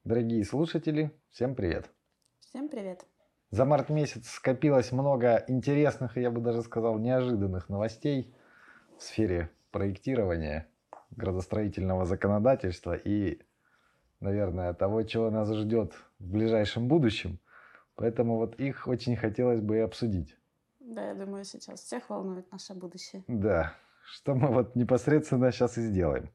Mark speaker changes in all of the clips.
Speaker 1: Дорогие слушатели, всем привет!
Speaker 2: Всем привет!
Speaker 1: За март месяц скопилось много интересных и, я бы даже сказал, неожиданных новостей в сфере проектирования, градостроительного законодательства и, наверное, того, чего нас ждет в ближайшем будущем. Поэтому вот их очень хотелось бы и обсудить.
Speaker 2: Да, я думаю, сейчас всех волнует наше будущее.
Speaker 1: Да, что мы вот непосредственно сейчас и сделаем.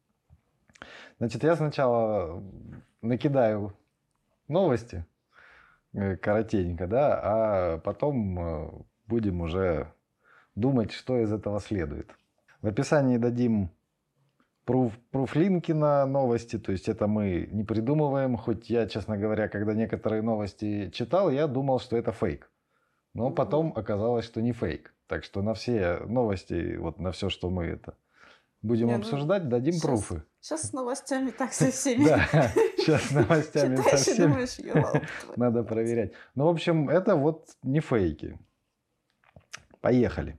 Speaker 1: Значит, я сначала накидаю новости, коротенько, да, а потом будем уже думать, что из этого следует. В описании дадим пруфлинки на новости, то есть это мы не придумываем, хоть я, честно говоря, когда некоторые новости читал, я думал, что это фейк. Но потом оказалось, что не фейк. Так что на все новости, вот на все, что мы это будем обсуждать, дадим пруфы.
Speaker 2: Сейчас с новостями так со всеми.
Speaker 1: Да, сейчас с новостями со
Speaker 2: Читаешь и
Speaker 1: всеми
Speaker 2: думаешь, ёлка.
Speaker 1: надо проверять. Ну, в общем, это вот не фейки. Поехали.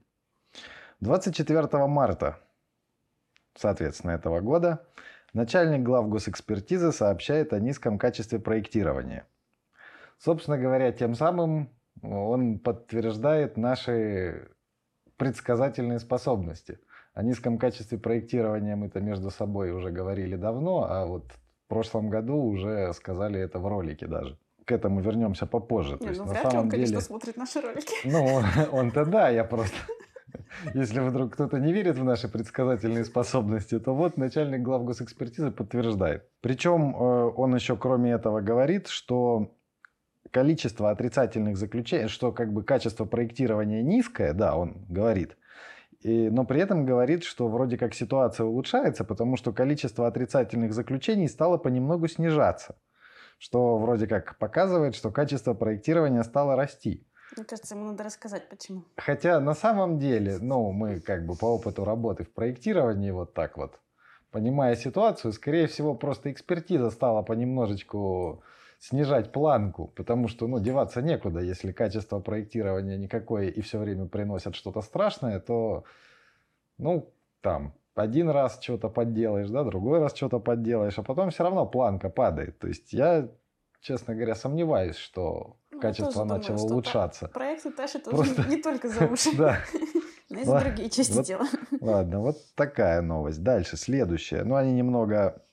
Speaker 1: 24 марта, соответственно, этого года начальник главгосэкспертизы сообщает о низком качестве проектирования. Собственно говоря, тем самым он подтверждает наши предсказательные способности. О низком качестве проектирования мы-то между собой уже говорили давно, а вот в прошлом году уже сказали это в ролике даже. К этому вернемся попозже.
Speaker 2: Не,
Speaker 1: на
Speaker 2: вряд ли
Speaker 1: самом
Speaker 2: он, конечно,
Speaker 1: деле...
Speaker 2: смотрит наши ролики.
Speaker 1: Ну, он-то да, я просто... Если вдруг кто-то не верит в наши предсказательные способности, то вот начальник главгосэкспертизы подтверждает. Причем он еще кроме этого говорит, что количество отрицательных заключений, что как бы качество проектирования низкое, да, он говорит, но при этом говорит, что вроде как ситуация улучшается, потому что количество отрицательных заключений стало понемногу снижаться, что вроде как показывает, что качество проектирования стало расти.
Speaker 2: Мне кажется, ему надо рассказать, почему.
Speaker 1: Хотя на самом деле, ну, мы как бы по опыту работы в проектировании вот так вот, понимая ситуацию, скорее всего, просто экспертиза стала понемножечку снижать планку, потому что, ну, деваться некуда. Если качество проектирования никакое и все время приносят что-то страшное, то, ну, там, один раз что-то подделаешь, да, другой раз что-то подделаешь, а потом все равно планка падает. То есть я, честно говоря, сомневаюсь, что качество начало улучшаться.
Speaker 2: Проекты тащат просто... не только за уши.
Speaker 1: Да.
Speaker 2: Но и за другие части дела.
Speaker 1: Ладно, вот такая новость. Дальше, следующая. Ну, они немного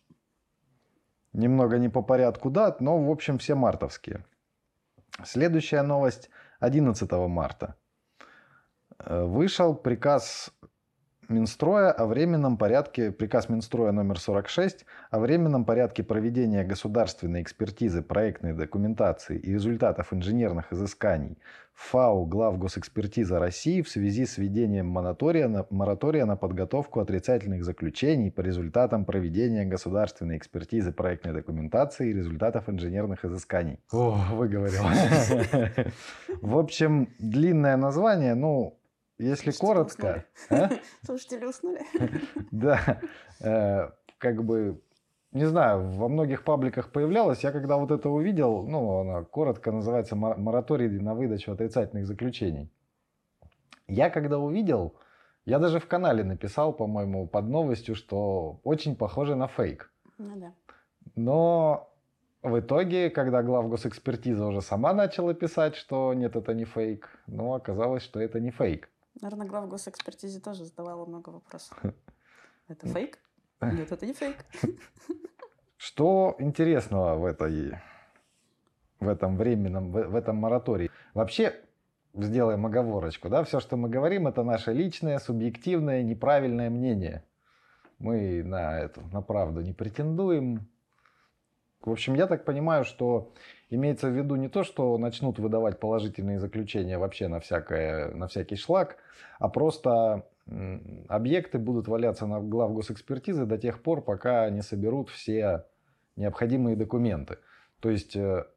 Speaker 1: не по порядку дат, но, в общем, все мартовские. Следующая новость 11 марта. Вышел приказ Минстроя о временном порядке, приказ Минстроя номер 46 о временном порядке проведения государственной экспертизы проектной документации и результатов инженерных изысканий ФАУ Главгосэкспертиза России в связи с введением моратория на подготовку отрицательных заключений по результатам проведения государственной экспертизы проектной документации и результатов инженерных изысканий. О, выговорил. В общем, длинное название, ну, если коротко...
Speaker 2: Слушатели уснули?
Speaker 1: Да, как бы, не знаю, во многих пабликах появлялось. Я когда вот это увидел, ну, она коротко называется «Мораторий на выдачу отрицательных заключений». Я когда увидел, я даже в канале написал, по-моему, под новостью, что очень похоже на фейк.
Speaker 2: Ну да.
Speaker 1: Но в итоге, когда главгосэкспертиза уже сама начала писать, что нет, это не фейк, но оказалось, что это не фейк.
Speaker 2: Наверное, главгосэкспертизе тоже задавала много вопросов. Это фейк? Нет, это не фейк.
Speaker 1: Что интересного в этом временном, в этом моратории? Вообще, сделаем оговорочку, да, все, что мы говорим, это наше личное, субъективное, неправильное мнение. Мы на правду не претендуем. В общем, я так понимаю, что имеется в виду не то, что начнут выдавать положительные заключения вообще на всякий шлак, а просто объекты будут валяться на главгосэкспертизы до тех пор, пока не соберут все необходимые документы. То есть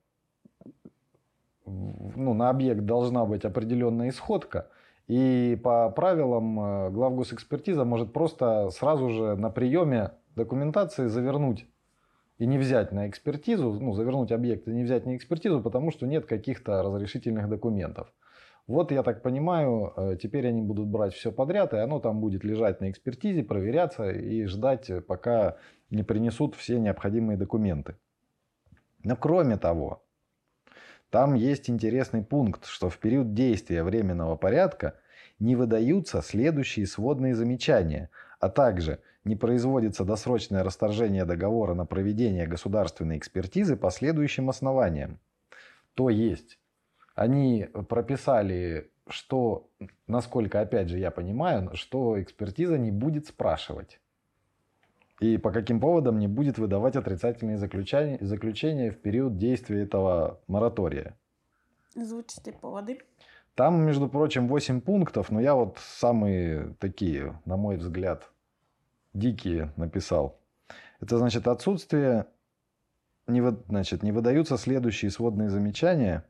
Speaker 1: на объект должна быть определенная исходка, и по правилам главгосэкспертиза может просто сразу же на приеме документации завернуть и не взять на экспертизу, завернуть объект и не взять на экспертизу, потому что нет каких-то разрешительных документов. Вот, я так понимаю, теперь они будут брать все подряд, и оно там будет лежать на экспертизе, проверяться и ждать, пока не принесут все необходимые документы. Но кроме того, там есть интересный пункт, что в период действия временного порядка не выдаются следующие сводные замечания, а также не производится досрочное расторжение договора на проведение государственной экспертизы по следующим основаниям. То есть они прописали, что, насколько, опять же, я понимаю, что экспертиза не будет спрашивать. И по каким поводам не будет выдавать отрицательные заключения в период действия этого моратория.
Speaker 2: Озвучите поводы.
Speaker 1: Там, между прочим, 8 пунктов, но я вот самые такие, на мой взгляд, дикие написал. Это значит отсутствие, не выдаются следующие сводные замечания.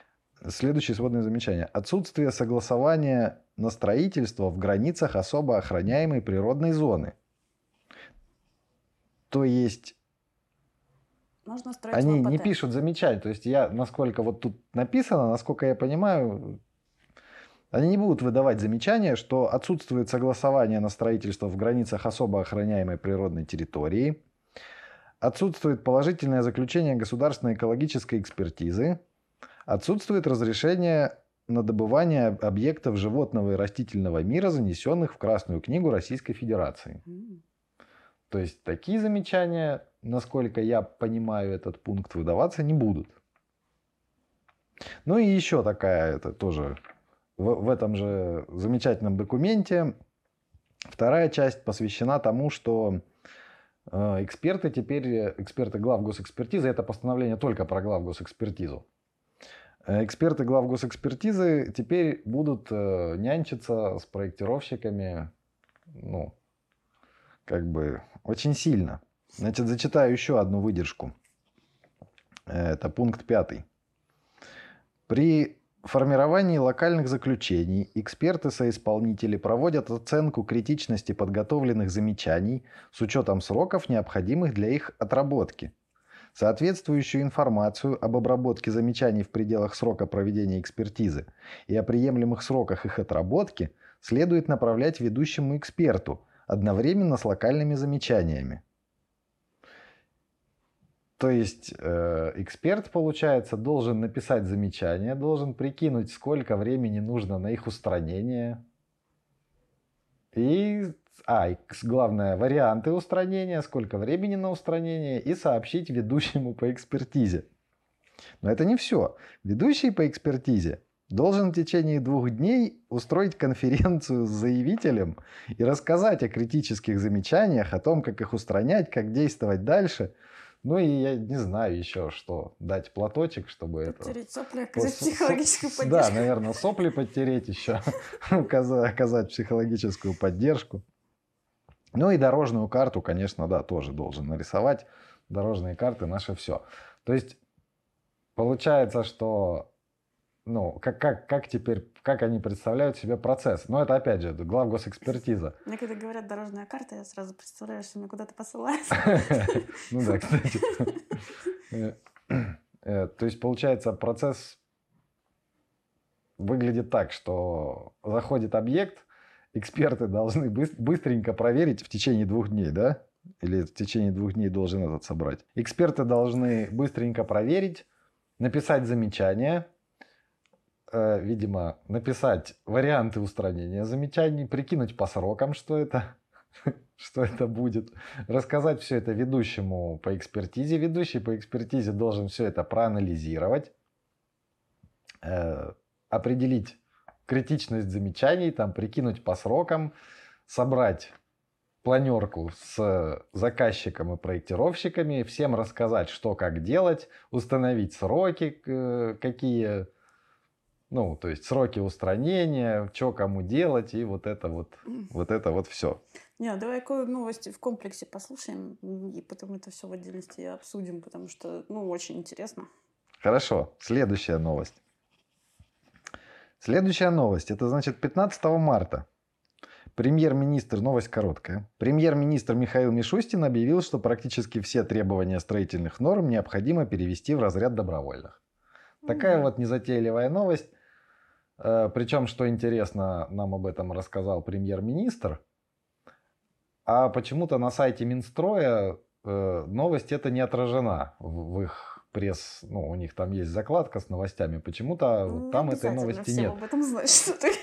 Speaker 1: Отсутствие согласования на строительство в границах особо охраняемой природной зоны. То есть
Speaker 2: Можно строить
Speaker 1: они
Speaker 2: в
Speaker 1: не
Speaker 2: АПТ.
Speaker 1: пишут замечания. То есть я, насколько вот тут написано, насколько я понимаю, они не будут выдавать замечания, что отсутствует согласование на строительство в границах особо охраняемой природной территории, отсутствует положительное заключение государственной экологической экспертизы, отсутствует разрешение на добывание объектов животного и растительного мира, занесенных в Красную книгу Российской Федерации. То есть такие замечания, насколько я понимаю этот пункт, выдаваться не будут. Ну и еще такая, это тоже в этом же замечательном документе, вторая часть посвящена тому, что эксперты главгосэкспертизы, это постановление только про главгосэкспертизу, эксперты главгосэкспертизы теперь будут нянчиться с проектировщиками, ну, как бы очень сильно. Значит, зачитаю еще одну выдержку. Это пункт 5. При формировании локальных заключений эксперты-соисполнители проводят оценку критичности подготовленных замечаний с учетом сроков, необходимых для их отработки. Соответствующую информацию об обработке замечаний в пределах срока проведения экспертизы и о приемлемых сроках их отработки следует направлять ведущему эксперту одновременно с локальными замечаниями. То есть эксперт, получается, должен написать замечания, должен прикинуть, сколько времени нужно на их устранение. И главное, варианты устранения, сколько времени на устранение, и сообщить ведущему по экспертизе. Но это не все. Ведущий по экспертизе должен в течение 2 дней устроить конференцию с заявителем и рассказать о критических замечаниях, о том, как их устранять, как действовать дальше. Ну и я не знаю еще, что дать платочек, чтобы
Speaker 2: Подтереть
Speaker 1: это...
Speaker 2: сопли, оказать психологическую поддержку.
Speaker 1: Да, наверное, сопли подтереть еще, оказать психологическую поддержку. Ну и дорожную карту, конечно, да, тоже должен нарисовать. Дорожные карты наше все. То есть получается, что ну, как они представляют себе процесс. Но это, опять же, главгосэкспертиза.
Speaker 2: Мне когда говорят дорожная карта, я сразу представляю, что меня куда-то посылают.
Speaker 1: Ну да, кстати. То есть, получается, процесс выглядит так, что заходит объект, эксперты должны быстренько проверить в течение 2 дней, да? Или в течение 2 дней должен этот собрать. Эксперты должны быстренько проверить, написать замечания, видимо, написать варианты устранения замечаний, прикинуть по срокам, что это будет, рассказать все это ведущему по экспертизе. Ведущий по экспертизе должен все это проанализировать, определить критичность замечаний, там, прикинуть по срокам, собрать планерку с заказчиком и проектировщиками, всем рассказать, что как делать, установить сроки, какие... Ну, то есть сроки устранения, что кому делать, и вот это вот все.
Speaker 2: Не, давай какую новости в комплексе послушаем, и потом это все в отдельности обсудим, потому что, ну, очень интересно.
Speaker 1: Хорошо, следующая новость. Следующая новость, это значит 15 марта. Премьер-министр, новость короткая. Премьер-министр Михаил Мишустин объявил, что практически все требования строительных норм необходимо перевести в разряд добровольных. Такая вот незатейливая новость. Причем, что интересно, нам об этом рассказал премьер-министр. А почему-то на сайте Минстроя новость эта не отражена в их пресс, ну, у них там есть закладка с новостями, почему-то вот
Speaker 2: Не
Speaker 1: там этой
Speaker 2: обязательно
Speaker 1: новости
Speaker 2: всем
Speaker 1: нет.
Speaker 2: об этом знать, что ты.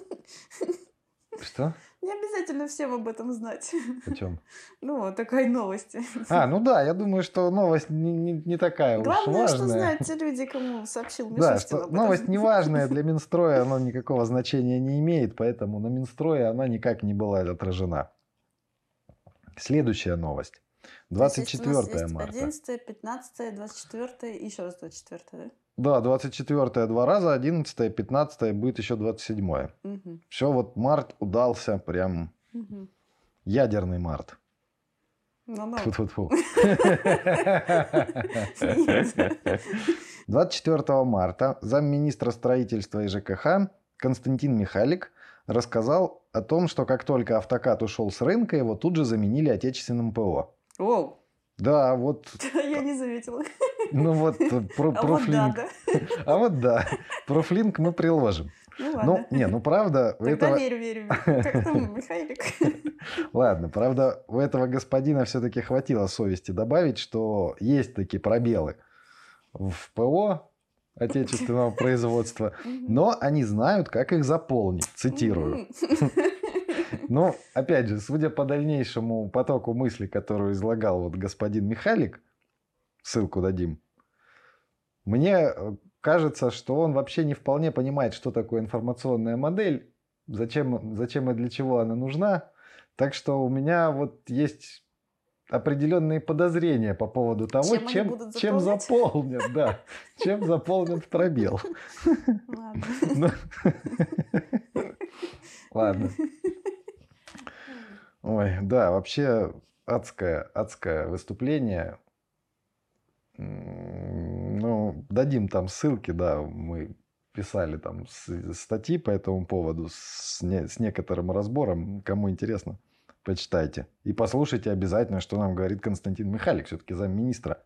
Speaker 1: Что?
Speaker 2: Не обязательно всем об этом знать.
Speaker 1: О чем?
Speaker 2: Ну, вот такой новости.
Speaker 1: Ну да, я думаю, что новость не такая уж
Speaker 2: Главное, что
Speaker 1: важная.
Speaker 2: знают те люди, кому сообщил
Speaker 1: Да,
Speaker 2: Мишустин
Speaker 1: что
Speaker 2: об этом.
Speaker 1: новость неважная для Минстроя, она никакого значения не имеет, поэтому на Минстрое она никак не была отражена. Следующая новость.
Speaker 2: То есть, если у нас
Speaker 1: 24
Speaker 2: есть
Speaker 1: марта.
Speaker 2: 11, 15, 24 и еще раз 24, да?
Speaker 1: Да, 24 два раза, 11, 15 будет еще 27.
Speaker 2: Угу.
Speaker 1: Все, вот март удался, прям
Speaker 2: Угу.
Speaker 1: ядерный март.
Speaker 2: Ну-ну.
Speaker 1: Тьфу-тьфу-тьфу.
Speaker 2: Нет.
Speaker 1: 24 марта замминистра строительства и ЖКХ Константин Михалик рассказал о том, что как только автокад ушел с рынка, его тут же заменили отечественным ПО.
Speaker 2: Оу,
Speaker 1: Да, вот,
Speaker 2: я не заметила.
Speaker 1: ну вот,
Speaker 2: А вот да,
Speaker 1: профлинк.
Speaker 2: да.
Speaker 1: А вот да, профлинк мы приложим.
Speaker 2: Ну
Speaker 1: Ну,
Speaker 2: ладно.
Speaker 1: не, ну правда, у
Speaker 2: Тогда
Speaker 1: этого...
Speaker 2: верю. Как там, Михайлик?
Speaker 1: Ладно, правда, у этого господина все-таки хватило совести добавить, что есть такие пробелы в ПО отечественного производства, но они знают, как их заполнить. Цитирую. Но, опять же, судя по дальнейшему потоку мысли, которую излагал вот господин Михалик, ссылку дадим, мне кажется, что он вообще не вполне понимает, что такое информационная модель, зачем и для чего она нужна. Так что у меня вот есть определенные подозрения по поводу того,
Speaker 2: Чем они будут
Speaker 1: чем
Speaker 2: заполнять?
Speaker 1: заполнят, да, чем заполнят пробел.
Speaker 2: Ладно.
Speaker 1: Ну, ладно. Ой, да, вообще адское выступление. Ну, дадим там ссылки, да, мы писали там статьи по этому поводу с некоторым разбором. Кому интересно, почитайте. И послушайте обязательно, что нам говорит Константин Михалик, все-таки замминистра.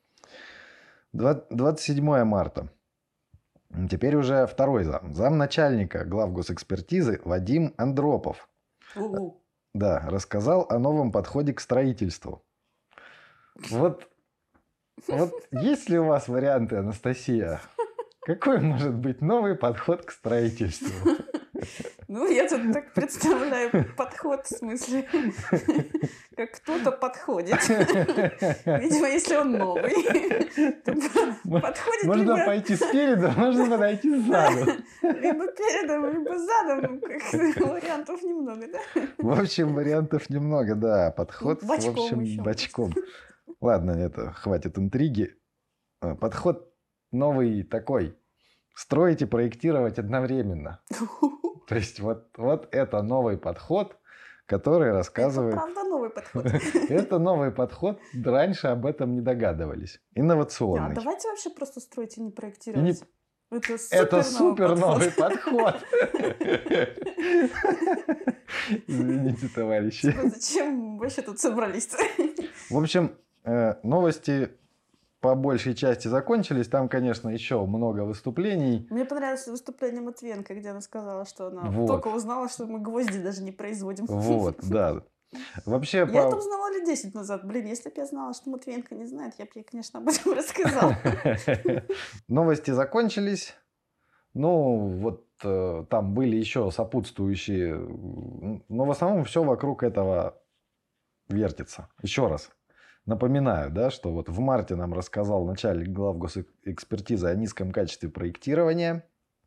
Speaker 1: 27 марта. Теперь уже второй замначальника главгосэкспертизы Вадим Андропов.
Speaker 2: У-у.
Speaker 1: Да, рассказал о новом подходе к строительству. Вот есть ли у вас варианты, Анастасия? Какой может быть новый подход к строительству?
Speaker 2: Ну, я тут так представляю подход, в смысле, как кто-то подходит. Видимо, если он новый, то подходит
Speaker 1: Можно
Speaker 2: либо,
Speaker 1: пойти спереду, можно подойти сзаду.
Speaker 2: либо передом, либо задом. Как вариантов немного, да?
Speaker 1: В общем, вариантов немного, да. Подход, в
Speaker 2: Бочком
Speaker 1: общем,
Speaker 2: еще.
Speaker 1: бочком. Ладно, это хватит интриги. Подход новый такой. Строить и проектировать одновременно. То есть вот это новый подход, который рассказывает...
Speaker 2: Это правда новый подход.
Speaker 1: Это новый подход. Раньше об этом не догадывались. Инновационный.
Speaker 2: Давайте вообще просто строить и не проектировать.
Speaker 1: Это супер новый подход. Извините, товарищи.
Speaker 2: Зачем вообще тут собрались?
Speaker 1: В общем, новости по большей части закончились. Там, конечно, еще много выступлений.
Speaker 2: Мне понравилось выступление Матвиенко, где она сказала, что она
Speaker 1: Вот.
Speaker 2: только узнала, что мы гвозди даже не производим.
Speaker 1: Вот, да. Вообще,
Speaker 2: Я это узнала лет 10 назад. Блин, если бы я знала, что Матвиенко не знает, я бы ей, конечно, об этом рассказала.
Speaker 1: новости закончились. Ну, вот там были еще сопутствующие. Но в основном все вокруг этого вертится. Еще раз. Напоминаю, да, что вот в марте нам рассказал начальник главгосэкспертизы о низком качестве проектирования.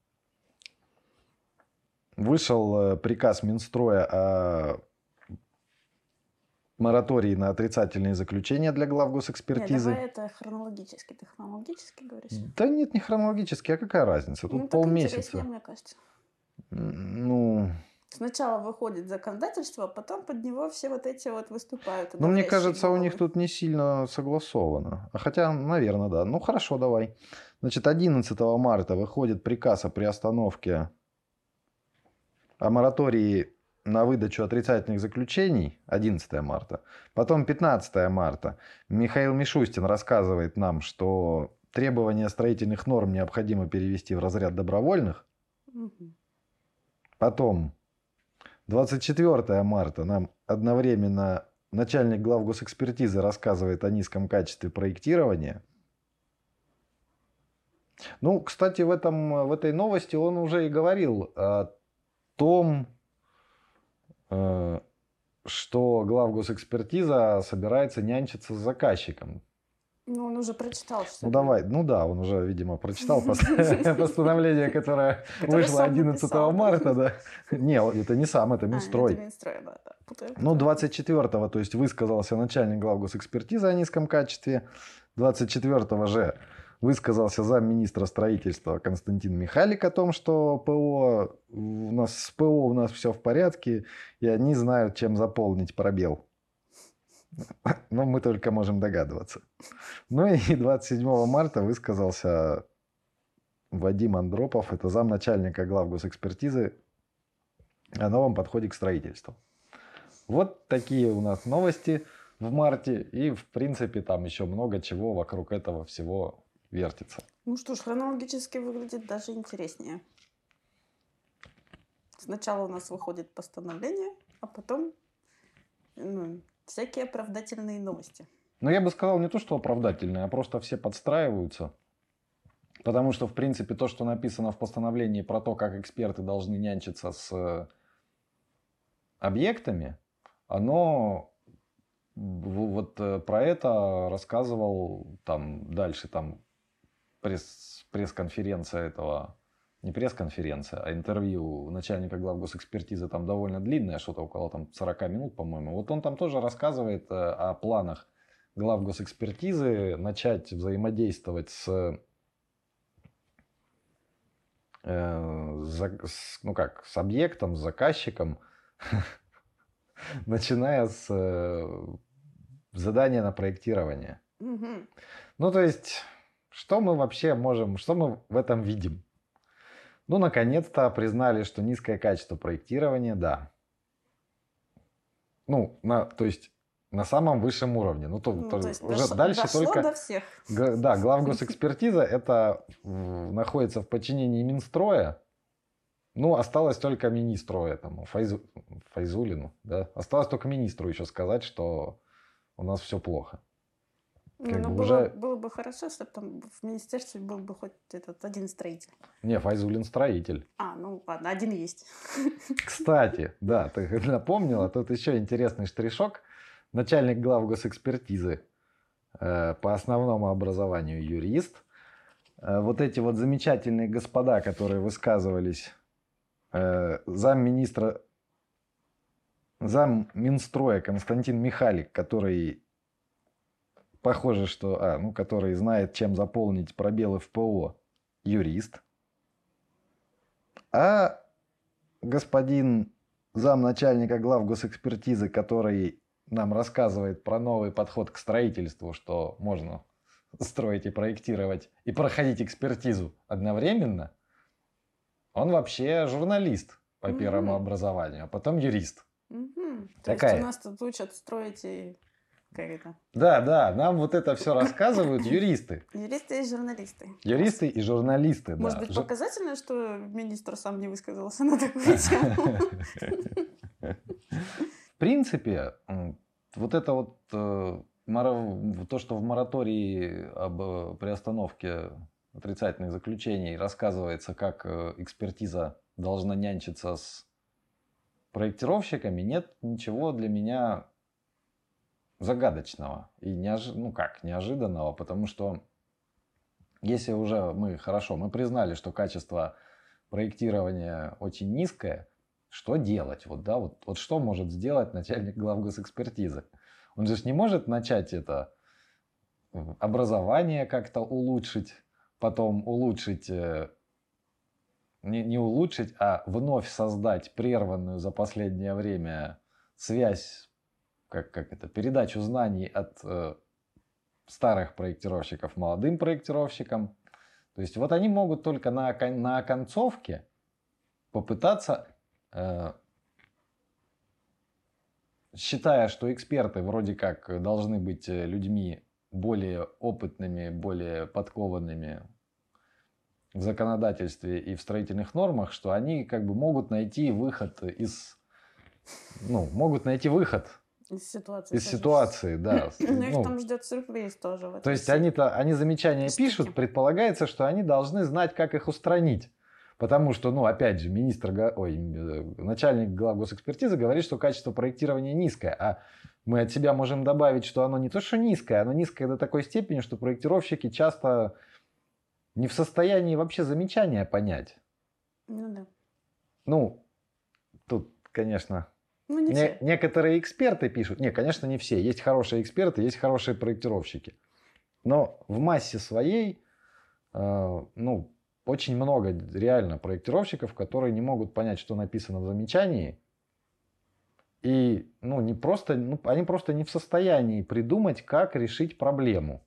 Speaker 1: Вышел приказ Минстроя о моратории на отрицательные заключения для
Speaker 2: Нет,
Speaker 1: главгосэкспертизы.
Speaker 2: давай это хронологически. Ты хронологически говоришь?
Speaker 1: Да нет, не хронологически, а какая разница? Тут
Speaker 2: Ну, так
Speaker 1: полмесяца.
Speaker 2: интереснее, мне кажется.
Speaker 1: Ну,
Speaker 2: Сначала выходит законодательство, а потом под него все вот эти вот выступают.
Speaker 1: ну, мне
Speaker 2: говорящие
Speaker 1: кажется, у них
Speaker 2: головы.
Speaker 1: тут не сильно согласовано. А хотя, наверное, да. Ну, хорошо, давай. Значит, 11 марта выходит приказ о приостановке, о моратории на выдачу отрицательных заключений. 11 марта. Потом 15 марта. Михаил Мишустин рассказывает нам, что требования строительных норм необходимо перевести в разряд добровольных.
Speaker 2: Мгм.
Speaker 1: Потом 24 марта нам одновременно начальник главгосэкспертизы рассказывает о низком качестве проектирования. Ну, кстати, в этой новости он уже и говорил о том, что главгосэкспертиза собирается нянчиться с заказчиком.
Speaker 2: Ну, он уже прочитал, что
Speaker 1: Ну
Speaker 2: ли?
Speaker 1: давай, ну да, он уже, видимо, прочитал постановление, которое вышло 11 марта, да. Не, это не сам, это Минстрой.
Speaker 2: Это Минстрой, да.
Speaker 1: Ну, 24-го, то есть высказался начальник главгосэкспертизы о низком качестве. 24-го же высказался замминистра строительства Константин Михалик о том, что с ПО у нас все в порядке, и они знают, чем заполнить пробел. Но мы только можем догадываться. Ну и 27 марта высказался Вадим Андропов, это замначальника главгосэкспертизы, о новом подходе к строительству. Вот такие у нас новости в марте. И, в принципе, там еще много чего вокруг этого всего вертится.
Speaker 2: Ну что ж, хронологически выглядит даже интереснее. Сначала у нас выходит постановление, а потом всякие оправдательные новости.
Speaker 1: Но я бы сказал не то, что оправдательные, а просто все подстраиваются. Потому что, в принципе, то, что написано в постановлении про то, как эксперты должны нянчиться с объектами, оно вот про это рассказывал там дальше, там пресс-конференция этого, не пресс-конференция, а интервью начальника главгосэкспертизы там довольно длинное, что-то около там 40 минут, по-моему. Вот он там тоже рассказывает о планах главгосэкспертизы начать взаимодействовать с объектом, с заказчиком, начиная с задания на проектирование.
Speaker 2: Угу.
Speaker 1: Ну, то есть, что мы вообще можем, что мы в этом видим? Ну, наконец-то признали, что низкое качество проектирования, да. Ну, то есть, на самом высшем уровне. Ну, то есть уже дальше только...
Speaker 2: до всех.
Speaker 1: Да, главгосэкспертиза это находится в подчинении Минстроя. Ну, осталось только министру этому, Файзулину, да. Осталось только министру еще сказать, что у нас все плохо.
Speaker 2: Было бы хорошо, чтобы там в министерстве был бы хоть один строитель.
Speaker 1: Не, Файзулин строитель.
Speaker 2: Ну ладно, один есть.
Speaker 1: Кстати, да, ты напомнила, тут еще интересный штришок. Начальник главгосэкспертизы по основному образованию юрист. Вот эти вот замечательные господа, которые высказывались, замминстроя Константин Михалик, который похоже, что, который знает, чем заполнить пробелы в ПО, юрист. А господин замначальника главгосэкспертизы, который нам рассказывает про новый подход к строительству, что можно строить и проектировать и проходить экспертизу одновременно, он вообще журналист по первому образованию, а потом юрист.
Speaker 2: То есть у нас тут учат строить и... Как это?
Speaker 1: Да, нам вот это все рассказывают юристы.
Speaker 2: Юристы и журналисты.
Speaker 1: Юристы и журналисты, да.
Speaker 2: Может быть, показательно, что министр сам не высказался на такую тему?
Speaker 1: В принципе, вот это вот то, что в моратории об приостановке отрицательных заключений рассказывается, как экспертиза должна нянчиться с проектировщиками, нет ничего для меня загадочного и неожиданного, потому что если уже мы признали, что качество проектирования очень низкое, что делать? Вот что может сделать начальник главгосэкспертизы? Он же не может начать это образование как-то улучшить, потом улучшить, не улучшить, а вновь создать прерванную за последнее время связь, передачу знаний от старых проектировщиков молодым проектировщикам. То есть вот они могут только на концовке попытаться, считая, что эксперты вроде как должны быть людьми более опытными, более подкованными в законодательстве и в строительных нормах, что они могут найти выход
Speaker 2: Из ситуации.
Speaker 1: Из ситуации, да.
Speaker 2: Ну, их там ждет сюрприз тоже.
Speaker 1: То есть они замечания пишут, предполагается, что они должны знать, как их устранить. Потому что, опять же, начальник главгосэкспертизы говорит, что качество проектирования низкое. А мы от себя можем добавить, что оно не то, что низкое, оно низкое до такой степени, что проектировщики часто не в состоянии вообще замечания понять.
Speaker 2: Ну да.
Speaker 1: Тут, конечно...
Speaker 2: не все.
Speaker 1: Некоторые эксперты пишут. Конечно, не все. Есть хорошие эксперты, есть хорошие проектировщики. Но в массе своей, очень много реально проектировщиков, которые не могут понять, что написано в замечании. И они просто не в состоянии придумать, как решить проблему.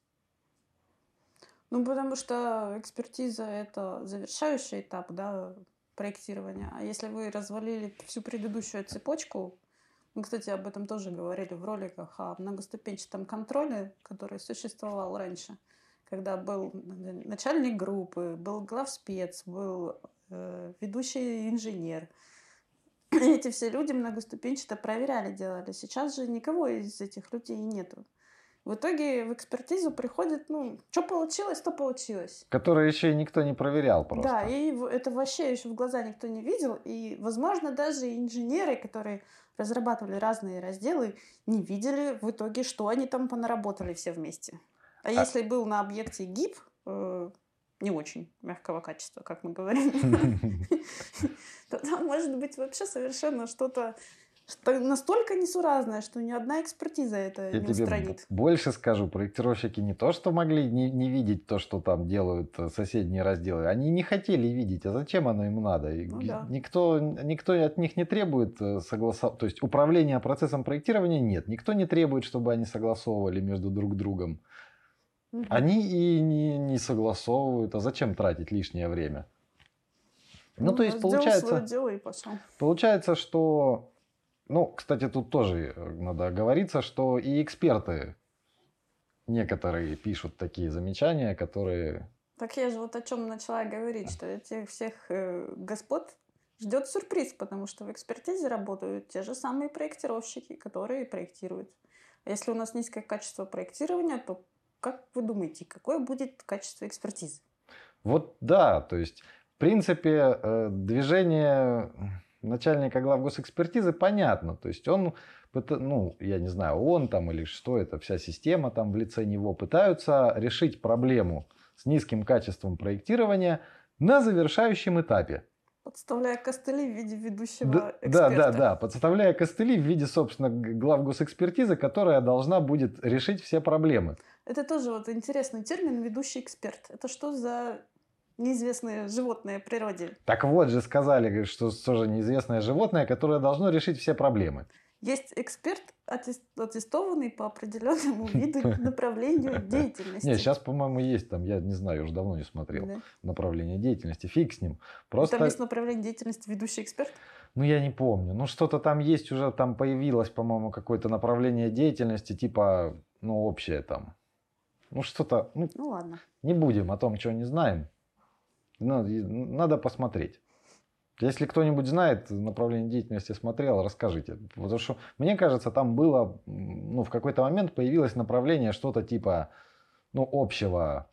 Speaker 2: Потому что экспертиза – это завершающий этап, да, проектирования. А если вы развалили всю предыдущую цепочку, мы, кстати, об этом тоже говорили в роликах о многоступенчатом контроле, который существовал раньше, когда был начальник группы, был главспец, был ведущий инженер. Эти все люди многоступенчато проверяли, делали. Сейчас же никого из этих людей нету. В итоге в экспертизу приходит, что получилось, то получилось.
Speaker 1: Которое еще и никто не проверял просто.
Speaker 2: Да, и это вообще еще в глаза никто не видел. И, возможно, даже инженеры, которые разрабатывали разные разделы, не видели в итоге, что они там понаработали все вместе. А если был на объекте ГИП, не очень мягкого качества, как мы говорим, то там может быть вообще совершенно что-то настолько несуразное, что ни одна экспертиза это не устранит.
Speaker 1: Я тебе больше скажу, проектировщики не то, что могли не видеть то, что там делают соседние разделы, они не хотели видеть, а зачем оно им надо?
Speaker 2: Да.
Speaker 1: Никто от них не требует согласовать, то есть управления процессом проектирования нет, никто не требует, чтобы они согласовывали между друг другом. Угу. Они и не согласовывают, а зачем тратить лишнее время? То есть
Speaker 2: свое дело и пошел.
Speaker 1: Получается, что... кстати, тут тоже надо оговориться, что и эксперты некоторые пишут такие замечания, которые...
Speaker 2: Так я же о чем начала говорить, что этих всех господ ждет сюрприз, потому что в экспертизе работают те же самые проектировщики, которые проектируют. А если у нас низкое качество проектирования, то как вы думаете, какое будет качество экспертизы?
Speaker 1: Да, то есть, в принципе, движение... начальника главгосэкспертизы понятно. То есть он, я не знаю, он там или что это, вся система там в лице него пытаются решить проблему с низким качеством проектирования на завершающем этапе.
Speaker 2: Подставляя костыли в виде ведущего эксперта.
Speaker 1: Да, подставляя костыли в виде, собственно, главгосэкспертизы, которая должна будет решить все проблемы.
Speaker 2: Это тоже интересный термин «ведущий эксперт». Это что за... неизвестное животное в природе.
Speaker 1: Так вот же сказали, что тоже неизвестное животное, которое должно решить все проблемы.
Speaker 2: Есть эксперт, аттестованный по определенному виду направлению деятельности.
Speaker 1: Нет, сейчас, по-моему, есть там, я не знаю, уже давно не смотрел, направление деятельности, фиг с ним. Просто...
Speaker 2: Там есть направление деятельности ведущий эксперт?
Speaker 1: Я не помню. Что-то там есть, уже там появилось, по-моему, какое-то направление деятельности, типа, общее там. Что-то...
Speaker 2: ладно.
Speaker 1: Не будем о том, чего не знаем. Надо посмотреть. Если кто-нибудь знает направление деятельности, смотрел, расскажите. Потому что, мне кажется, там было, в какой-то момент появилось направление что-то типа, общего,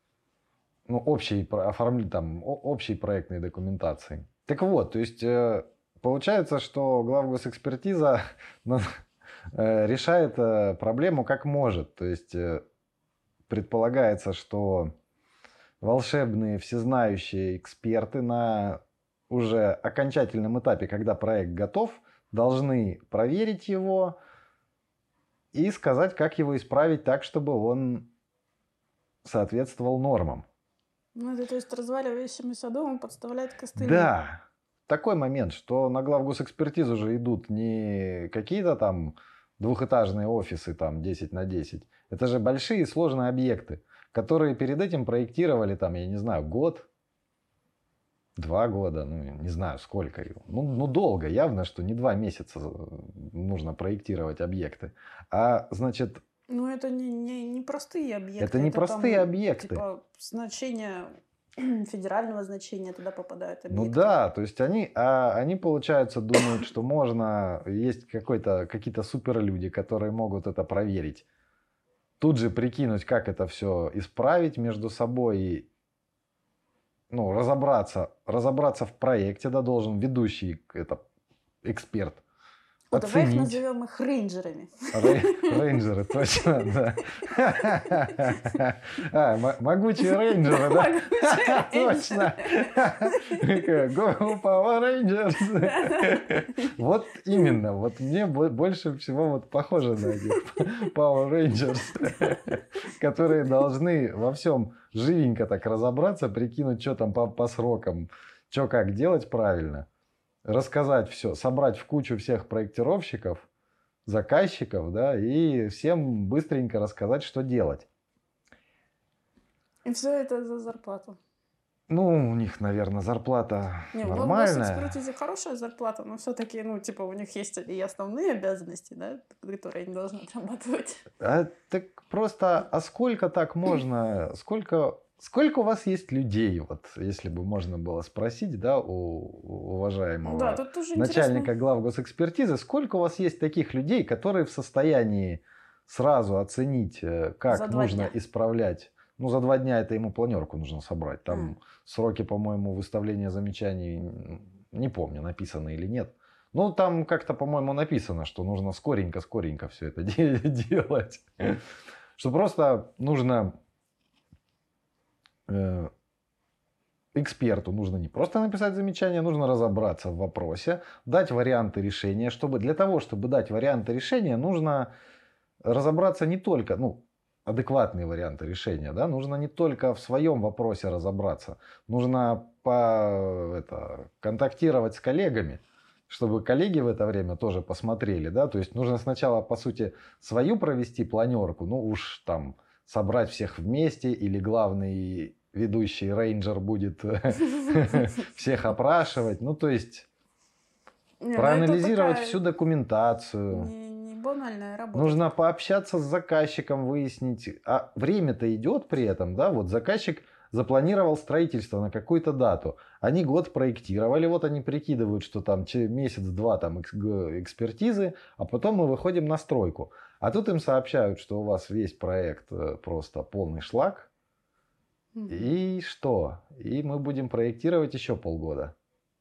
Speaker 1: общей проектной документации. Так вот, то есть, получается, что главгосэкспертиза решает проблему как может. То есть, предполагается, что волшебные всезнающие эксперты на уже окончательном этапе, когда проект готов, должны проверить его и сказать, как его исправить так, чтобы он соответствовал нормам.
Speaker 2: Это то есть разваливающемуся дому подставлять костыли.
Speaker 1: Да. Такой момент, что на главгосэкспертизу же идут не какие-то там двухэтажные офисы там 10 на 10. Это же большие сложные объекты, которые перед этим проектировали там, я не знаю, год, 2 года, не знаю сколько. Долго, явно, что не 2 месяца нужно проектировать объекты. А значит...
Speaker 2: это не простые объекты.
Speaker 1: Это не простые объекты.
Speaker 2: Типа значение федерального значения туда попадают объекты.
Speaker 1: Ну да, то есть они, получается, думают, что можно, есть какие-то суперлюди, которые могут это проверить. Тут же прикинуть, как это все исправить между собой и разобраться в проекте, да, должен ведущий эксперт
Speaker 2: Давай их
Speaker 1: оценить.
Speaker 2: назовем их рейнджерами.
Speaker 1: Рейнджеры, точно, да. Могучие рейнджеры, да? Точно. Go Power Rangers. Вот именно. Вот мне больше всего вот похоже на этих Power Rangers, которые должны во всем живенько так разобраться, прикинуть, что там по срокам, что как делать правильно. Рассказать все, собрать в кучу всех проектировщиков, заказчиков, да, и всем быстренько рассказать, что делать.
Speaker 2: И все это за зарплату.
Speaker 1: Ну, у них, наверное, зарплата нормальная.
Speaker 2: В госэкспертизе хорошая зарплата, но все-таки, у них есть и основные обязанности, да, которые они должны отрабатывать.
Speaker 1: Так просто, сколько так можно, сколько у вас есть людей, вот, если бы можно было спросить, да, у уважаемого
Speaker 2: тут тоже
Speaker 1: начальника
Speaker 2: интересно.
Speaker 1: главгосэкспертизы, сколько у вас есть таких людей, которые в состоянии сразу оценить, как нужно исправлять. Ну, за 2 дня это ему планерку нужно собрать. Там сроки, по-моему, выставления замечаний, не помню, написаны или нет. Ну, там как-то, по-моему, написано, что нужно скоренько все это делать. Что просто нужно... эксперту нужно не просто написать замечание, нужно разобраться в вопросе, дать варианты решения. Для того, чтобы дать варианты решения, нужно разобраться не только, адекватные варианты решения, да, нужно не только в своем вопросе разобраться, нужно контактировать с коллегами, чтобы коллеги в это время тоже посмотрели, да, то есть нужно сначала, по сути, свою провести планерку, собрать всех вместе, или главный ведущий рейнджер будет всех опрашивать. То есть проанализировать всю документацию.
Speaker 2: Не банальная работа.
Speaker 1: Нужно пообщаться с заказчиком, выяснить. А время-то идет при этом, да? Вот заказчик запланировал строительство на какую-то дату. Они год проектировали, вот они прикидывают, что там месяц-два там экспертизы, а потом мы выходим на стройку. А тут им сообщают, что у вас весь проект просто полный шлак. И что? И мы будем проектировать еще полгода.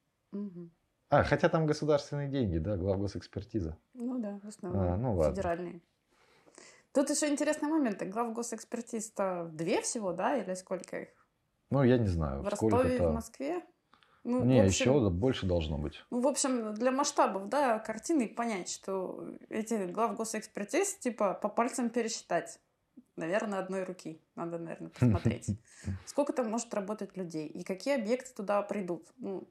Speaker 1: Хотя там государственные деньги, да, главгосэкспертиза.
Speaker 2: Ну да, в основном федеральные. Тут еще интересный момент. Главгосэкспертиз-то 2 всего, да, или сколько их?
Speaker 1: Я не знаю.
Speaker 2: В Ростове и в Москве?
Speaker 1: Еще больше должно быть.
Speaker 2: В общем, для масштабов, да, картины понять, что эти главгосэкспертиз, по пальцам пересчитать. Наверное, одной руки. Надо, посмотреть. Сколько там может работать людей и какие объекты туда придут.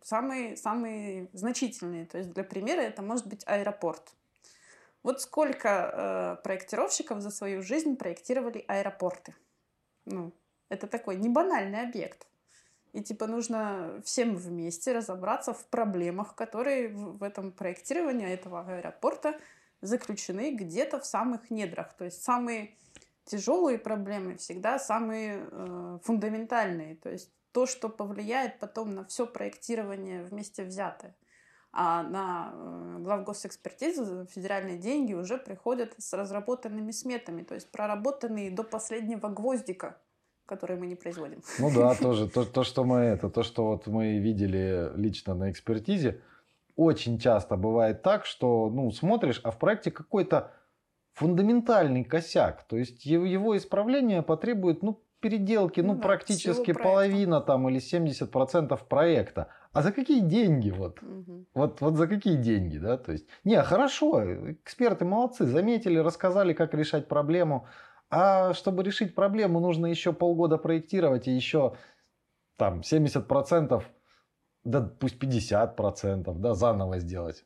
Speaker 2: Самые значительные. То есть, для примера, это может быть аэропорт. Вот сколько проектировщиков за свою жизнь проектировали аэропорты. Это такой небанальный объект. И нужно всем вместе разобраться в проблемах, которые в этом проектировании этого аэропорта заключены где-то в самых недрах. То есть самые тяжелые проблемы всегда самые фундаментальные. То есть то, что повлияет потом на все проектирование вместе взятое. А на главгосэкспертизу федеральные деньги уже приходят с разработанными сметами, то есть проработанные до последнего гвоздика, который мы не производим.
Speaker 1: Тоже то, что мы видели лично на экспертизе, очень часто бывает так, что смотришь, а в проекте какой-то фундаментальный косяк, то есть его исправление потребует переделки, практически половина там или 70% проекта. А за какие деньги вот за какие деньги, да? То есть, хорошо, эксперты молодцы, заметили, рассказали, как решать проблему. А чтобы решить проблему, нужно еще полгода проектировать и еще там 70%, да пусть 50%, да, заново сделать.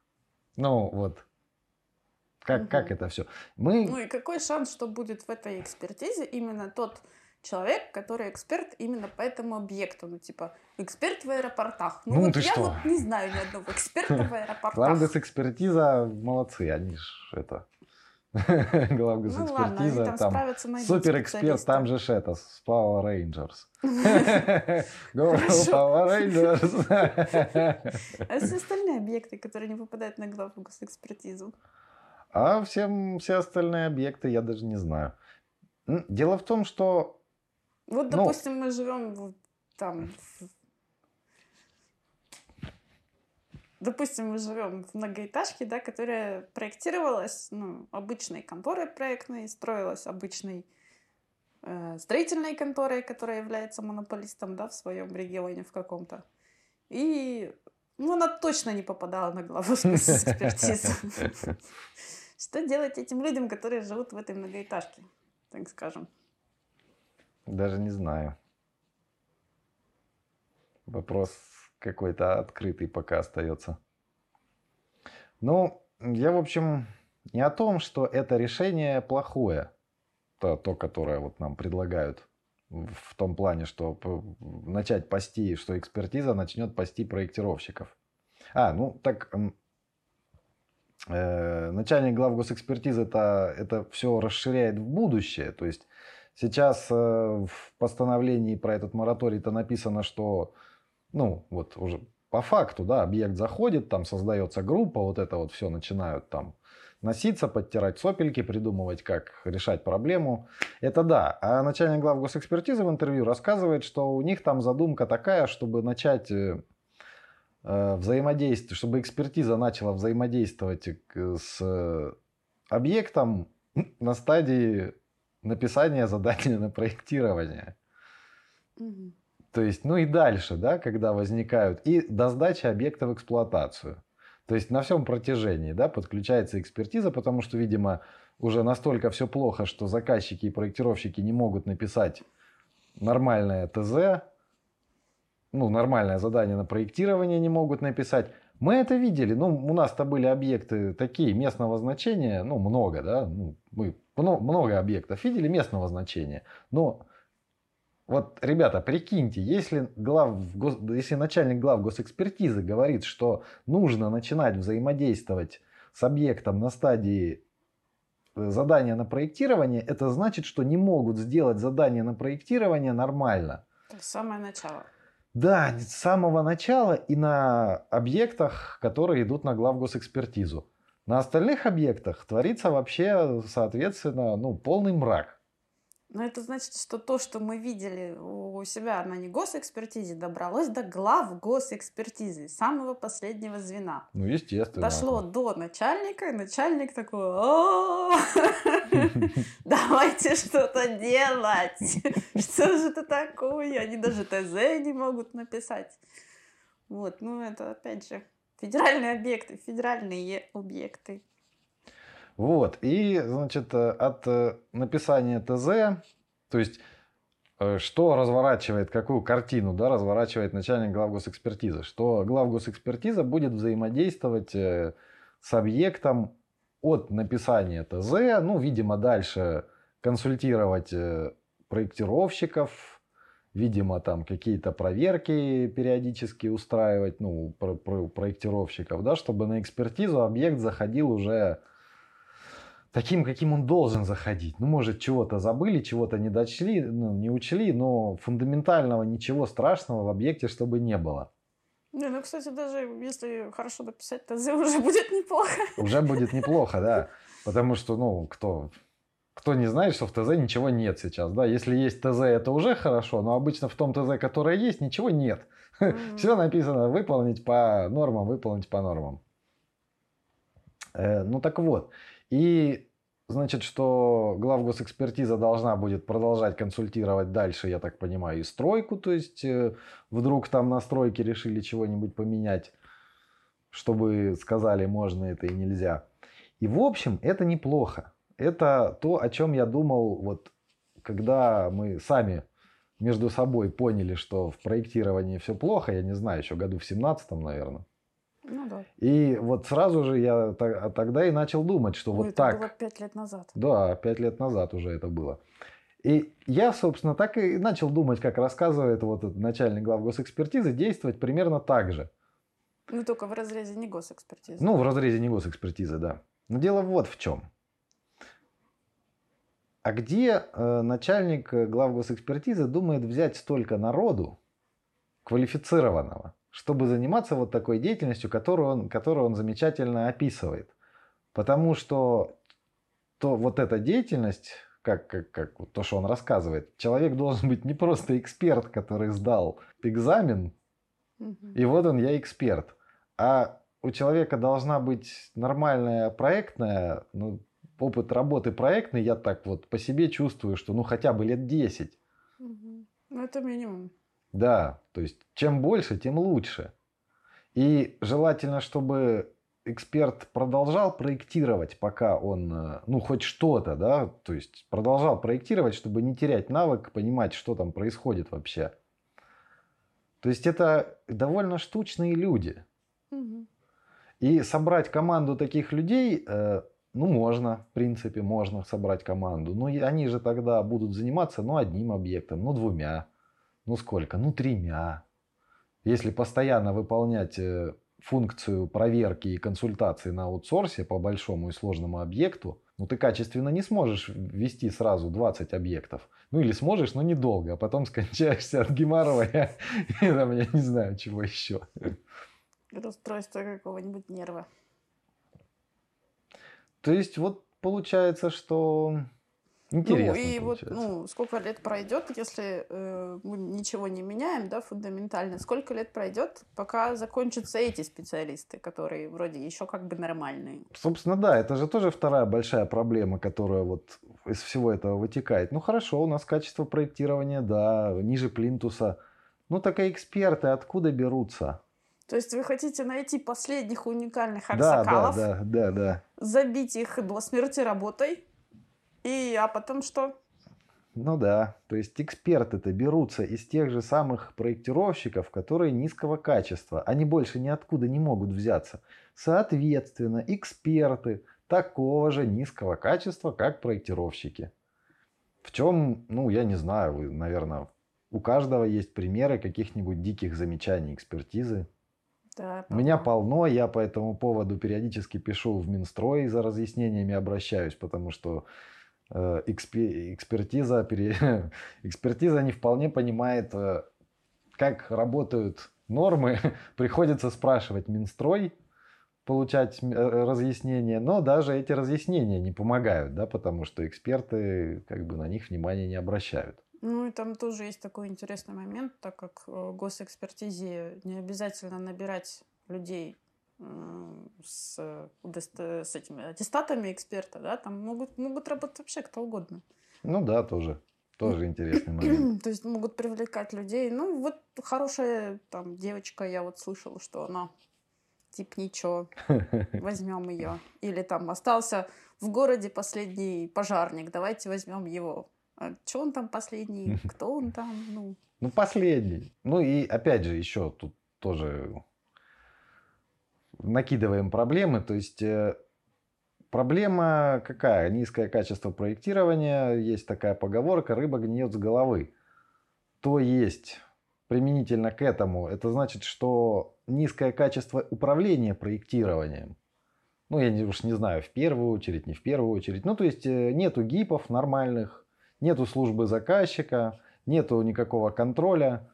Speaker 1: Как это все?
Speaker 2: И какой шанс, что будет в этой экспертизе именно тот человек, который эксперт именно по этому объекту. Эксперт в аэропортах. Я не знаю ни одного эксперта в аэропортах.
Speaker 1: Главгосэкспертиза молодцы, они ж
Speaker 2: Ну ладно, они
Speaker 1: Главгосэкспертиза,
Speaker 2: там
Speaker 1: там
Speaker 2: справятся, найдут
Speaker 1: суперэксперт, там
Speaker 2: специалиста.
Speaker 1: же это, с Power Rangers. Go
Speaker 2: Хорошо.
Speaker 1: Power Rangers.
Speaker 2: А все остальные объекты, которые не попадают на главгосэкспертизу?
Speaker 1: А все остальные объекты я даже не знаю. Дело в том, что...
Speaker 2: Вот,
Speaker 1: Ну,
Speaker 2: допустим, мы живем там... Допустим, мы живем в многоэтажке, да, которая проектировалась обычной конторой проектной, строилась обычной строительной конторой, которая является монополистом, да, в своем регионе в каком-то. И она точно не попадала на главгосэкспертизу. Что делать этим людям, которые живут в этой многоэтажке, так скажем?
Speaker 1: Даже не знаю. Вопрос какой-то открытый пока остается. Ну, я, в общем, не о том, что это решение плохое, то которое вот нам предлагают, в том плане, что начать пасти, что экспертиза начнет пасти проектировщиков. Начальник главгосэкспертизы это все расширяет в будущее. То есть сейчас в постановлении про этот мораторий-то написано, что вот уже по факту, да, объект заходит, там создается группа, вот это вот все начинают там носиться, подтирать сопельки, придумывать, как решать проблему. Это да. А начальник главгосэкспертизы в интервью рассказывает, что у них там задумка такая, чтобы начать взаимодействовать, чтобы экспертиза начала взаимодействовать с объектом на стадии написания задания на проектирование.
Speaker 2: Угу.
Speaker 1: То есть, и дальше, да, когда возникают, и до сдачи объекта в эксплуатацию. То есть на всем протяжении, да, подключается экспертиза, потому что, видимо, уже настолько все плохо, что заказчики и проектировщики не могут написать нормальное ТЗ, нормальное задание на проектирование не могут написать. Мы это видели, у нас-то были объекты такие местного значения, много, да, мы много объектов видели местного значения, но вот, ребята, прикиньте, если начальник главгосэкспертизы говорит, что нужно начинать взаимодействовать с объектом на стадии задания на проектирование, это значит, что не могут сделать задание на проектирование нормально.
Speaker 2: То есть самое начало.
Speaker 1: Да, с самого начала и на объектах, которые идут на главгосэкспертизу. На остальных объектах творится вообще, соответственно, полный мрак.
Speaker 2: Но это значит, что то, что мы видели у себя на негосэкспертизе, добралось до главгосэкспертизы, самого последнего звена.
Speaker 1: Естественно.
Speaker 2: Дошло до начальника, и начальник такой: давайте что-то делать. Что же это такое? Они даже ТЗ не могут написать. Вот, это опять же федеральные объекты.
Speaker 1: Вот, и, значит, от написания ТЗ, то есть, что разворачивает, какую картину, да, разворачивает начальник главгосэкспертизы, что главгосэкспертиза будет взаимодействовать с объектом от написания ТЗ, видимо, дальше консультировать проектировщиков, видимо, там какие-то проверки периодически устраивать, проектировщиков, да, чтобы на экспертизу объект заходил уже таким, каким он должен заходить. Может, чего-то забыли, чего-то не дочли, не учли, но фундаментального ничего страшного в объекте, чтобы не было.
Speaker 2: Кстати, даже если хорошо дописать ТЗ, уже будет неплохо.
Speaker 1: Уже будет неплохо, да. Потому что, кто не знает, что в ТЗ ничего нет сейчас, да. Если есть ТЗ, это уже хорошо, но обычно в том ТЗ, которое есть, ничего нет. Все написано выполнить по нормам. Так вот. И, значит, что главгосэкспертиза должна будет продолжать консультировать дальше, я так понимаю, и стройку. То есть, вдруг там на стройке решили чего-нибудь поменять, чтобы сказали, можно это и нельзя. И, в общем, это неплохо. Это то, о чем я думал, вот, когда мы сами между собой поняли, что в проектировании все плохо, я не знаю, еще году в 17-м, наверное.
Speaker 2: Да.
Speaker 1: И вот сразу же я тогда и начал думать, что вот
Speaker 2: это
Speaker 1: так.
Speaker 2: Это было 5 лет назад.
Speaker 1: Да, 5 лет назад уже это было. И я, собственно, так и начал думать, как рассказывает вот этот начальник главгосэкспертизы, действовать примерно так же.
Speaker 2: Только в разрезе негосэкспертизы.
Speaker 1: В разрезе негосэкспертизы, да. Но дело вот в чем. А где начальник главгосэкспертизы думает взять столько народу квалифицированного, чтобы заниматься вот такой деятельностью, которую он замечательно описывает? Потому что вот эта деятельность, как вот то, что он рассказывает, человек должен быть не просто эксперт, который сдал экзамен, и вот он, я эксперт, а у человека должна быть нормальная проектная, ну, опыт работы проектный, я так вот по себе чувствую, что ну хотя бы лет 10.
Speaker 2: Ну, это минимум.
Speaker 1: Да, то есть чем больше, тем лучше. И желательно, чтобы эксперт продолжал проектировать, пока он, ну, хоть что-то, да, то есть продолжал проектировать, чтобы не терять навык, понимать, что там происходит вообще. То есть это довольно штучные люди. И собрать команду таких людей, ну, можно, в принципе, можно собрать команду. Но они же тогда будут заниматься, ну, одним объектом, ну, 2, ну, сколько, ну, 3. Если постоянно выполнять функцию проверки и консультации на аутсорсе по большому и сложному объекту, ну, ты качественно не сможешь ввести сразу 20 объектов. Ну, или сможешь, но недолго, а потом скончаешься от геморроя и там, я не знаю, чего еще.
Speaker 2: Расстройство какого-нибудь нерва.
Speaker 1: То есть вот получается, что интересно.
Speaker 2: Ну и вот, ну, сколько лет пройдет, если мы ничего не меняем, да, фундаментально, сколько лет пройдет, пока закончатся эти специалисты, которые вроде еще как бы нормальные.
Speaker 1: Собственно, да, это же тоже вторая большая проблема, которая вот из всего этого вытекает. Ну хорошо, у нас качество проектирования, да, ниже плинтуса. Ну так и эксперты откуда берутся?
Speaker 2: То есть вы хотите найти последних уникальных аксакалов,
Speaker 1: да.
Speaker 2: забить их до смерти работой, а потом что?
Speaker 1: Ну да, то есть эксперты-то берутся из тех же самых проектировщиков, которые низкого качества. Они больше ниоткуда не могут взяться. Соответственно, эксперты такого же низкого качества, как проектировщики. В чем, ну я не знаю, вы, наверное, у каждого есть примеры каких-нибудь диких замечаний экспертизы.
Speaker 2: Да,
Speaker 1: у меня полно, я по этому поводу периодически пишу в Минстрой, за разъяснениями обращаюсь, потому что экспертиза не вполне понимает, как работают нормы. Приходится спрашивать Минстрой, получать разъяснения, но даже эти разъяснения не помогают, да, потому что эксперты как бы на них внимания не обращают.
Speaker 2: Ну и там тоже есть такой интересный момент, так как в госэкспертизе не обязательно набирать людей с этими аттестатами эксперта, да, там могут работать вообще кто угодно.
Speaker 1: Ну да, тоже интересный момент.
Speaker 2: То есть могут привлекать людей. Ну вот хорошая там девочка, я вот слышала, что она типа ничего, возьмем ее. Или там остался в городе последний пожарник, давайте возьмем его. А что он там последний? Кто он там?
Speaker 1: Ну, последний. Ну и опять же еще тут тоже накидываем проблемы. То есть проблема какая? Низкое качество проектирования. Есть такая поговорка: рыба гниет с головы. То есть применительно к этому, это значит, что низкое качество управления проектированием. Ну, я уж не знаю, в первую очередь, не в первую очередь. Ну, то есть нету гипов нормальных, нету службы заказчика, нету никакого контроля.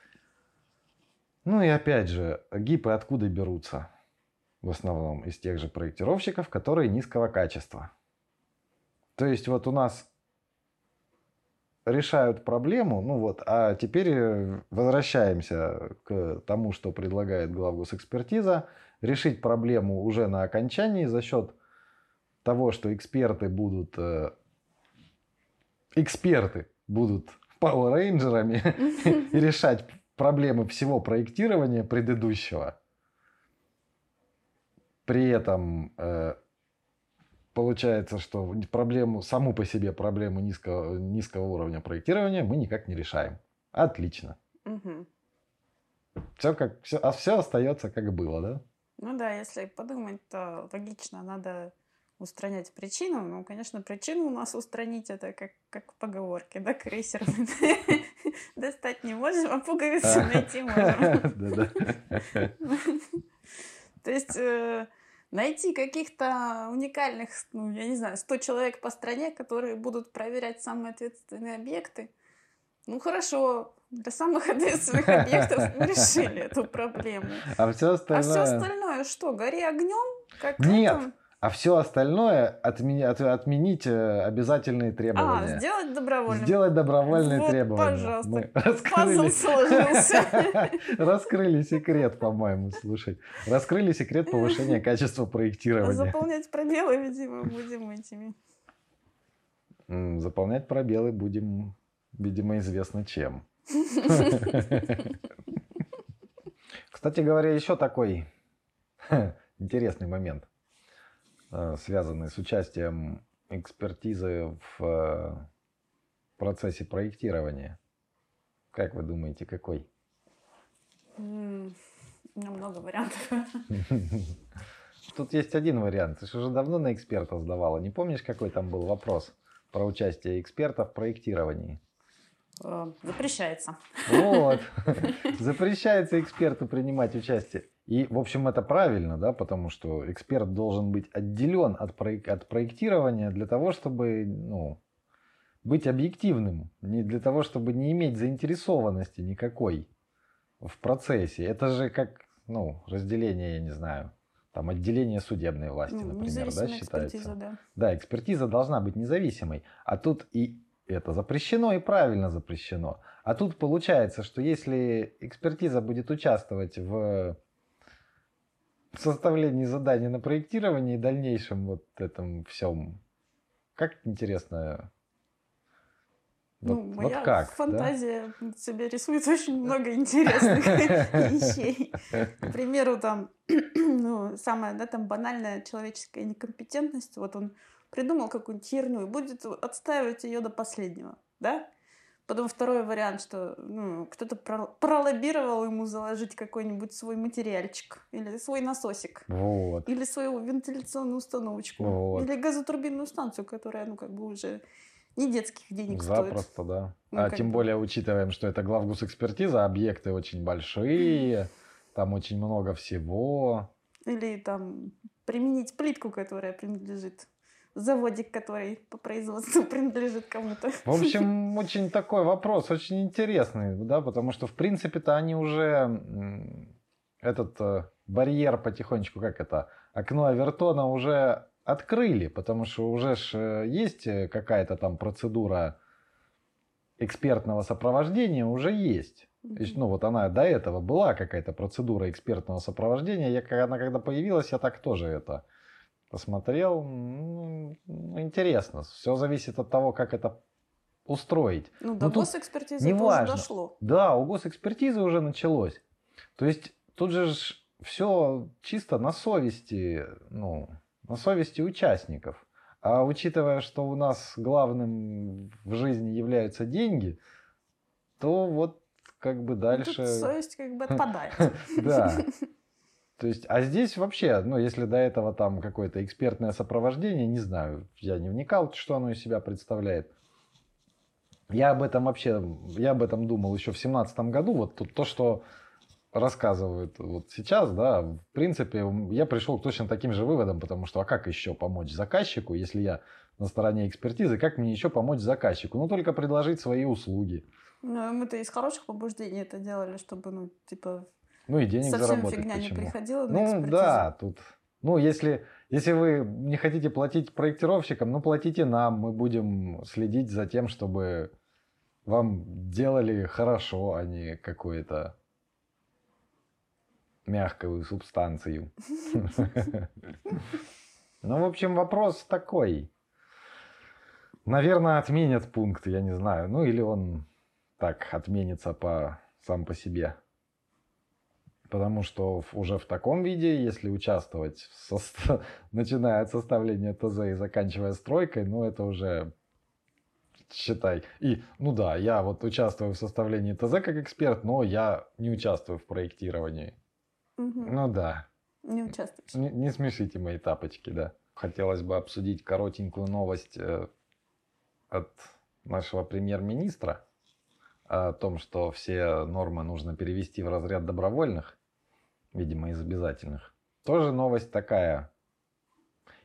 Speaker 1: Ну и опять же, гипы откуда берутся? В основном из тех же проектировщиков, которые низкого качества. То есть вот у нас решают проблему, ну вот, а теперь возвращаемся к тому, что предлагает главгосэкспертиза, решить проблему уже на окончании за счет того, что эксперты будут пауэр-рейнджерами и решать проблемы всего проектирования предыдущего. При этом получается, что саму по себе проблему низкого уровня проектирования мы никак не решаем. Отлично. Все остается как было, да?
Speaker 2: Ну да, если подумать, то логично, надо устранять причину. Ну, конечно, причину у нас устранить это как в поговорке, да, крейсер достать не можем, а пуговицу найти можем. То есть, найти каких-то уникальных, ну, я не знаю, 100 человек по стране, которые будут проверять самые ответственные объекты. Ну хорошо, для самых ответственных объектов мы решили эту проблему.
Speaker 1: А все
Speaker 2: А все
Speaker 1: остальное...
Speaker 2: остальное что, гори огнем? Как
Speaker 1: Нет,
Speaker 2: это?
Speaker 1: а все остальное отменить обязательные требования.
Speaker 2: Сделать добровольным.
Speaker 1: Сделать добровольные
Speaker 2: Вот,
Speaker 1: требования.
Speaker 2: пожалуйста,
Speaker 1: Мы
Speaker 2: пазл сложился.
Speaker 1: раскрыли секрет, по-моему, слушай. Раскрыли секрет повышения качества проектирования.
Speaker 2: Заполнять пробелы, видимо, будем этими.
Speaker 1: Заполнять пробелы будем, видимо, известно чем. Кстати говоря, еще такой интересный момент, связанный с участием экспертизы в процессе проектирования. Как вы думаете, какой?
Speaker 2: У меня много вариантов.
Speaker 1: Тут есть один вариант. Ты же уже давно на экспертов сдавала. Не помнишь, какой там был вопрос про участие экспертов в проектировании?
Speaker 2: Запрещается.
Speaker 1: Вот. Запрещается эксперту принимать участие. И, в общем, это правильно, да, потому что эксперт должен быть отделен от проектирования для того, чтобы, ну, быть объективным, не для того, чтобы не иметь заинтересованности никакой в процессе. Это же как, ну, разделение, я не знаю, там отделение судебной власти, например, да, считается.
Speaker 2: Да.
Speaker 1: Да, экспертиза должна быть независимой. А тут и это запрещено, и правильно запрещено. А тут получается, что если экспертиза будет участвовать в составлении заданий на проектировании и дальнейшем вот этом всем, как интересно. Вот как,
Speaker 2: фантазия себе рисует очень много интересных вещей. К примеру, там, ну, самая, да, там банальная человеческая некомпетентность. Вот он придумал какую-нибудь херню и будет отстаивать ее до последнего, да? Потом второй вариант, что, ну, кто-то пролоббировал ему заложить какой-нибудь свой материальчик, или свой насосик,
Speaker 1: вот,
Speaker 2: или свою вентиляционную установочку,
Speaker 1: вот,
Speaker 2: или газотурбинную станцию, которая, ну, как бы уже не детских денег
Speaker 1: запросто,
Speaker 2: стоит.
Speaker 1: да.
Speaker 2: Ну,
Speaker 1: тем более учитываем, что это главгосэкспертиза, объекты очень большие, там очень много всего.
Speaker 2: Или там применить плитку, которая принадлежит, заводик, который по производству принадлежит кому-то.
Speaker 1: В общем, очень такой вопрос, очень интересный, да, потому что, в принципе-то, они уже этот барьер потихонечку, как это, окно Авертона уже открыли, потому что уже ж есть какая-то там процедура экспертного сопровождения, уже есть. То есть, ну, вот она до этого была какая-то процедура экспертного сопровождения. Она когда появилась, я так тоже это посмотрел. Ну, интересно. Все зависит от того, как это устроить.
Speaker 2: Ну, до госэкспертизы это уже дошло.
Speaker 1: Да, у госэкспертизы уже началось. То есть, тут же все чисто на совести, ну, на совести участников. А учитывая, что у нас главным в жизни являются деньги, то вот как бы дальше...
Speaker 2: Тут совесть как бы отпадает.
Speaker 1: Да. То есть, а здесь вообще, ну, если до этого там какое-то экспертное сопровождение, не знаю, я не вникал, что оно из себя представляет. Я об этом думал еще в 2017 году. Вот тут то, что рассказывают вот сейчас, да, в принципе, я пришел к точно таким же выводам, потому что, а как еще помочь заказчику, если я на стороне экспертизы, как мне еще помочь заказчику? Ну, только предложить свои услуги.
Speaker 2: Ну, мы-то из хороших побуждений это делали, чтобы, ну, типа,
Speaker 1: ну, и денег
Speaker 2: совсем
Speaker 1: заработать.
Speaker 2: фигня
Speaker 1: почему?
Speaker 2: не приходила на
Speaker 1: экспертизу.
Speaker 2: экспертизу.
Speaker 1: Ну, да, тут... Ну, если вы не хотите платить проектировщикам, ну, платите нам, мы будем следить за тем, чтобы вам делали хорошо, а не какое-то... мягкую субстанцию. Ну, в общем, вопрос такой. Наверное, отменят пункт, я не знаю. Ну, или он так отменится сам по себе. Потому что уже в таком виде, если участвовать, начиная от составления ТЗ и заканчивая стройкой, ну, это уже, считай. И, ну да, я вот участвую в составлении ТЗ как эксперт, но я не участвую в проектировании.
Speaker 2: Угу.
Speaker 1: Ну да.
Speaker 2: Не участвуешь.
Speaker 1: Не смешите мои тапочки, да. Хотелось бы обсудить коротенькую новость от нашего премьер-министра о том, что все нормы нужно перевести в разряд добровольных, видимо, из обязательных. Тоже новость такая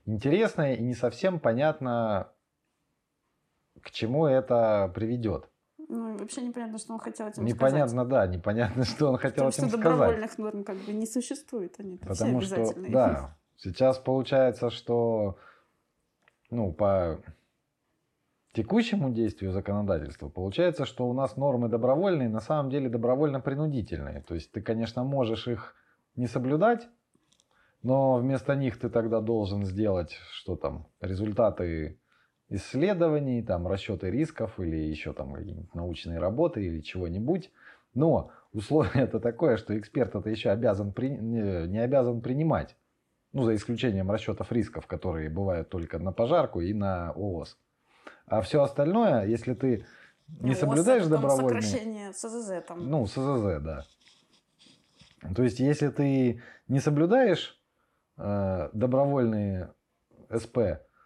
Speaker 1: интересное и не совсем понятно, к чему это приведет.
Speaker 2: Ну, вообще непонятно, что он хотел этим
Speaker 1: Непонятно,
Speaker 2: сказать.
Speaker 1: да, непонятно, что он хотел
Speaker 2: Потому
Speaker 1: этим
Speaker 2: что
Speaker 1: сказать.
Speaker 2: добровольных норм как бы не существует, они все
Speaker 1: Потому что,
Speaker 2: обязательные.
Speaker 1: да, сейчас получается, что по текущему действию законодательства получается, что у нас нормы добровольные, на самом деле добровольно-принудительные. То есть ты, конечно, можешь их не соблюдать, но вместо них ты тогда должен сделать, что там, результаты исследований, там, расчеты рисков или еще там какие-нибудь научные работы или чего-нибудь. Но условие это такое, что эксперт это еще не обязан принимать. Ну, за исключением расчетов рисков, которые бывают только на пожарку и на ООС. А все остальное, если ты не соблюдаешь добровольные...
Speaker 2: сокращение СЗЗ там.
Speaker 1: Ну, СЗЗ, да. То есть, если ты не соблюдаешь добровольные СП,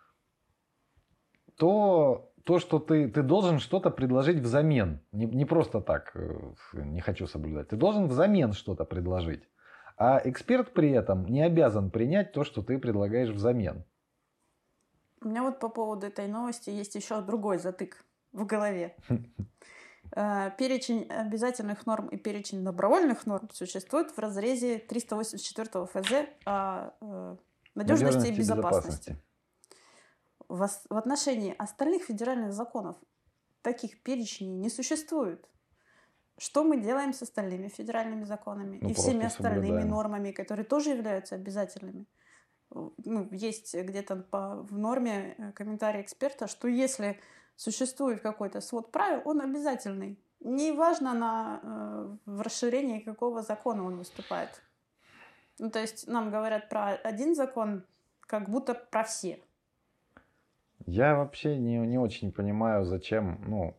Speaker 1: то что ты должен что-то предложить взамен. Не просто так, не хочу соблюдать. Ты должен взамен что-то предложить. А эксперт при этом не обязан принять то, что ты предлагаешь взамен.
Speaker 2: У меня вот по поводу этой новости есть еще другой затык в голове. Перечень обязательных норм и перечень добровольных норм существует в разрезе 384 ФЗ о надежности и безопасности. В отношении остальных федеральных законов таких перечней не существует. Что мы делаем с остальными федеральными законами и всеми остальными нормами, которые тоже являются обязательными? Есть где-то в норме комментарий эксперта, что если существует какой-то свод правил, он обязательный. Неважно, в расширении какого закона он выступает. То есть нам говорят про один закон, как будто про все.
Speaker 1: Я вообще не очень понимаю, зачем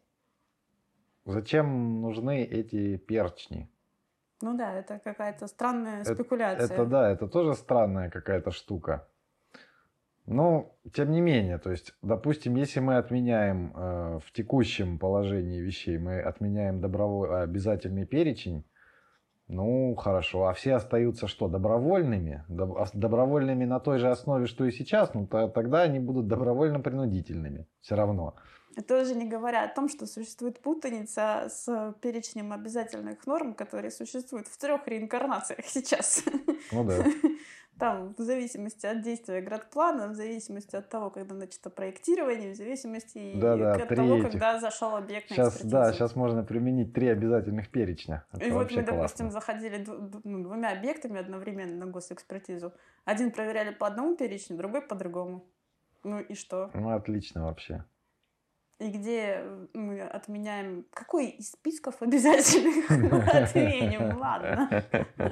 Speaker 1: нужны эти перчни.
Speaker 2: Ну да, это какая-то странная спекуляция.
Speaker 1: Это тоже странная какая-то штука. Но, тем не менее, то есть, допустим, если мы отменяем в текущем положении вещей, мы отменяем обязательный перечень, ну, хорошо. А все остаются что, добровольными? Добровольными на той же основе, что и сейчас? Тогда они будут добровольно-принудительными все равно.
Speaker 2: Тоже не говоря о том, что существует путаница с перечнем обязательных норм, которые существуют в 3 реинкарнациях сейчас.
Speaker 1: Ну да.
Speaker 2: Там в зависимости от действия градплана, в зависимости от того, когда начато проектирование, в зависимости от того, когда зашел объект на экспертизу.
Speaker 1: Сейчас можно применить 3 обязательных перечня.
Speaker 2: И вот мы, допустим, заходили 2 объектами одновременно на госэкспертизу. Один проверяли по одному перечню, другой по другому. Ну и что?
Speaker 1: Ну отлично вообще.
Speaker 2: И где мы отменяем... Какой из списков обязательных мы отменим? Ладно.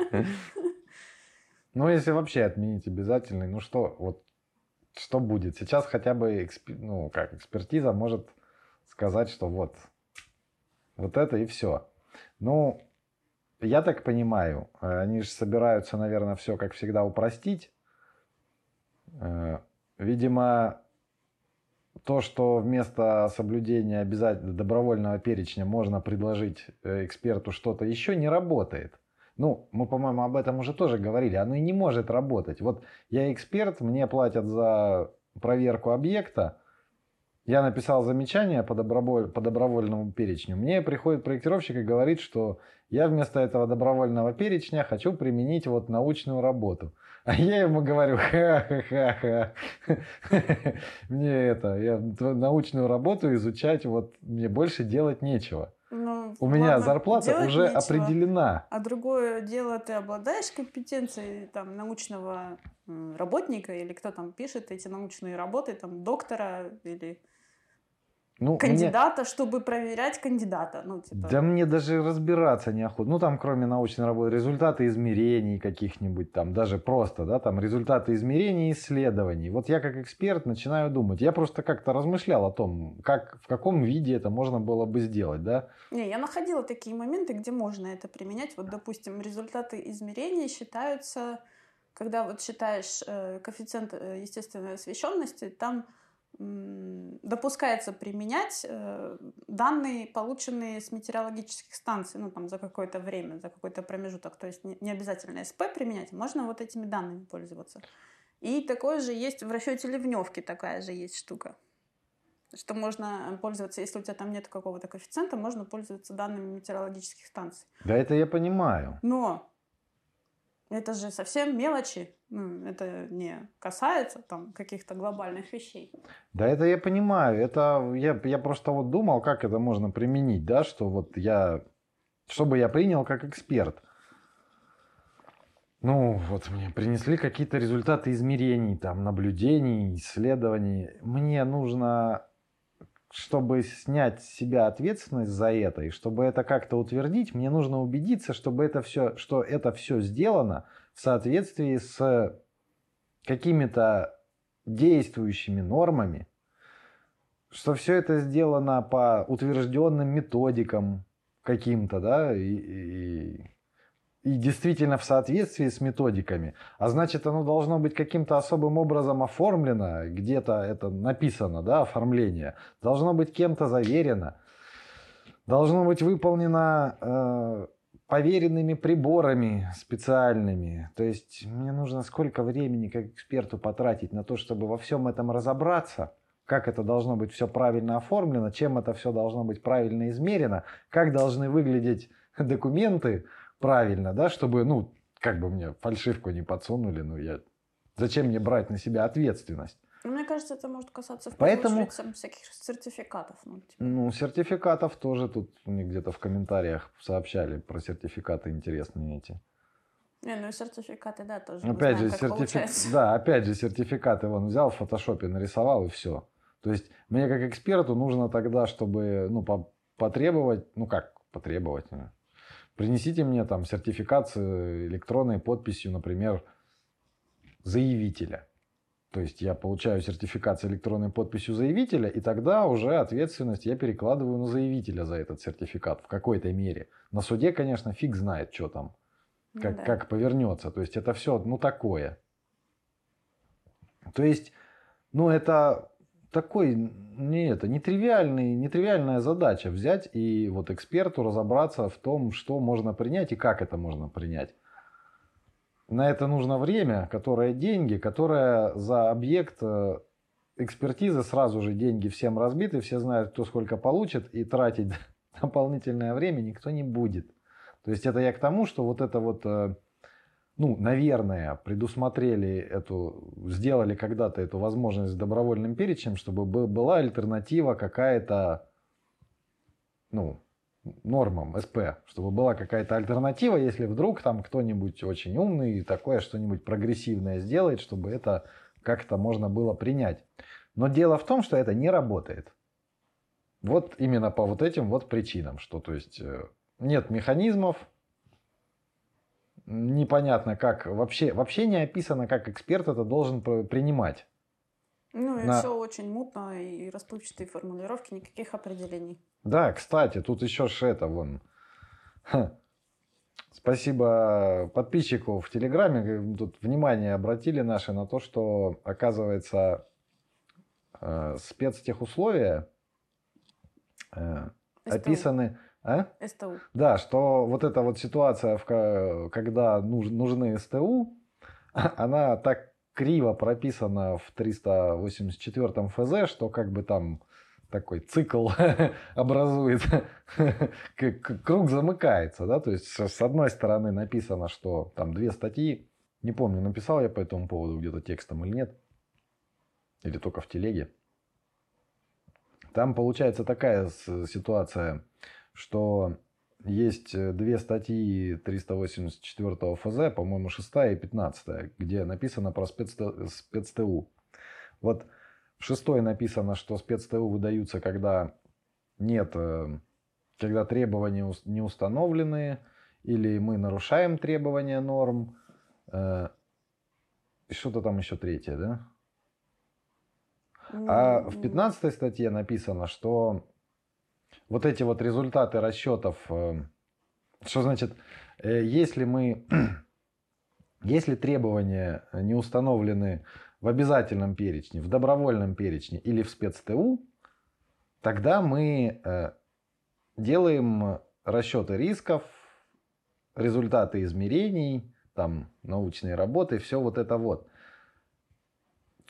Speaker 1: Ну, если вообще отменить обязательный, что будет? Сейчас хотя бы экспертиза может сказать, что вот это и все. Ну, я так понимаю, они же собираются, наверное, все, как всегда, упростить. Видимо, то, что вместо соблюдения добровольного перечня можно предложить эксперту что-то еще, не работает. Мы, по-моему, об этом уже тоже говорили. Оно и не может работать. Вот я эксперт, мне платят за проверку объекта. Я написал замечание по добровольному перечню. Мне приходит проектировщик и говорит, что я вместо этого добровольного перечня хочу применить научную работу. А я ему говорю, ха-ха-ха-ха. Я научную работу изучать, мне больше делать нечего. У меня зарплата уже определена.
Speaker 2: А другое дело, ты обладаешь компетенцией научного работника, или кто там пишет эти научные работы, доктора или кандидата, чтобы проверять кандидата.
Speaker 1: Да мне даже разбираться неохота. Там, кроме научной работы, результаты измерений каких-нибудь, даже просто, результаты измерений и исследований. Вот я как эксперт начинаю думать. Я просто как-то размышлял о том, в каком виде это можно было бы сделать, да?
Speaker 2: Я находила такие моменты, где можно это применять. Вот, допустим, результаты измерений считаются, когда считаешь коэффициент естественной освещенности, там допускается применять данные, полученные с метеорологических станций, за какое-то время, за какой-то промежуток. То есть не обязательно СП применять, можно этими данными пользоваться. И такое же есть в расчете ливневки, такая же есть штука. Что можно пользоваться, если у тебя там нет какого-то коэффициента, можно пользоваться данными метеорологических станций.
Speaker 1: Да это я понимаю.
Speaker 2: Но это же совсем мелочи. Это не касается там каких-то глобальных вещей.
Speaker 1: Да это я понимаю. Это я просто вот думал, как это можно применить, да, что вот чтобы я принял как эксперт. Ну, вот мне принесли какие-то результаты измерений, там, наблюдений, исследований. Мне нужно, чтобы снять с себя ответственность за это, и чтобы это как-то утвердить, мне нужно убедиться, что это все сделано в соответствии с какими-то действующими нормами, что все это сделано по утвержденным методикам каким-то, да, и действительно в соответствии с методиками. А значит, оно должно быть каким-то особым образом оформлено, где-то это написано, да, оформление. Должно быть кем-то заверено. Должно быть выполнено поверенными приборами специальными. То есть мне нужно сколько времени как эксперту потратить на то, чтобы во всем этом разобраться, как это должно быть все правильно оформлено, чем это все должно быть правильно измерено, как должны выглядеть документы, правильно, да, чтобы, ну, как бы мне фальшивку не подсунули, зачем мне брать на себя ответственность?
Speaker 2: Мне кажется, это может касаться в
Speaker 1: Поэтому,
Speaker 2: первую очередь всяких сертификатов.
Speaker 1: сертификатов тоже тут мне где-то в комментариях сообщали про сертификаты интересные эти.
Speaker 2: Сертификаты, да, тоже.
Speaker 1: Опять
Speaker 2: мы
Speaker 1: же,
Speaker 2: знаем, как получается.
Speaker 1: да, опять же, сертификаты вон взял, в фотошопе нарисовал и все. То есть мне как эксперту нужно тогда, чтобы, потребовать, потребовать, принесите мне там сертификат с электронной подписью, например, заявителя. То есть я получаю сертификат с электронной подписью заявителя, и тогда уже ответственность я перекладываю на заявителя за этот сертификат в какой-то мере. На суде, конечно, фиг знает, что там, как повернется. То есть это все, такое. То есть, это такой, нетривиальная задача взять и вот эксперту разобраться в том, что можно принять и как это можно принять. На это нужно время, которое деньги, которое за объект экспертизы сразу же деньги всем разбиты, все знают, кто сколько получит, и тратить дополнительное время никто не будет. То есть это я к тому, что вот это вот, наверное, предусмотрели сделали когда-то эту возможность с добровольным перечнем, чтобы была альтернатива какая-то, нормам СП, чтобы была какая-то альтернатива, если вдруг там кто-нибудь очень умный и такое что-нибудь прогрессивное сделает, чтобы это как-то можно было принять. Но дело в том, что это не работает. Вот именно по вот этим вот причинам, что то есть нет механизмов, непонятно как, вообще не описано, как эксперт это должен принимать.
Speaker 2: Все очень мутно и расплывчатые формулировки, никаких определений.
Speaker 1: Да, кстати, тут еще Спасибо подписчику в Телеграме. Тут внимание обратили наши на то, что, оказывается, спецтехусловия описаны...
Speaker 2: СТУ.
Speaker 1: Да, что вот эта вот ситуация, когда нужны СТУ, она так криво прописана в 384 ФЗ, что как бы там такой цикл образует, круг замыкается, да, то есть с одной стороны написано, что там 2 статьи, не помню, написал я по этому поводу где-то текстом или нет, или только в телеге. Там получается такая ситуация, что есть 2 статьи 384 ФЗ, по-моему, 6 и 15, где написано про спецТУ. Вот в 6 написано, что спецТУ выдаются, когда когда требования не установлены, или мы нарушаем требования норм. И что-то там еще 3, да? А в 15 статье написано, что вот эти вот результаты расчетов, что значит, если требования не установлены в обязательном перечне, в добровольном перечне или в спецТУ, тогда мы делаем расчеты рисков, результаты измерений, там, научные работы, все вот это вот.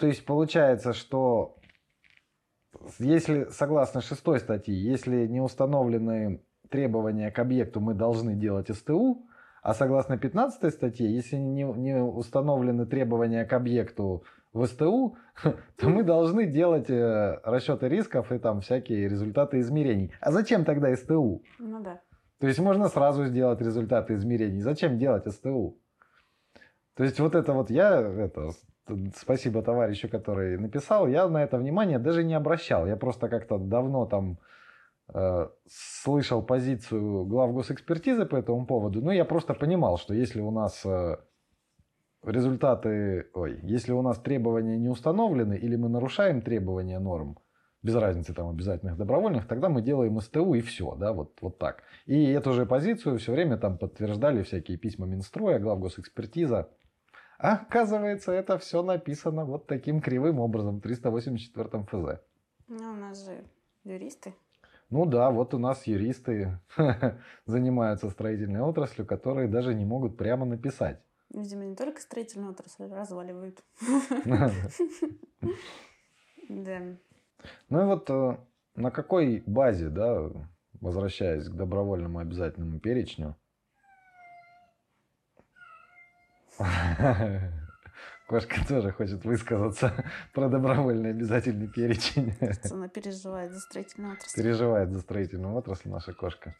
Speaker 1: То есть получается, что если, согласно 6 статьи, если не установлены требования к объекту, мы должны делать СТУ, а согласно 15 статье, если не установлены требования к объекту в СТУ, то мы должны делать расчеты рисков и там всякие результаты измерений. А зачем тогда СТУ?
Speaker 2: Ну да.
Speaker 1: То есть можно сразу сделать результаты измерений. Зачем делать СТУ? То есть вот это вот спасибо товарищу, который написал, я на это внимание даже не обращал. Я просто как-то давно там слышал позицию глав госэкспертизы по этому поводу. Но я просто понимал, что если у нас если у нас требования не установлены или мы нарушаем требования норм, без разницы там обязательных, добровольных, тогда мы делаем СТУ и все, да, вот так. И эту же позицию все время там подтверждали всякие письма Минстроя, глав госэкспертиза. А оказывается, это все написано вот таким кривым образом в 384 ФЗ.
Speaker 2: Ну, у нас же юристы.
Speaker 1: Ну да, вот у нас юристы занимаются строительной отраслью, которые даже не могут прямо написать.
Speaker 2: Видимо, не только строительную отрасль разваливают. Да.
Speaker 1: Ну и вот на какой базе, да, возвращаясь к добровольному обязательному перечню, кошка тоже хочет высказаться про добровольный обязательный перечень.
Speaker 2: Она переживает за строительную отрасль.
Speaker 1: Переживает за строительную отрасль наша кошка.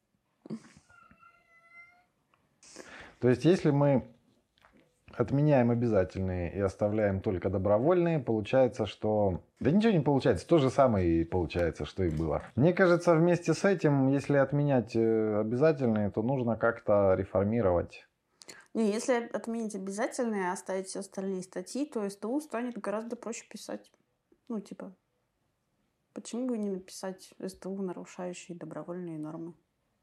Speaker 1: То есть, если мы отменяем обязательные и оставляем только добровольные, получается, что... Да ничего не получается, то же самое и получается, что и было. Мне кажется, вместе с этим, если отменять обязательные, то нужно как-то реформировать.
Speaker 2: Не, если отменить обязательные, а оставить все остальные статьи, то СТУ станет гораздо проще писать. Ну, типа, почему бы не написать СТУ, нарушающие добровольные нормы?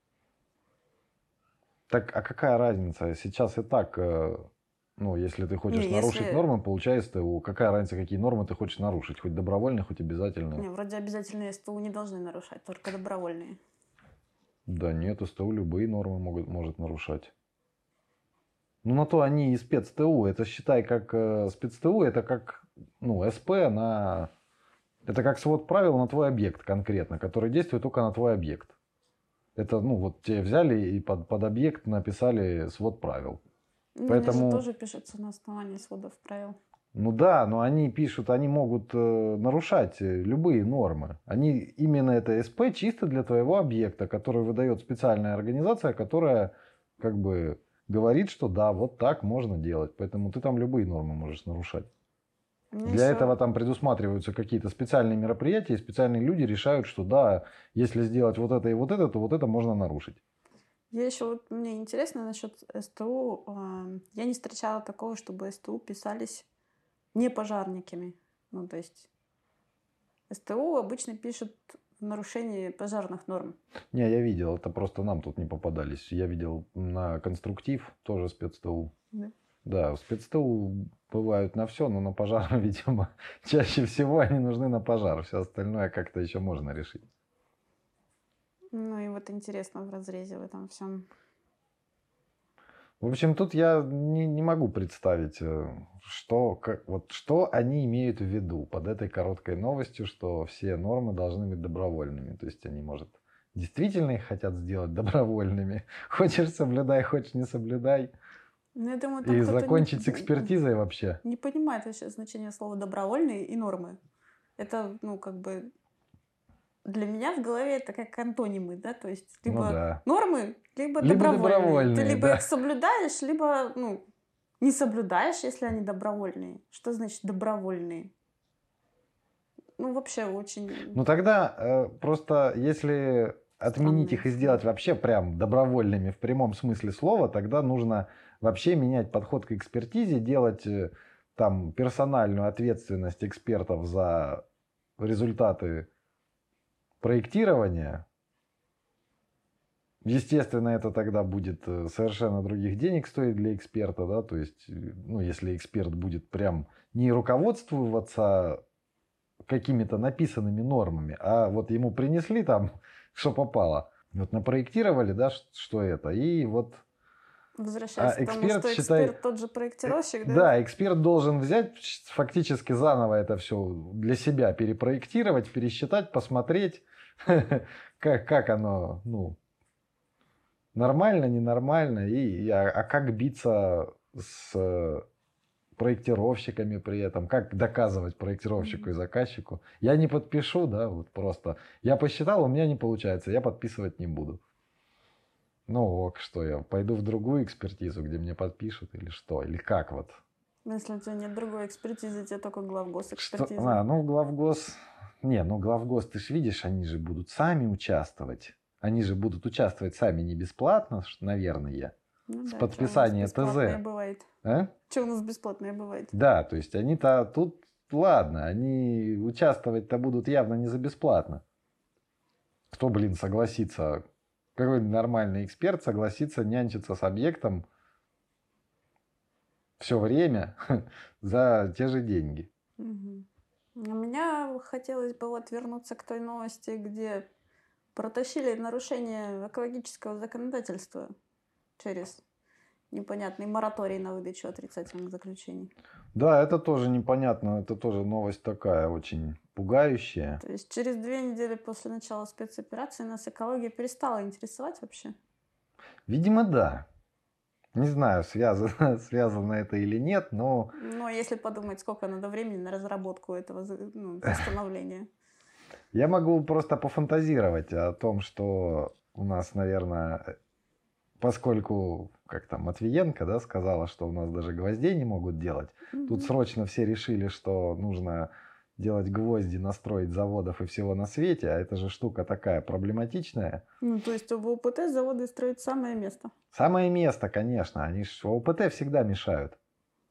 Speaker 1: Так, а какая разница? Сейчас и так, если ты хочешь нарушить нормы, получай СТУ. Какая разница, какие нормы ты хочешь нарушить? Хоть добровольные, хоть обязательные.
Speaker 2: Не, вроде обязательные СТУ не должны нарушать, только добровольные. Да
Speaker 1: нет, СТУ любые нормы может нарушать. Ну, на то они и спец-ТУ. Это считай, как спец-ТУ, это как СП на... Это как свод правил на твой объект конкретно, который действует только на твой объект. Это, тебе взяли и под объект написали свод правил.
Speaker 2: Поэтому... Они же тоже пишутся на основании сводов правил.
Speaker 1: Ну да, но они пишут, они могут нарушать любые нормы. Именно это СП чисто для твоего объекта, который выдает специальная организация, которая как бы говорит, что да, вот так можно делать. Поэтому ты там любые нормы можешь нарушать. Для этого там предусматриваются какие-то специальные мероприятия, и специальные люди решают, что да, если сделать вот это и вот это, то вот это можно нарушить.
Speaker 2: Мне интересно насчет СТУ. Я не встречала такого, чтобы СТУ писались не пожарниками. Ну, то есть СТУ обычно пишут в нарушении пожарных норм.
Speaker 1: Не, я видел, это просто нам тут не попадались. Я видел на конструктив тоже спец-ТУ.
Speaker 2: Да?
Speaker 1: Да, спец-ТУ бывают на все, но на пожар, видимо, чаще всего они нужны на пожар. Все остальное как-то еще можно решить.
Speaker 2: Ну и вот интересно в разрезе в этом всем.
Speaker 1: В общем, тут я не могу представить, что они имеют в виду под этой короткой новостью, что все нормы должны быть добровольными. То есть они, может, действительно их хотят сделать добровольными. Хочешь соблюдай, хочешь не соблюдай.
Speaker 2: Ну, я думаю,
Speaker 1: и закончить с экспертизой вообще.
Speaker 2: Не понимает вообще значение слова добровольные и нормы. Это, для меня в голове это как антонимы, да, то есть либо нормы, либо добровольные. Ты либо их соблюдаешь, либо, не соблюдаешь, если они добровольные. Что значит добровольные? Вообще очень...
Speaker 1: Тогда просто если отменить их и сделать вообще прям добровольными в прямом смысле слова, тогда нужно вообще менять подход к экспертизе, делать там персональную ответственность экспертов за результаты проектирования. Естественно, это тогда будет совершенно других денег стоить для эксперта, да, то есть, если эксперт будет прям не руководствоваться какими-то написанными нормами, а вот ему принесли там, что попало, вот напроектировали, да, что это, и вот
Speaker 2: Возвращаясь к тому,
Speaker 1: эксперт
Speaker 2: что
Speaker 1: считает...
Speaker 2: эксперт тот же проектировщик, да?
Speaker 1: Да, эксперт должен взять, фактически заново это все для себя перепроектировать, пересчитать, посмотреть, как оно, ну, нормально, ненормально, а как биться с проектировщиками при этом, как доказывать проектировщику и заказчику. Я не подпишу, да, вот просто. Я посчитал, у меня не получается, я подписывать не буду. Ну ок, что я пойду в другую экспертизу, где мне подпишут или что, или как вот.
Speaker 2: Если у тебя нет другой экспертизы, тебе только главгос экспертиза.
Speaker 1: Ну главгос... Не, ну главгос, ты же видишь, они же будут сами участвовать. Они же будут участвовать сами не бесплатно, наверное,
Speaker 2: Ну,
Speaker 1: с
Speaker 2: да,
Speaker 1: подписания
Speaker 2: что у нас бесплатное
Speaker 1: ТЗ.
Speaker 2: бывает.
Speaker 1: А?
Speaker 2: Что у нас бесплатное бывает?
Speaker 1: Да, то есть они-то тут, ладно, они участвовать-то будут явно не за бесплатно. Кто, блин, согласится, какой нормальный эксперт согласится нянчиться с объектом все время за те же деньги?
Speaker 2: Угу. У меня хотелось бы вот вернуться к той новости, где протащили нарушение экологического законодательства через непонятный мораторий на выдачу отрицательных заключений.
Speaker 1: Да, это тоже непонятно, это тоже новость такая очень пугающая.
Speaker 2: То есть через 2 недели после начала спецоперации нас экология перестала интересовать вообще?
Speaker 1: Видимо, да. Не знаю, связано это или нет, но...
Speaker 2: Но если подумать, сколько надо времени на разработку этого постановления.
Speaker 1: Я могу просто пофантазировать о том, что у нас, наверное, поскольку, как там, Матвиенко, да, сказала, что у нас даже гвоздей не могут делать, тут срочно все решили, что нужно делать гвозди, настроить заводов и всего на свете, а это же штука такая проблематичная.
Speaker 2: Ну, то есть в ОПТ заводы строят самое место.
Speaker 1: Самое место, конечно, они же в ОПТ всегда мешают.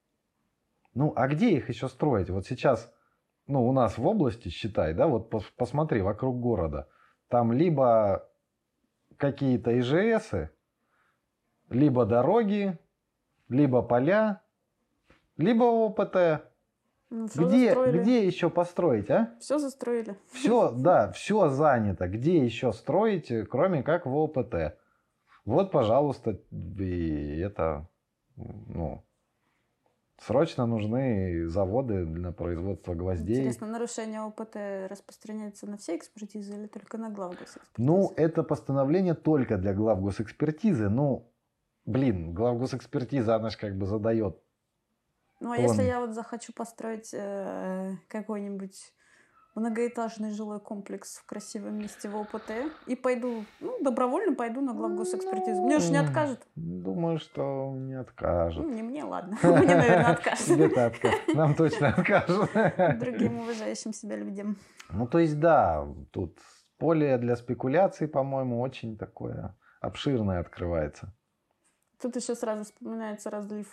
Speaker 1: Ну, а где их еще строить? Вот сейчас, ну, у нас в области, считай, да, вот посмотри вокруг города, там либо какие-то ИЖСы, либо дороги, либо поля, либо ОПТ.
Speaker 2: Ну,
Speaker 1: Где еще построить, а?
Speaker 2: Все застроили.
Speaker 1: Все, да, все занято. Где еще строить, кроме как в ОПТ? Вот, пожалуйста, и это, ну, срочно нужны заводы для производства гвоздей.
Speaker 2: Интересно, нарушение ОПТ распространяется на все экспертизы или только на главгосэкспертизы?
Speaker 1: Ну, это постановление только для главгосэкспертизы. Ну, блин, главгосэкспертиза, она же как бы задает.
Speaker 2: Ну, а если я вот захочу построить какой-нибудь многоэтажный жилой комплекс в красивом месте в ОПТ и пойду, ну, добровольно пойду на главгосэкспертизу. Мне уж не откажут?
Speaker 1: Думаю, что не откажут.
Speaker 2: Ну, не мне, ладно. Мне, наверное, откажут.
Speaker 1: Тебе-то откажут. Нам точно откажут.
Speaker 2: Другим уважающим себя людям.
Speaker 1: Ну, то есть, да, тут поле для спекуляций, по-моему, очень такое обширное открывается.
Speaker 2: Тут еще сразу вспоминается разлив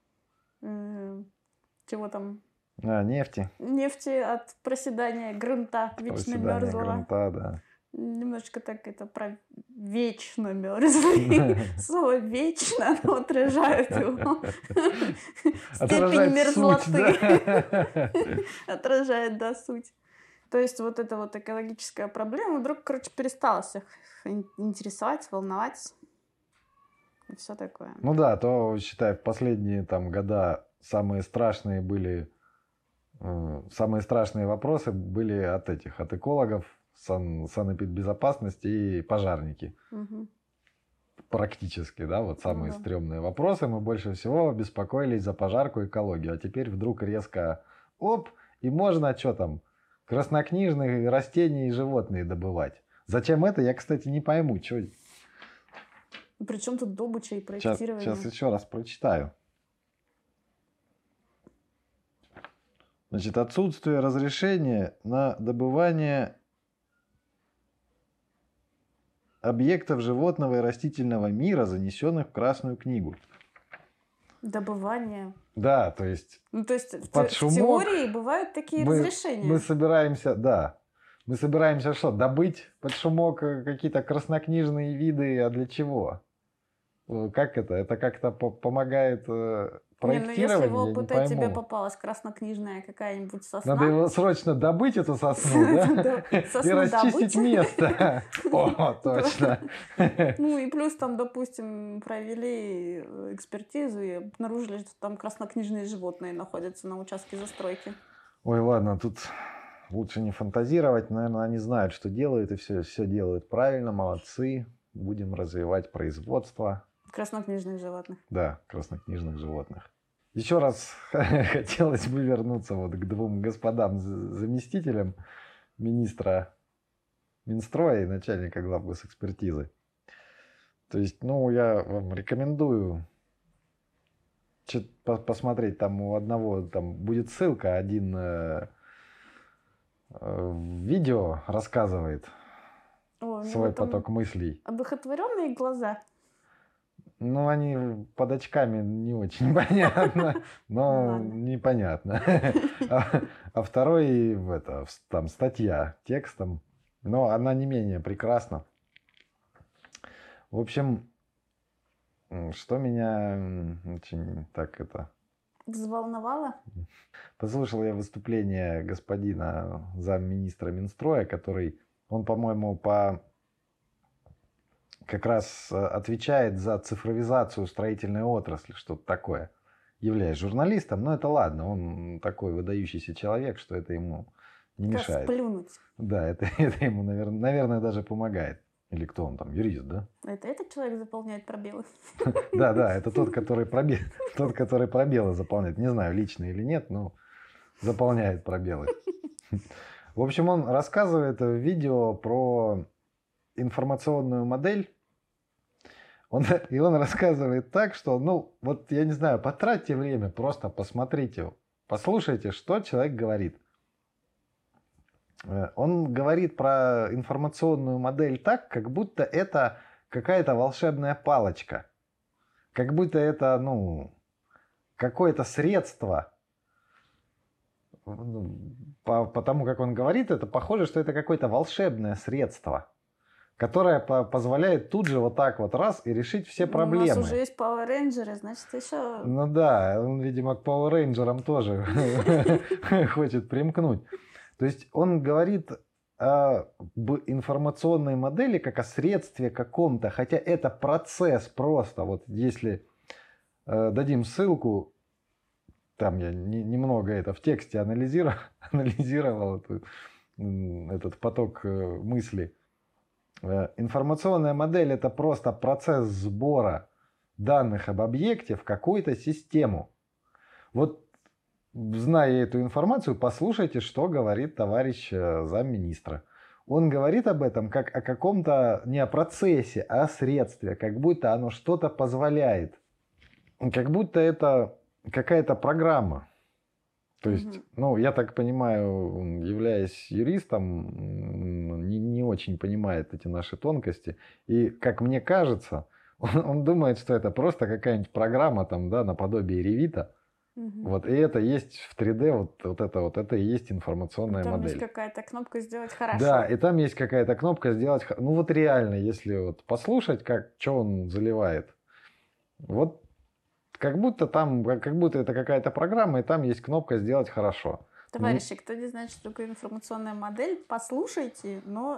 Speaker 2: чего там?
Speaker 1: Нефти.
Speaker 2: Нефти от проседания грунта. Вечно мерзлого.
Speaker 1: Грунта, да.
Speaker 2: Немножечко так это про вечно мерзлый. Слово вечно, оно отражает его степень мерзлоты. Отражает, да, суть. То есть вот эта вот экологическая проблема вдруг, короче, перестала всех интересовать, волновать. И все такое.
Speaker 1: Ну да, то, считай, в последние там года самые страшные вопросы были от экологов, санэпидбезопасности и пожарники.
Speaker 2: Угу.
Speaker 1: Практически, да, вот самые стрёмные вопросы. Мы больше всего беспокоились за пожарку и экологию. А теперь вдруг резко, оп, и можно, что там, краснокнижных растений и животные добывать. Зачем это, я, кстати, не пойму. Чё...
Speaker 2: Причем тут добыча и проектирование?
Speaker 1: Сейчас еще раз прочитаю. Значит, отсутствие разрешения на добывание объектов животного и растительного мира, занесенных в Красную книгу.
Speaker 2: Добывание?
Speaker 1: Да, то есть...
Speaker 2: Ну, то есть
Speaker 1: под
Speaker 2: в
Speaker 1: шумок
Speaker 2: теории бывают такие разрешения?
Speaker 1: Мы собираемся, да. Мы собираемся что, добыть под шумок какие-то краснокнижные виды, а для чего? Как это? Это как-то помогает
Speaker 2: Не, ну если в
Speaker 1: проектирования, я не
Speaker 2: ОПТ тебе
Speaker 1: пойму.
Speaker 2: попалась краснокнижная какая-нибудь
Speaker 1: Надо
Speaker 2: сосна,
Speaker 1: его срочно добыть, эту сосну, да? И
Speaker 2: сосну
Speaker 1: расчистить
Speaker 2: добыть.
Speaker 1: место. О,
Speaker 2: Да.
Speaker 1: точно.
Speaker 2: Ну и плюс там, допустим, провели экспертизу и обнаружили, что там краснокнижные животные находятся на участке застройки.
Speaker 1: Ой, ладно, тут лучше не фантазировать. Наверное, они знают, что делают, и все делают правильно, молодцы. Будем развивать производство.
Speaker 2: Краснокнижных животных.
Speaker 1: Да, краснокнижных животных. Еще раз хотелось бы вернуться вот к двум господам заместителям министра Минстроя и начальника главгосэкспертизы. То есть, ну, я вам рекомендую посмотреть, там у одного там будет ссылка, один видео рассказывает свой поток мыслей.
Speaker 2: Одухотворенные глаза.
Speaker 1: Ну, они под очками не очень понятно, но непонятно. А второй, там статья текстом, но она не менее прекрасна. В общем, что меня очень так
Speaker 2: взволновало?
Speaker 1: Послушал я выступление господина замминистра Минстроя, который, он, по-моему, как раз отвечает за цифровизацию строительной отрасли, что-то такое. Являясь журналистом, но это ладно, он такой выдающийся человек, что это ему не мешает.
Speaker 2: Сплюнуть.
Speaker 1: Да, это ему, наверное, даже помогает. Или кто он там, юрист, да?
Speaker 2: Это этот человек заполняет пробелы?
Speaker 1: Да, это тот, который пробелы заполняет. Не знаю, лично или нет, но заполняет пробелы. В общем, он рассказывает в видео про информационную модель. И он рассказывает так, что, ну, вот я не знаю, потратьте время, просто посмотрите, послушайте, что человек говорит. Он говорит про информационную модель так, как будто это какая-то волшебная палочка. Как будто это, ну, какое-то средство. По тому, как он говорит, это похоже, что это какое-то волшебное средство, которое позволяет тут же вот так вот раз и решить все проблемы.
Speaker 2: У нас уже есть Power Rangers, значит, еще...
Speaker 1: Ну да, он, видимо, к Power Ranger'ам тоже хочет примкнуть. То есть он говорит об информационной модели как о средстве каком-то, хотя это процесс просто. Вот если дадим ссылку, там я немного это в тексте анализировал этот поток мыслей. Информационная модель – это просто процесс сбора данных об объекте в какую-то систему. Вот, зная эту информацию, послушайте, что говорит товарищ замминистра. Он говорит об этом как о каком-то, не о процессе, а о средстве, как будто оно что-то позволяет. Как будто это какая-то программа. То есть, ну, я так понимаю, являясь юристом, не очень понимает эти наши тонкости. И, как мне кажется, он думает, что это просто какая-нибудь программа там, да, наподобие Revit. Вот, и это есть в 3D, вот это и есть информационная модель.
Speaker 2: Там есть какая-то кнопка «Сделать хорошо».
Speaker 1: Да, и там есть какая-то кнопка «Сделать...» Ну вот реально, если вот послушать, что он заливает, вот как будто это какая-то программа, и там есть кнопка «Сделать хорошо».
Speaker 2: Товарищи, кто не знает, что такое информационная модель, послушайте, но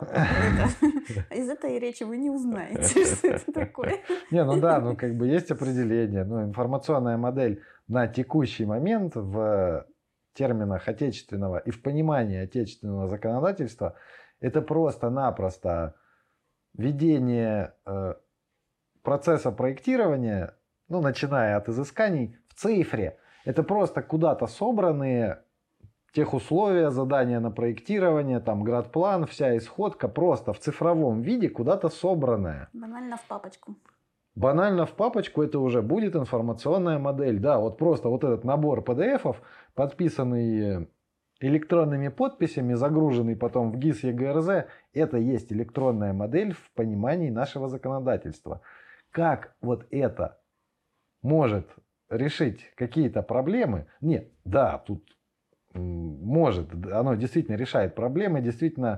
Speaker 2: из этой речи вы не узнаете, что это такое.
Speaker 1: Не, ну да, ну как бы есть определение. Ну, информационная модель на текущий момент в терминах отечественного и в понимании отечественного законодательства это просто-напросто введение процесса проектирования, ну, начиная от изысканий, в цифре. Это просто куда-то собранные тех условия, задания на проектирование, там градплан, вся исходка просто в цифровом виде куда-то собранная.
Speaker 2: Банально в папочку.
Speaker 1: Банально в папочку это уже будет информационная модель. Да, вот просто вот этот набор PDF-ов, подписанный электронными подписями, загруженный потом в ГИС ЕГРЗ, это есть электронная модель в понимании нашего законодательства. Как вот это может решить какие-то проблемы? Нет, да, тут может, оно действительно решает проблемы, действительно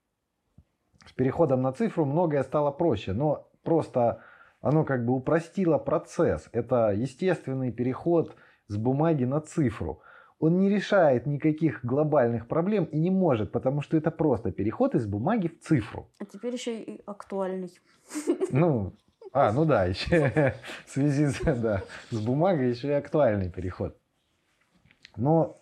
Speaker 1: с переходом на цифру многое стало проще, но просто оно как бы упростило процесс. Это естественный переход с бумаги на цифру. Он не решает никаких глобальных проблем и не может, потому что это просто переход из бумаги в цифру.
Speaker 2: А теперь еще и актуальный.
Speaker 1: Ну да, еще в связи с бумагой еще и актуальный переход. Но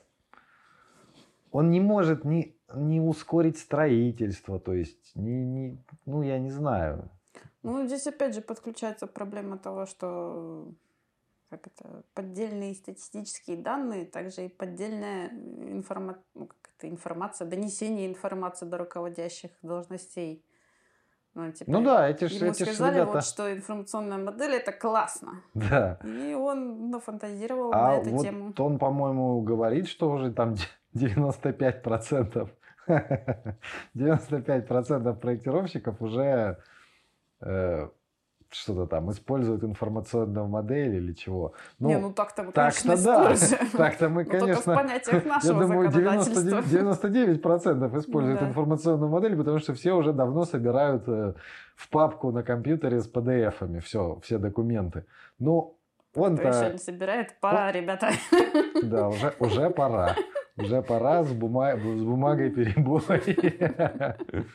Speaker 1: он не может не ускорить строительство, то есть, ну я не знаю.
Speaker 2: Ну, здесь опять же подключается проблема того, что поддельные статистические данные, также и поддельная информация, донесение информации до руководящих должностей.
Speaker 1: Ну да, эти
Speaker 2: ему сказали,
Speaker 1: ребята...
Speaker 2: вот, что информационная модель это классно.
Speaker 1: Да.
Speaker 2: И он нафантазировал на эту
Speaker 1: вот
Speaker 2: тему.
Speaker 1: Он, по-моему, говорит, что уже там 95%, 95% проектировщиков уже что-то там используют информационную модель или чего.
Speaker 2: Ну так-то мы, конечно, используем.
Speaker 1: Так-то мы, конечно,
Speaker 2: только в понятиях нашего
Speaker 1: я думаю,
Speaker 2: законодательства.
Speaker 1: 99% используют информационную модель, потому что все уже давно собирают в папку на компьютере с PDF-ами все документы. Ну, он-то...
Speaker 2: Кто еще не собирает? Пора, ребята.
Speaker 1: Да, уже пора. Уже пора с бумагой перебой.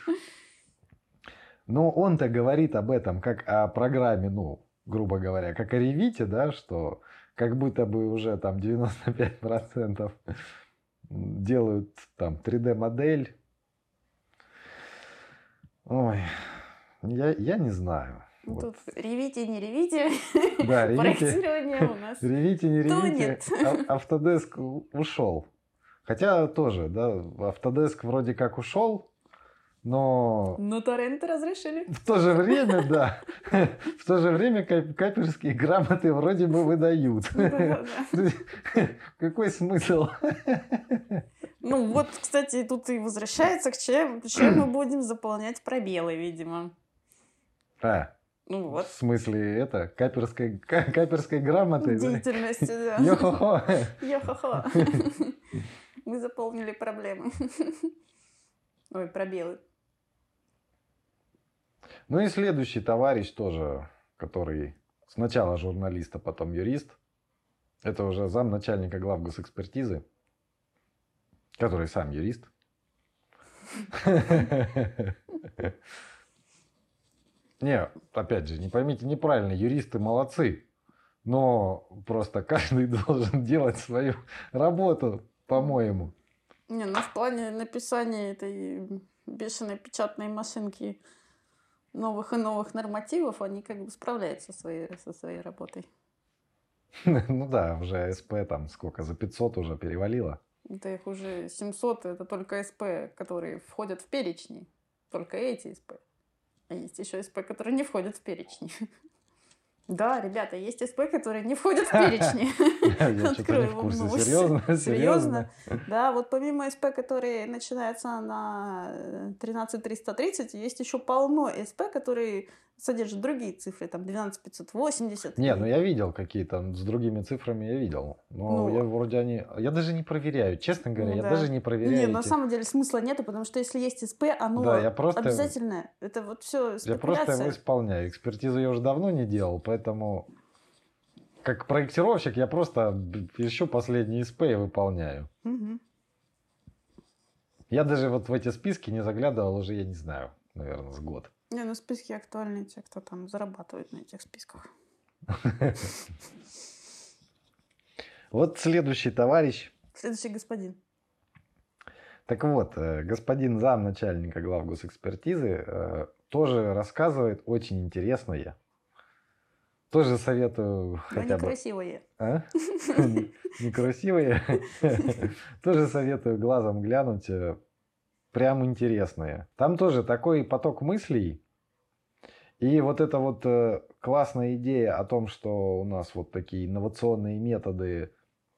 Speaker 1: Но он-то говорит об этом как о программе, ну, грубо говоря, как о Revit, да, что как будто бы уже там 95% делают там 3D-модель. Ой, я не знаю.
Speaker 2: Тут вот. Revit, не Revit,
Speaker 1: да,
Speaker 2: проектирование у нас.
Speaker 1: Revit, не Revit, Autodesk ушел. Хотя тоже, да, Autodesk вроде как ушел, но
Speaker 2: торренты разрешили.
Speaker 1: В то же время, да, в то же время каперские грамоты вроде бы выдают. Какой смысл?
Speaker 2: Ну вот, кстати, тут и возвращается к чем мы будем заполнять пробелы, видимо.
Speaker 1: Ну вот. В смысле это? Каперской грамоты?
Speaker 2: Деятельности, да.
Speaker 1: Йо-хо-хо.
Speaker 2: Йо-хо-хо. Мы заполнили проблемы. Ой, пробелы.
Speaker 1: Ну и следующий товарищ тоже, который сначала журналист, а потом юрист. Это уже замначальника главгосэкспертизы, который сам юрист. Не, опять же, не поймите неправильно, юристы молодцы. Но просто каждый должен делать свою работу, по-моему.
Speaker 2: Не, ну в плане написания этой бешеной печатной машинки новых и новых нормативов, они как бы справляются со своей работой.
Speaker 1: Ну да, уже СП там сколько, за 500 уже перевалило.
Speaker 2: Это их уже 700, это только СП, которые входят в перечни. Только эти СП. А есть еще СП, которые не входят в перечни. Да, ребята, есть СП, которые не входят в перечни.
Speaker 1: Я что-то не в курсе. Серьезно?
Speaker 2: Да, вот помимо СП, которые начинаются на 13330, есть еще полно СП, которые содержат другие цифры, там 12580.
Speaker 1: Не, ну я видел какие-то, с другими цифрами я видел. Но я вроде я даже не проверяю, честно говоря, я даже не проверяю.
Speaker 2: Не, на самом деле смысла нету, потому что если есть СП, оно обязательно, это вот все спекуляция.
Speaker 1: Я просто его исполняю. Экспертизу я уже давно не делал, поэтому как проектировщик я просто ищу последние СП и выполняю.
Speaker 2: Угу.
Speaker 1: Я даже вот в эти списки не заглядывал уже, я не знаю, наверное, с год.
Speaker 2: Не, ну списки актуальны те, кто там зарабатывает на этих списках.
Speaker 1: Вот следующий товарищ.
Speaker 2: Следующий господин.
Speaker 1: Так вот, господин замначальника главгосэкспертизы тоже рассказывает очень интересное. Тоже советую хотя бы...
Speaker 2: Некрасивые.
Speaker 1: Некрасивые. Тоже советую глазом глянуть. Прям интересные. Там тоже такой поток мыслей. И вот эта вот классная идея о том, что у нас вот такие инновационные методы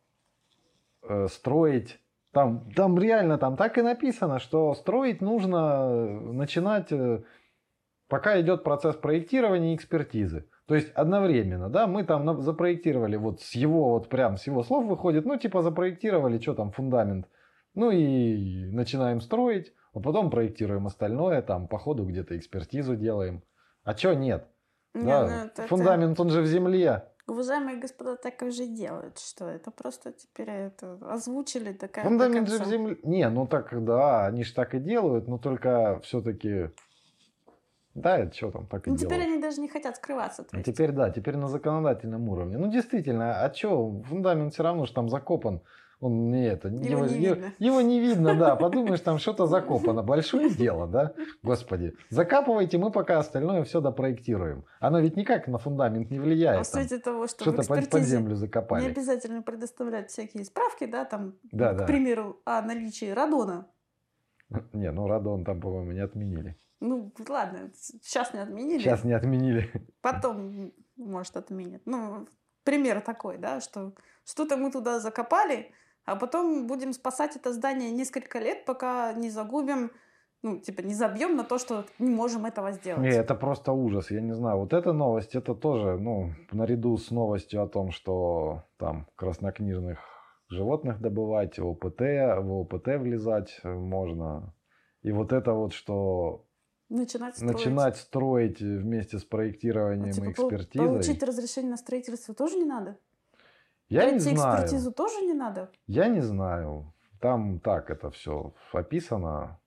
Speaker 1: строить. Там реально там так и написано, что строить нужно начинать, пока идет процесс проектирования и экспертизы. То есть одновременно, да, мы там запроектировали вот с его слов выходит, ну типа запроектировали, что там, фундамент. Ну и начинаем строить, а потом проектируем остальное, там по ходу где-то экспертизу делаем. А чё нет? Да, фундамент, он же в земле.
Speaker 2: Уважаемые господа, так уже делают, что это просто теперь это озвучили такая до
Speaker 1: Фундамент же в
Speaker 2: конца.
Speaker 1: земле... Не, ну так, да, они же так и делают, но только все-таки... Да, это что там, так и
Speaker 2: Ну, теперь
Speaker 1: делают.
Speaker 2: они даже не хотят скрываться. То
Speaker 1: А
Speaker 2: есть.
Speaker 1: теперь, да, теперь на законодательном уровне. Ну, действительно, а что, фундамент все равно же там закопан. Он не это,
Speaker 2: Его не видно.
Speaker 1: его не видно, да. Подумаешь, там что-то закопано. Большое дело, да? Господи, закапывайте, мы пока остальное все допроектируем. Оно ведь никак на фундамент не
Speaker 2: А
Speaker 1: влияет.
Speaker 2: в
Speaker 1: Там
Speaker 2: свете того, что в
Speaker 1: что-то под
Speaker 2: экспертизе
Speaker 1: землю
Speaker 2: не
Speaker 1: закопали.
Speaker 2: обязательно предоставлять всякие справки, да, там,
Speaker 1: Да,
Speaker 2: к
Speaker 1: да.
Speaker 2: примеру, о наличии радона.
Speaker 1: Не, ну радон там, по-моему, не отменили.
Speaker 2: Ну, ладно, сейчас не отменили.
Speaker 1: Сейчас не отменили.
Speaker 2: Потом, может, отменят. Ну, пример такой, да, что что-то мы туда закопали, а потом будем спасать это здание несколько лет, пока не загубим, ну, типа, не забьем на то, что не можем этого сделать.
Speaker 1: Не, это просто ужас. Я не знаю. Вот эта новость, это тоже, ну, наряду с новостью о том, что там краснокнижных животных добывать, в ОПТ влезать можно. И вот это вот, что начинать строить вместе с проектированием
Speaker 2: типа,
Speaker 1: и экспертизой.
Speaker 2: Получить разрешение на строительство тоже не надо?
Speaker 1: Я не
Speaker 2: Пройти
Speaker 1: знаю.
Speaker 2: экспертизу тоже не надо?
Speaker 1: Я не знаю. Там так это все описано.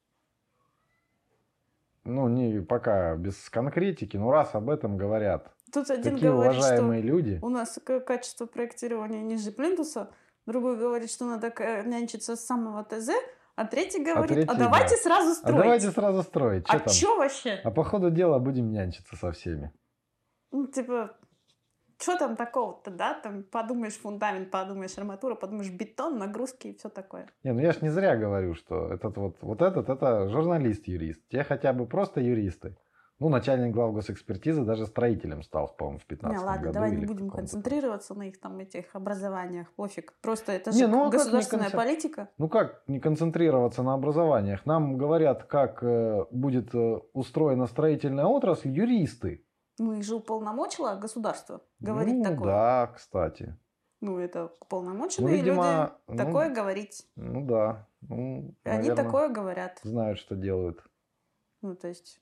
Speaker 1: Ну, не пока без конкретики, но раз об этом говорят
Speaker 2: Тут один
Speaker 1: такие
Speaker 2: говорит,
Speaker 1: уважаемые
Speaker 2: что
Speaker 1: люди.
Speaker 2: у нас качество проектирования ниже плинтуса, другой говорит, что надо нянчиться с самого ТЗ, а третий говорит,
Speaker 1: третий,
Speaker 2: давайте
Speaker 1: да.
Speaker 2: сразу строить.
Speaker 1: А давайте сразу строить. Чё
Speaker 2: А
Speaker 1: там?
Speaker 2: чё вообще?
Speaker 1: А по ходу дела будем нянчиться со всеми.
Speaker 2: Ну, типа, что там такого-то, да? Там подумаешь фундамент, подумаешь арматура, подумаешь бетон, нагрузки и все такое.
Speaker 1: Не, ну я ж не зря говорю, что этот это журналист-юрист. Те хотя бы просто юристы. Ну, начальник главгосэкспертизы даже строителем стал, по-моему, в 15
Speaker 2: Не, ладно,
Speaker 1: году.
Speaker 2: давай
Speaker 1: или
Speaker 2: не
Speaker 1: в
Speaker 2: будем
Speaker 1: каком-то там.
Speaker 2: концентрироваться на их там этих образованиях, пофиг. Просто это
Speaker 1: Не,
Speaker 2: же
Speaker 1: ну, а как не
Speaker 2: государственная политика.
Speaker 1: Ну как не концентрироваться на образованиях? Нам говорят, как будет устроена строительная отрасль, юристы.
Speaker 2: Ну, их же уполномочило государство говорить
Speaker 1: Ну,
Speaker 2: такое.
Speaker 1: да, кстати.
Speaker 2: Ну, это уполномоченные
Speaker 1: Ну, видимо,
Speaker 2: люди такое говорить.
Speaker 1: Ну да. Ну,
Speaker 2: И они
Speaker 1: наверно,
Speaker 2: такое говорят.
Speaker 1: знают, что делают.
Speaker 2: Ну, то есть...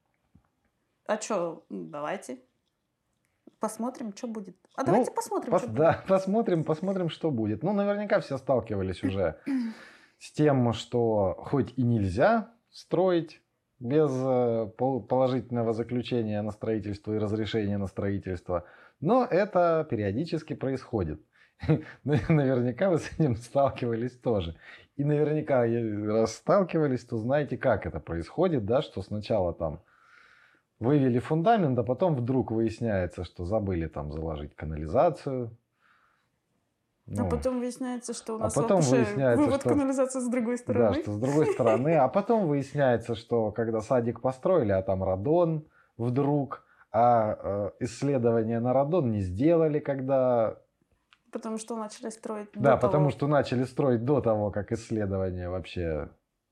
Speaker 2: А что, давайте посмотрим, что будет. А давайте посмотрим, что будет.
Speaker 1: Да, посмотрим, что будет. Ну, наверняка все сталкивались уже с тем, что хоть и нельзя строить без положительного заключения на строительство и разрешения на строительство, но это периодически происходит. Наверняка вы с этим сталкивались тоже. И наверняка, раз сталкивались, то знаете, как это происходит, да, что сначала там вывели фундамент, а потом вдруг выясняется, что забыли там заложить канализацию.
Speaker 2: А потом выясняется, что у нас
Speaker 1: потом
Speaker 2: вообще
Speaker 1: выясняется,
Speaker 2: вывод
Speaker 1: что...
Speaker 2: канализации с другой стороны.
Speaker 1: Да, что с другой стороны. А потом выясняется, что когда садик построили, а там радон вдруг, а исследования на радон не сделали, когда...
Speaker 2: Потому что начали строить до
Speaker 1: Да,
Speaker 2: того.
Speaker 1: потому что начали строить до того, как исследование вообще...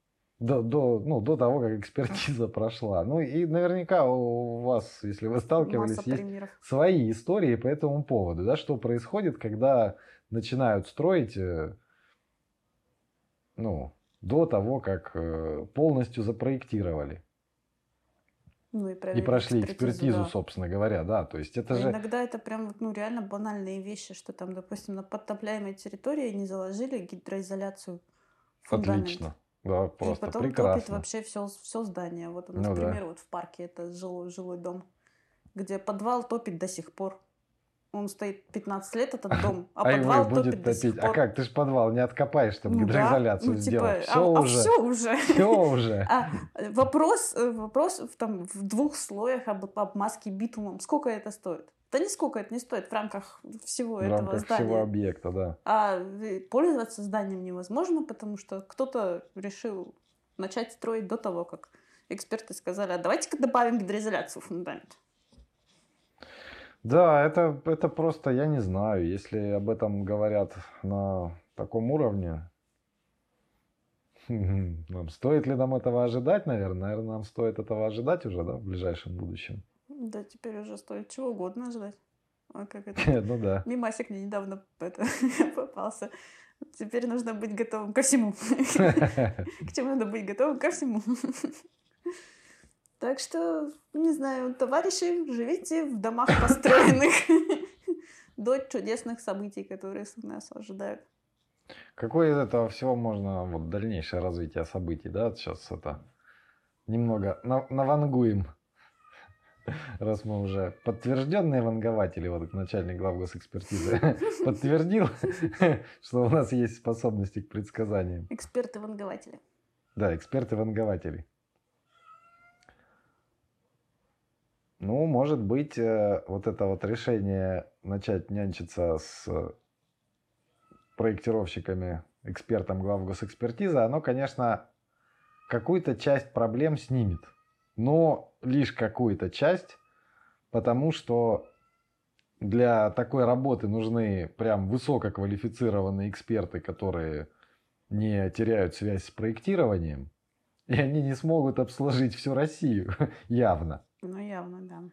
Speaker 1: До того, как экспертиза прошла. Ну и наверняка у вас, если вы сталкивались,
Speaker 2: Масса
Speaker 1: есть
Speaker 2: примеров.
Speaker 1: свои истории по этому поводу. Да, что происходит, когда начинают строить до того, как полностью запроектировали.
Speaker 2: Ну,
Speaker 1: И прошли экспертизу,
Speaker 2: да.
Speaker 1: собственно говоря, да. То есть это же...
Speaker 2: Иногда это прям реально банальные вещи, что там, допустим, на подтопляемой территории не заложили гидроизоляцию в фундамент.
Speaker 1: Отлично. Да, просто
Speaker 2: и потом
Speaker 1: прекрасно.
Speaker 2: топит вообще все здание. Вот у нас,
Speaker 1: Ну,
Speaker 2: например,
Speaker 1: да.
Speaker 2: вот в парке это жилой дом, где подвал топит до сих пор. Он стоит 15 лет, этот дом, а подвал
Speaker 1: будет
Speaker 2: топит до сих
Speaker 1: топить.
Speaker 2: пор.
Speaker 1: А как? Ты же подвал не откопаешь, чтобы
Speaker 2: Ну
Speaker 1: гидроизоляцию
Speaker 2: да,
Speaker 1: сделать.
Speaker 2: все уже.
Speaker 1: Все уже.
Speaker 2: Вопрос там, в 2 слоях обмазки битумом. Сколько это стоит? Да нисколько это не стоит в рамках всего этого
Speaker 1: В рамках
Speaker 2: здания.
Speaker 1: всего объекта, да.
Speaker 2: А пользоваться зданием невозможно, потому что кто-то решил начать строить до того, как эксперты сказали, а давайте-ка добавим гидроизоляцию в фундамент.
Speaker 1: Да, это просто, я не знаю, если об этом говорят на таком уровне, стоит ли нам этого ожидать, наверное? Наверное, нам стоит этого ожидать уже, да, в ближайшем будущем.
Speaker 2: Да, теперь уже стоит чего угодно ожидать. Как это?
Speaker 1: Ну да.
Speaker 2: Мимасик мне недавно попался. Теперь нужно быть готовым ко всему. К чему надо быть готовым ко всему. Так что, не знаю, товарищи, живите в домах построенных до чудесных событий, которые нас ожидают.
Speaker 1: Какое из этого всего можно, вот дальнейшее развитие событий, да, сейчас это немного навангуем, раз мы уже подтвержденные вангователи, вот начальник главгосэкспертизы подтвердил, что у нас есть способности к предсказаниям.
Speaker 2: Эксперты-вангователи.
Speaker 1: Да, эксперты-вангователи. Ну, может быть, вот это вот решение начать нянчиться с проектировщиками, экспертом главгосэкспертизы, оно, конечно, какую-то часть проблем снимет. Но лишь какую-то часть, потому что для такой работы нужны прям высококвалифицированные эксперты, которые не теряют связь с проектированием, и они не смогут обслужить всю Россию, явно.
Speaker 2: Ну, явно, да.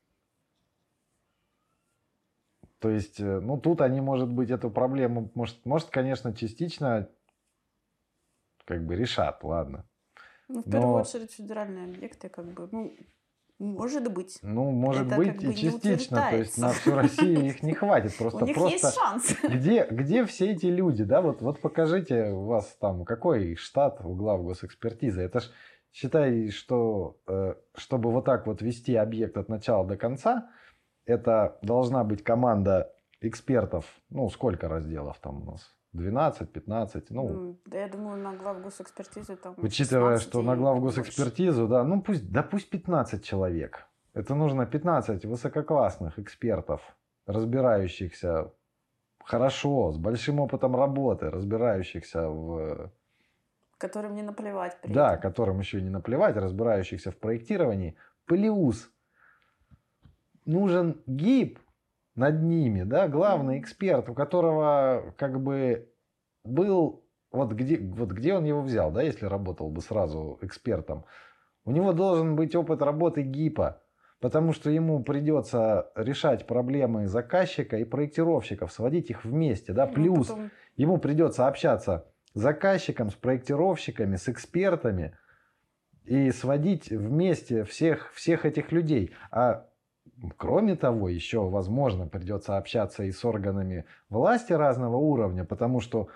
Speaker 1: То есть, ну, тут они, может быть, эту проблему, может, конечно, частично как бы решат, ладно.
Speaker 2: Ну, в первую очередь, федеральные объекты, как бы, ну, может быть.
Speaker 1: Ну, может
Speaker 2: это
Speaker 1: быть,
Speaker 2: как бы
Speaker 1: и частично, то есть на всю Россию их не хватит. Просто,
Speaker 2: у них есть шанс.
Speaker 1: Где все эти люди, да? Вот покажите у вас там, какой штат у главгосэкспертизы. Это ж, считай, что чтобы вот так вот вести объект от начала до конца, это должна быть команда экспертов. Ну, сколько разделов там у нас? 12, 15, ну...
Speaker 2: Да, я думаю, на главгосэкспертизу там...
Speaker 1: Учитывая, что на главгосэкспертизу, да, ну пусть 15 человек. Это нужно 15 высококлассных экспертов, разбирающихся хорошо, с большим опытом работы, разбирающихся в...
Speaker 2: Которым не наплевать.
Speaker 1: Да, которым еще не наплевать, разбирающихся в проектировании. Плюс нужен ГИП над ними, да, главный эксперт, у которого как бы был, вот где он его взял, да, если работал бы сразу экспертом, у него должен быть опыт работы ГИПа, потому что ему придется решать проблемы заказчика и проектировщиков, сводить их вместе, да, плюс ему придется общаться с заказчиком, с проектировщиками, с экспертами и сводить вместе всех этих людей. А кроме того, еще, возможно, придется общаться и с органами власти разного уровня, потому что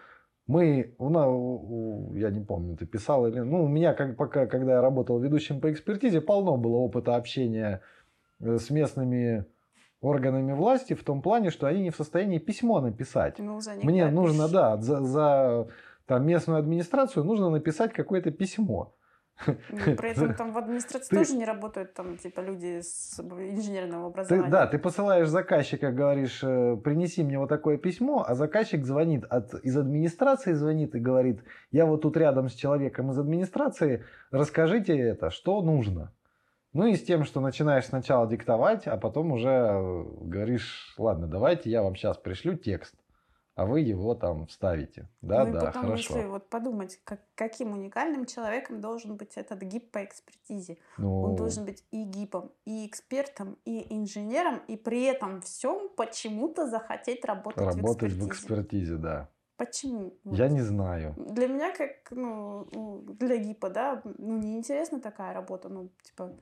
Speaker 1: я не помню, ты писал или... Ну, у меня, когда я работал ведущим по экспертизе, полно было опыта общения с местными органами власти в том плане, что они не в состоянии письмо написать.
Speaker 2: Ну, за них,
Speaker 1: Мне
Speaker 2: да,
Speaker 1: нужно, да, за там, местную администрацию нужно написать какое-то письмо.
Speaker 2: При этом там в администрации тоже не работают там типа люди с инженерным образованием.
Speaker 1: Да, ты посылаешь заказчика, говоришь, принеси мне вот такое письмо, а заказчик звонит из администрации, звонит и говорит, я вот тут рядом с человеком из администрации, расскажите это, что нужно. Ну и с тем, что начинаешь сначала диктовать, а потом уже говоришь, ладно, давайте я вам сейчас пришлю текст, а вы его там вставите. Да,
Speaker 2: ну и
Speaker 1: да,
Speaker 2: потом,
Speaker 1: хорошо.
Speaker 2: если вот подумать, каким уникальным человеком должен быть этот ГИП по экспертизе.
Speaker 1: Ну...
Speaker 2: Он должен быть и ГИПом, и экспертом, и инженером, и при этом всем почему-то захотеть работать в
Speaker 1: экспертизе, да.
Speaker 2: Почему?
Speaker 1: Я не знаю.
Speaker 2: Для меня, как, для ГИПа, да, неинтересна такая работа, типа...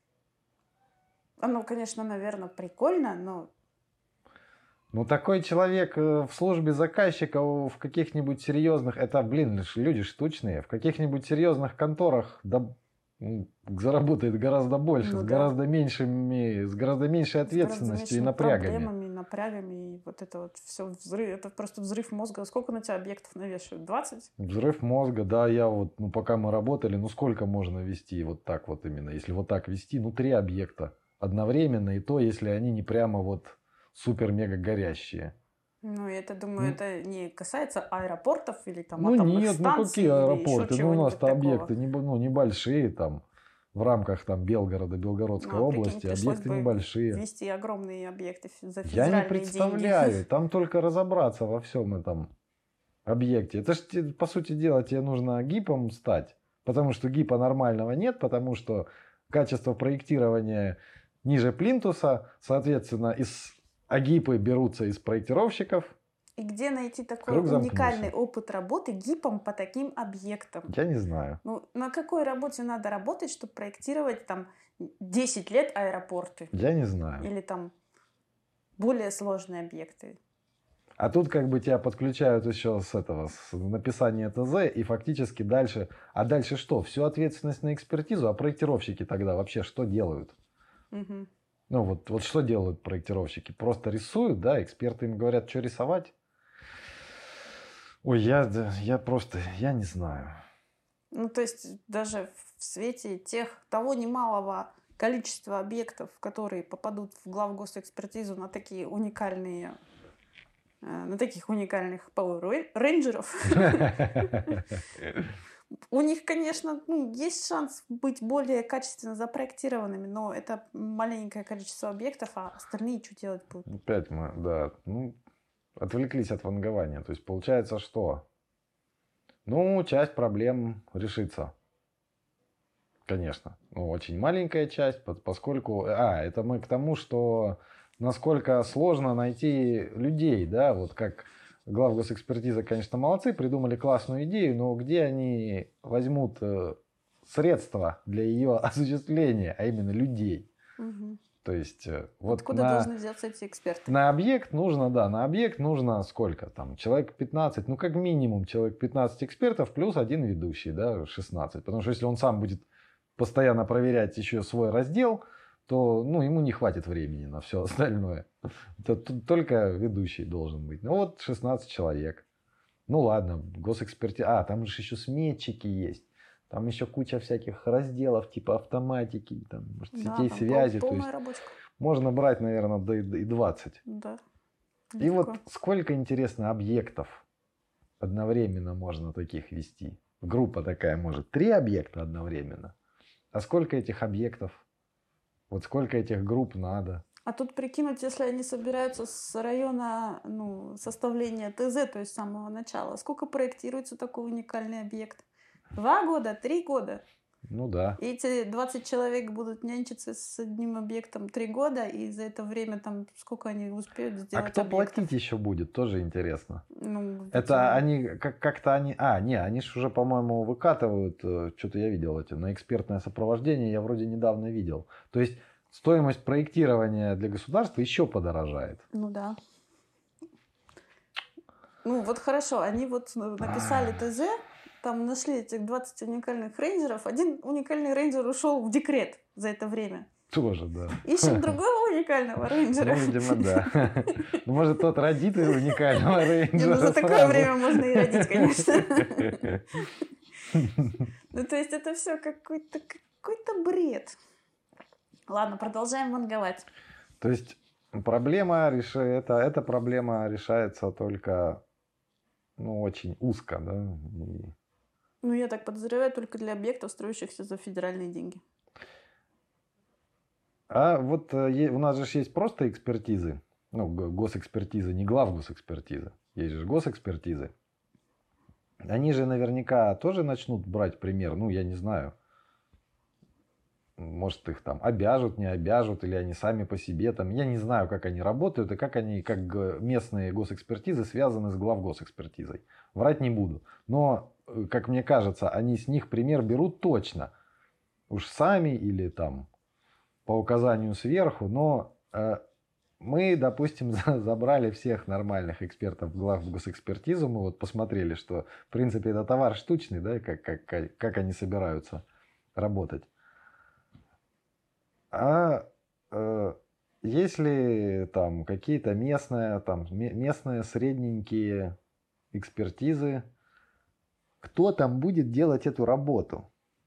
Speaker 2: Оно, конечно, наверное, прикольно, но...
Speaker 1: Ну, такой человек в службе заказчика в каких-нибудь серьезных... Это, люди штучные. В каких-нибудь серьезных конторах заработает гораздо больше, с гораздо меньшей ответственностью и напрягами.
Speaker 2: Напрягами, и вот это вот все взрыв. Это просто взрыв мозга. Сколько на тебя объектов навешивают? 20?
Speaker 1: Взрыв мозга, да. Я вот, пока мы работали, сколько можно вести вот так вот именно? Если вот так вести, 3 объекта одновременно, и то, если они не прямо вот супер-мега горящие.
Speaker 2: Ну, я думаю, это не касается аэропортов или там атомных
Speaker 1: нет,
Speaker 2: станций.
Speaker 1: Какие аэропорты? У нас-то объекты небольшие, там, в рамках там Белгорода, Белгородской области, объекты небольшие.
Speaker 2: Вести огромные объекты за федеральные
Speaker 1: деньги. Я не представляю,
Speaker 2: деньги.
Speaker 1: Там только разобраться во всем этом объекте. Это ж, по сути дела, тебе нужно ГИПом стать, потому что ГИПа нормального нет, потому что качество проектирования ниже плинтуса, соответственно, ГИПы берутся из проектировщиков.
Speaker 2: И где найти такой уникальный опыт работы ГИПом по таким объектам?
Speaker 1: Я не знаю.
Speaker 2: На какой работе надо работать, чтобы проектировать там 10 лет аэропорты?
Speaker 1: Я не знаю.
Speaker 2: Или там более сложные объекты.
Speaker 1: А тут как бы тебя подключают еще с написания ТЗ и фактически дальше. А дальше что? Всю ответственность на экспертизу, а проектировщики тогда вообще что делают?
Speaker 2: Угу.
Speaker 1: Ну вот что делают проектировщики? Просто рисуют, да? Эксперты им говорят, что рисовать? Ой, я не знаю.
Speaker 2: Ну, то есть даже в свете того немалого количества объектов, которые попадут в главгосэкспертизу на таких уникальных Power Rangers, у них, конечно, есть шанс быть более качественно запроектированными, но это маленькое количество объектов, а остальные что делать будут?
Speaker 1: Опять мы, да, отвлеклись от вангования. То есть получается, что? Часть проблем решится. Конечно. Очень маленькая часть, поскольку... это мы к тому, что насколько сложно найти людей, да, вот как главгосэкспертиза, конечно, молодцы, придумали классную идею, но где они возьмут средства для ее осуществления, а именно людей?
Speaker 2: Угу.
Speaker 1: То есть
Speaker 2: откуда должны взяться эти эксперты?
Speaker 1: На объект нужно сколько там? Человек 15, как минимум человек 15 экспертов плюс один ведущий, да, 16. Потому что если он сам будет постоянно проверять еще свой раздел, то ему не хватит времени на все остальное. Только ведущий должен быть. 16 человек. Ладно, госэкспертиза. Там же еще сметчики есть. Там еще куча всяких разделов, типа автоматики, там, сетей связи.
Speaker 2: Полная рабочка.
Speaker 1: Можно брать, наверное, и 20.
Speaker 2: Да.
Speaker 1: И вот сколько, интересно, объектов одновременно можно таких вести? Группа такая может 3 объекта одновременно. А сколько этих объектов? Вот сколько этих групп надо?
Speaker 2: А тут прикинуть, если они собираются с района составления ТЗ, то есть с самого начала, сколько проектируется такой уникальный объект? 2 года, 3 года?
Speaker 1: Да.
Speaker 2: И эти 20 человек будут нянчиться с одним объектом 3 года, и за это время там сколько они успеют сделать?
Speaker 1: А кто платить еще будет, тоже интересно.
Speaker 2: Это
Speaker 1: они как-то они... они же уже, по-моему, выкатывают, что-то я видел на экспертное сопровождение, я вроде недавно видел. То есть стоимость проектирования для государства еще подорожает.
Speaker 2: Да. Хорошо, они написали ТЗ, там нашли этих 20 уникальных рейнджеров. Один уникальный рейнджер ушел в декрет за это время.
Speaker 1: Тоже, да.
Speaker 2: Ищем другого уникального рейнджера.
Speaker 1: Видимо, да. Может, тот родит уникального рейнджера.
Speaker 2: За такое время можно и родить, конечно. То есть это все какой-то бред. Ладно, продолжаем ванговать.
Speaker 1: То есть эта проблема решается только очень узко, да?
Speaker 2: Я так подозреваю, только для объектов, строящихся за федеральные деньги.
Speaker 1: А вот у нас же есть просто экспертизы. Госэкспертиза, не главгосэкспертиза. Есть же госэкспертизы. Они же наверняка тоже начнут брать пример. Я не знаю. Может, их там обяжут, не обяжут, или они сами по себе там. Я не знаю, как они работают и как местные госэкспертизы связаны с главгосэкспертизой. Врать не буду. Но, как мне кажется, они с них пример берут точно. Уж сами или там по указанию сверху. Но мы, допустим, забрали всех нормальных экспертов в главгосэкспертизу. Мы посмотрели, что в принципе это товар штучный, да, как они собираются работать. А если там какие-то местные средненькие экспертизы, кто там будет делать эту работу?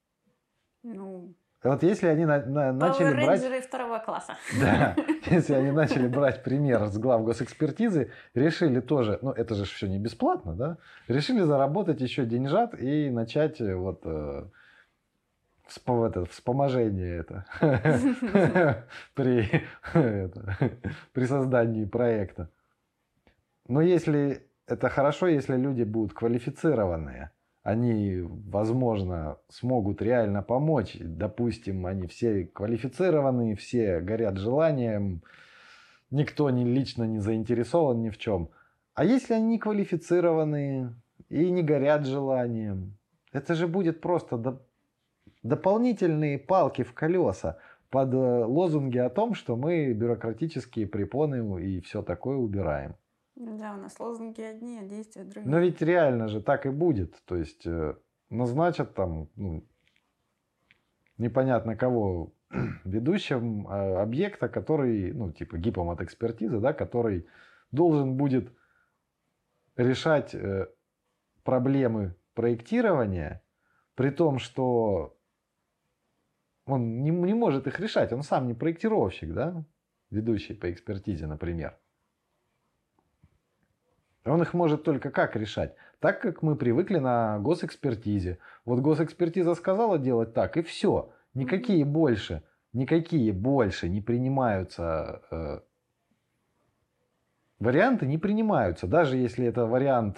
Speaker 1: Вот если они начали брать...
Speaker 2: Power Rangers 2 класса.
Speaker 1: Да, если они начали брать пример с главгосэкспертизы, решили тоже, это же все не бесплатно, да? Решили заработать еще деньжат и начать вспоможение при создании проекта. Но если это хорошо, если люди будут квалифицированные, они, возможно, смогут реально помочь. Допустим, они все квалифицированные, все горят желанием, никто лично не заинтересован ни в чем. А если они не квалифицированные и не горят желанием, это же будет просто дополнительные палки в колеса. под лозунги о том, что мы бюрократические препоны и все такое убираем.
Speaker 2: Да, у нас лозунги одни, а действия другие.
Speaker 1: Но ведь реально же так и будет. То есть назначат там непонятно кого ведущим объекта, который, типа гипомат-экспертиза, да, который должен будет решать проблемы проектирования, при том, что он не может их решать, он сам не проектировщик, да, ведущий по экспертизе, например. Он их может только как решать? Так, как мы привыкли на госэкспертизе. Вот госэкспертиза сказала делать так, и все. Никакие больше не принимаются варианты, не принимаются. Даже если это вариант,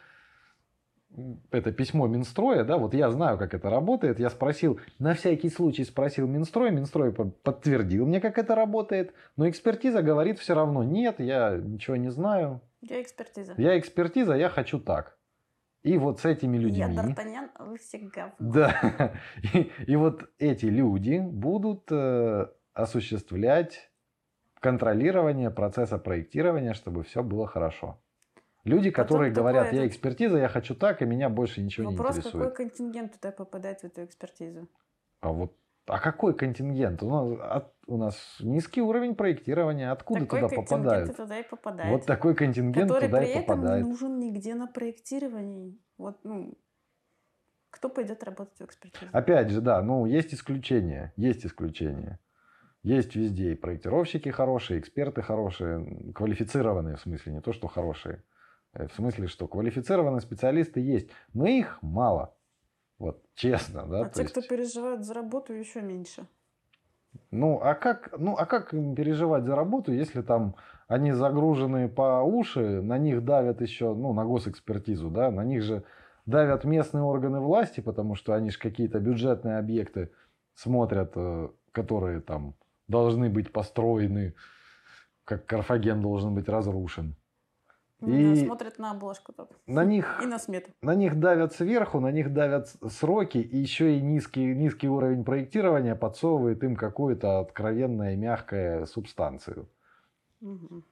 Speaker 1: это письмо Минстроя, да, вот я знаю, как это работает. Я спросил, на всякий случай спросил Минстрой. Минстрой подтвердил мне, как это работает. Но экспертиза говорит все равно, нет, я ничего не знаю.
Speaker 2: Я экспертиза.
Speaker 1: Я экспертиза, я хочу так. И вот с этими людьми...
Speaker 2: Я Д'Артаньян, а вы все говно.
Speaker 1: Да. И вот эти люди будут осуществлять контролирование процесса проектирования, чтобы все было хорошо. Люди, которые говорят, я экспертиза, я хочу так, и меня больше ничего не интересует.
Speaker 2: Вопрос, какой контингент туда попадает в эту экспертизу?
Speaker 1: А какой контингент? У нас низкий уровень проектирования. Откуда туда попадают?
Speaker 2: Такой контингент туда и попадает.
Speaker 1: Вот такой контингент туда и попадает.
Speaker 2: Который при этом не нужен нигде на проектировании. Вот, кто пойдет работать в экспертизу?
Speaker 1: Опять же, да, есть исключения. Есть исключения. Есть везде и проектировщики хорошие, эксперты хорошие, квалифицированные в смысле, не то, что хорошие. В смысле, что квалифицированные специалисты есть, но их мало. Вот, честно, да.
Speaker 2: А те, кто переживают за работу, еще меньше.
Speaker 1: А как им переживать за работу, если там они загружены по уши, на них давят еще, на госэкспертизу, да, на них же давят местные органы власти, потому что они же какие-то бюджетные объекты смотрят, которые там должны быть построены, как Карфаген должен быть разрушен.
Speaker 2: И смотрят на обложку только. И на смету.
Speaker 1: На них давят сверху, на них давят сроки, и еще и низкий уровень проектирования подсовывает им какую-то откровенную мягкую субстанцию.
Speaker 2: Угу.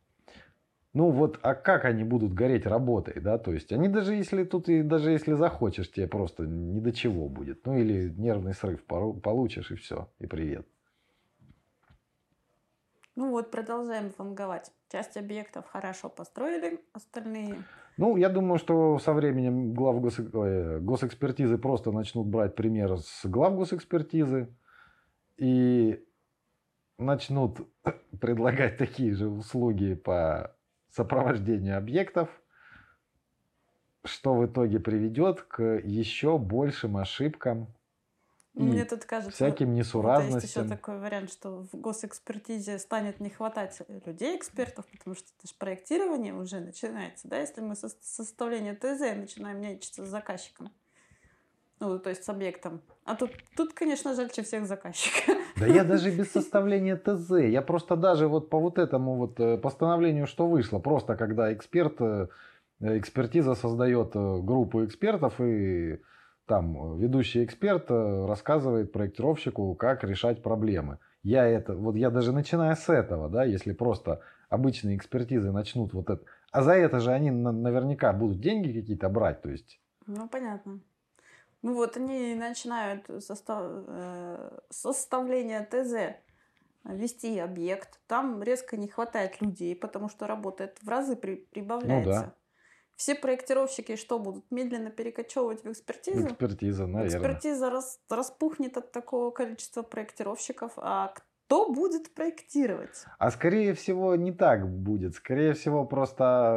Speaker 1: А как они будут гореть работой, да? То есть они даже если захочешь, тебе просто ни до чего будет. Или нервный срыв получишь, и все, и привет.
Speaker 2: Продолжаем ванговать. Часть объектов хорошо построили, остальные...
Speaker 1: Я думаю, что со временем глав госэкспертизы просто начнут брать пример с глав госэкспертизы и начнут предлагать такие же услуги по сопровождению объектов, что в итоге приведет к еще большим ошибкам.
Speaker 2: Мне тут кажется,
Speaker 1: всяким несуразностям.
Speaker 2: Есть еще такой вариант, что в госэкспертизе станет не хватать людей, экспертов, потому что это же проектирование уже начинается, да, если мы составление ТЗ начинаем нянчиться с заказчиком, то есть с объектом. А тут, конечно, жальче всех заказчика.
Speaker 1: Да я даже без составления ТЗ, я просто даже по этому постановлению, что вышло, просто когда экспертиза создает группу экспертов и... Там ведущий эксперт рассказывает проектировщику, как решать проблемы. Я даже начиная с этого, да, если просто обычные экспертизы начнут это. А за это же они наверняка будут деньги какие-то брать, то есть.
Speaker 2: Понятно. Они начинают составление ТЗ вести объект. Там резко не хватает людей, потому что работает в разы прибавляется.
Speaker 1: Да.
Speaker 2: Все проектировщики что будут? Медленно перекочевывать в экспертизу?
Speaker 1: Экспертиза, наверное.
Speaker 2: Экспертиза распухнет от такого количества проектировщиков. А кто будет проектировать?
Speaker 1: А скорее всего не так будет. Скорее всего просто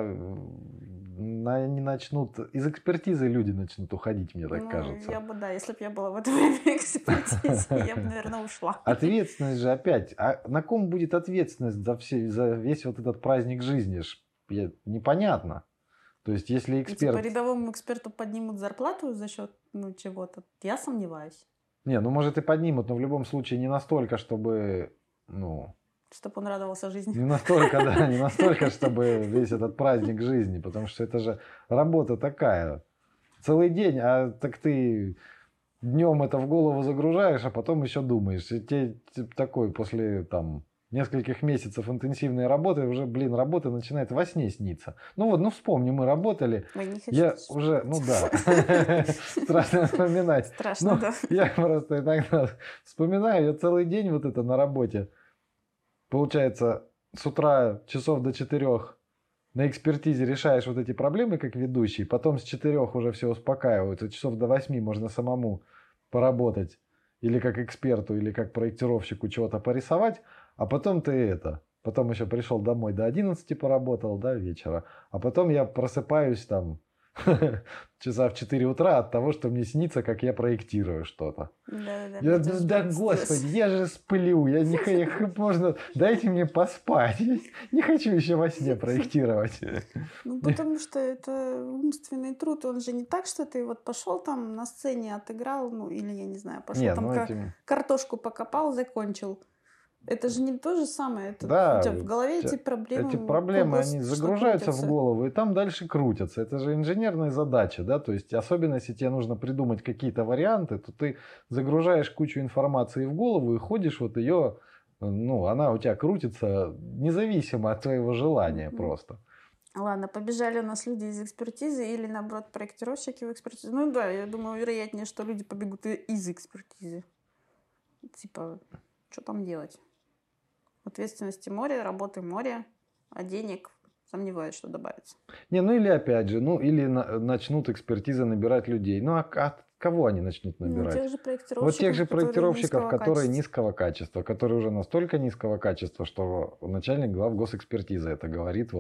Speaker 1: они начнут... Из экспертизы люди начнут уходить, мне так кажется.
Speaker 2: Если бы я была в это время экспертизе, я бы, наверное, ушла.
Speaker 1: Ответственность же опять. А на ком будет ответственность за весь этот праздник жизни? Непонятно. То есть, если эксперт...
Speaker 2: Рядовому эксперту поднимут зарплату за счет чего-то, я сомневаюсь.
Speaker 1: Может и поднимут, но в любом случае не настолько, чтобы,
Speaker 2: Чтобы он радовался жизни.
Speaker 1: Не настолько, чтобы весь этот праздник жизни, потому что это же работа такая. Целый день, так ты днем это в голову загружаешь, а потом еще думаешь. И тебе такой после там нескольких месяцев интенсивной работы уже, работа начинает во сне сниться. Ну вот, вспомни, мы работали.
Speaker 2: Ой, не хочу
Speaker 1: Я
Speaker 2: даже
Speaker 1: уже,
Speaker 2: вспоминать.
Speaker 1: страшно вспоминать.
Speaker 2: Страшно, да.
Speaker 1: Я просто иногда вспоминаю, я целый день вот это на работе. Получается, с утра часов до 4 на экспертизе решаешь вот эти проблемы как ведущий, потом с 4 уже все успокаиваются, часов до 8 можно самому поработать, или как эксперту, или как проектировщику чего-то порисовать, а потом потом еще пришел домой до 11 поработал, до вечера, а потом я просыпаюсь там часа в 4 утра от того, что мне снится, как я проектирую что-то.
Speaker 2: Да,
Speaker 1: Да, господи, я же сплю, я не можно, дайте мне поспать, я не хочу еще во сне проектировать.
Speaker 2: Ну, потому что это умственный труд, он же не так, что ты вот пошел там на сцене отыграл, ну, или я не знаю, пошел там картошку покопал, закончил. Это же не то же самое. Это
Speaker 1: да,
Speaker 2: у тебя в голове эти
Speaker 1: проблемы, они загружаются в голову и там дальше крутятся. Это же инженерная задача, да, то есть особенно если тебе нужно придумать какие-то варианты, то ты загружаешь кучу информации в голову и ходишь вот ее, она у тебя крутится независимо от твоего желания просто.
Speaker 2: Ладно, побежали у нас люди из экспертизы или, наоборот, проектировщики в экспертизе. Ну да, я думаю, вероятнее, что люди побегут из экспертизы. Типа, что там делать? Ответственности море, работы море, а денег сомневаюсь, что добавится.
Speaker 1: Или опять же, или начнут экспертизы набирать людей. Ну, от кого они начнут набирать?
Speaker 2: Тех же проектировщиков,
Speaker 1: которые низкого качества, которые уже настолько низкого качества, что начальник глав госэкспертизы это говорит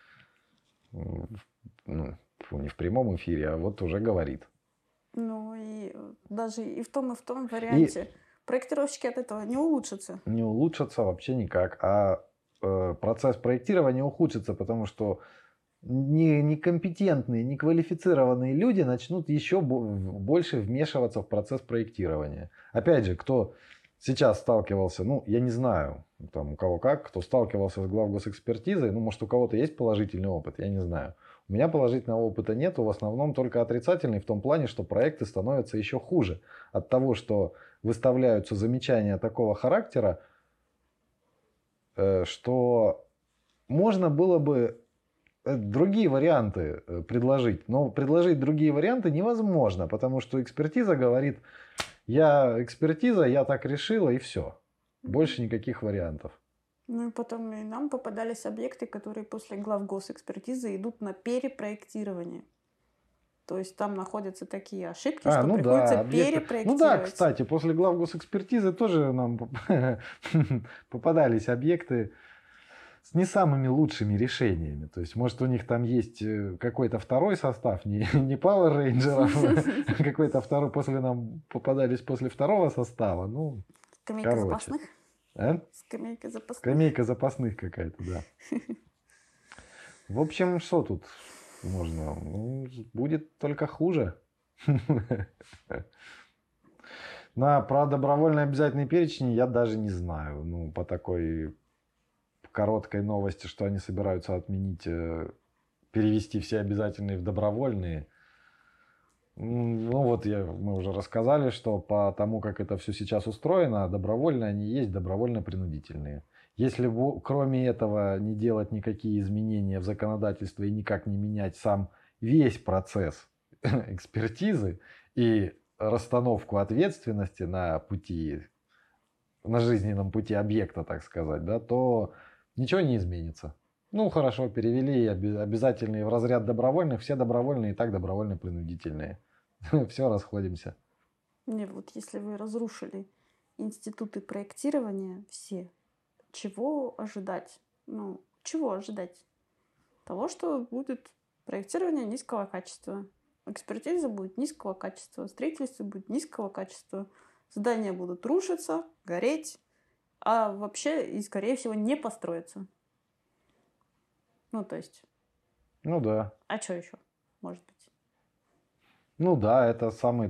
Speaker 1: не в прямом эфире, а вот уже говорит.
Speaker 2: Ну, и даже и в том варианте. Проектировщики от этого не улучшатся.
Speaker 1: Не улучшатся вообще никак. А процесс проектирования ухудшится, потому что некомпетентные, неквалифицированные люди начнут еще больше вмешиваться в процесс проектирования. Опять же, кто сейчас сталкивался, я не знаю, там у кого как, кто сталкивался с главгосэкспертизой, может у кого-то есть положительный опыт, я не знаю. У меня положительного опыта нету, в основном только отрицательный в том плане, что проекты становятся еще хуже от того, что выставляются замечания такого характера, что можно было бы другие варианты предложить. Но предложить другие варианты невозможно, потому что экспертиза говорит, я экспертиза, я так решила и все. Больше никаких вариантов.
Speaker 2: Ну и потом и нам попадались объекты, которые после главгосэкспертизы идут на перепроектирование. То есть там находятся такие ошибки, что приходится перепроектировать.
Speaker 1: Ну да, кстати, после главгосэкспертизы тоже нам попадались объекты с не самыми лучшими решениями. То есть, может, у них там есть какой-то второй состав, не Power Rangers, а какой-то второй, нам попадались после второго состава.
Speaker 2: Скамейка запасных?
Speaker 1: Скамейка запасных. Скамейка запасных какая-то, да. В общем, что тут можно? Будет только хуже. Про добровольный обязательный перечень я даже не знаю. По такой короткой новости, что они собираются отменить, перевести все обязательные в добровольные. Мы уже рассказали, что по тому, как это все сейчас устроено, добровольные они есть, добровольно-принудительные. Если кроме этого не делать никакие изменения в законодательстве и никак не менять сам весь процесс экспертизы и расстановку ответственности на жизненном пути объекта, так сказать, да, то ничего не изменится. Хорошо, перевели обязательные в разряд добровольных, все добровольные и так добровольно-принудительные. Все, расходимся.
Speaker 2: Если вы разрушили институты проектирования все, чего ожидать? Чего ожидать? Того, что будет проектирование низкого качества. Экспертиза будет низкого качества. Строительство будет низкого качества. Здания будут рушиться, гореть, а вообще и, скорее всего, не построиться. То есть...
Speaker 1: да.
Speaker 2: А что еще может быть?
Speaker 1: Да, это самый...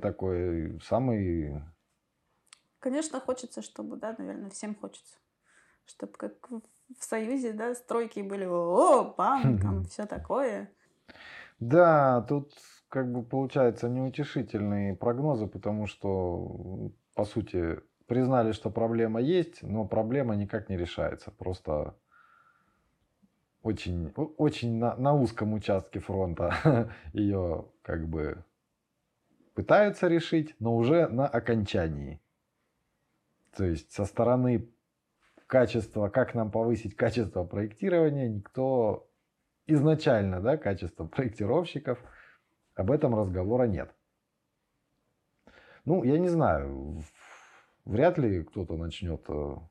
Speaker 2: Конечно, хочется, чтобы, наверное, всем хочется. Чтобы как в Союзе, стройки были, бам, там все такое.
Speaker 1: Да, тут как бы получаются неутешительные прогнозы, потому что, по сути, признали, что проблема есть, но проблема никак не решается. Просто очень, очень на узком участке фронта ее как бы пытаются решить, но уже на окончании. То есть со стороны качества, как нам повысить качество проектирования, никто изначально, да, качество проектировщиков, об этом разговора нет. Ну, я не знаю, вряд ли кто-то начнет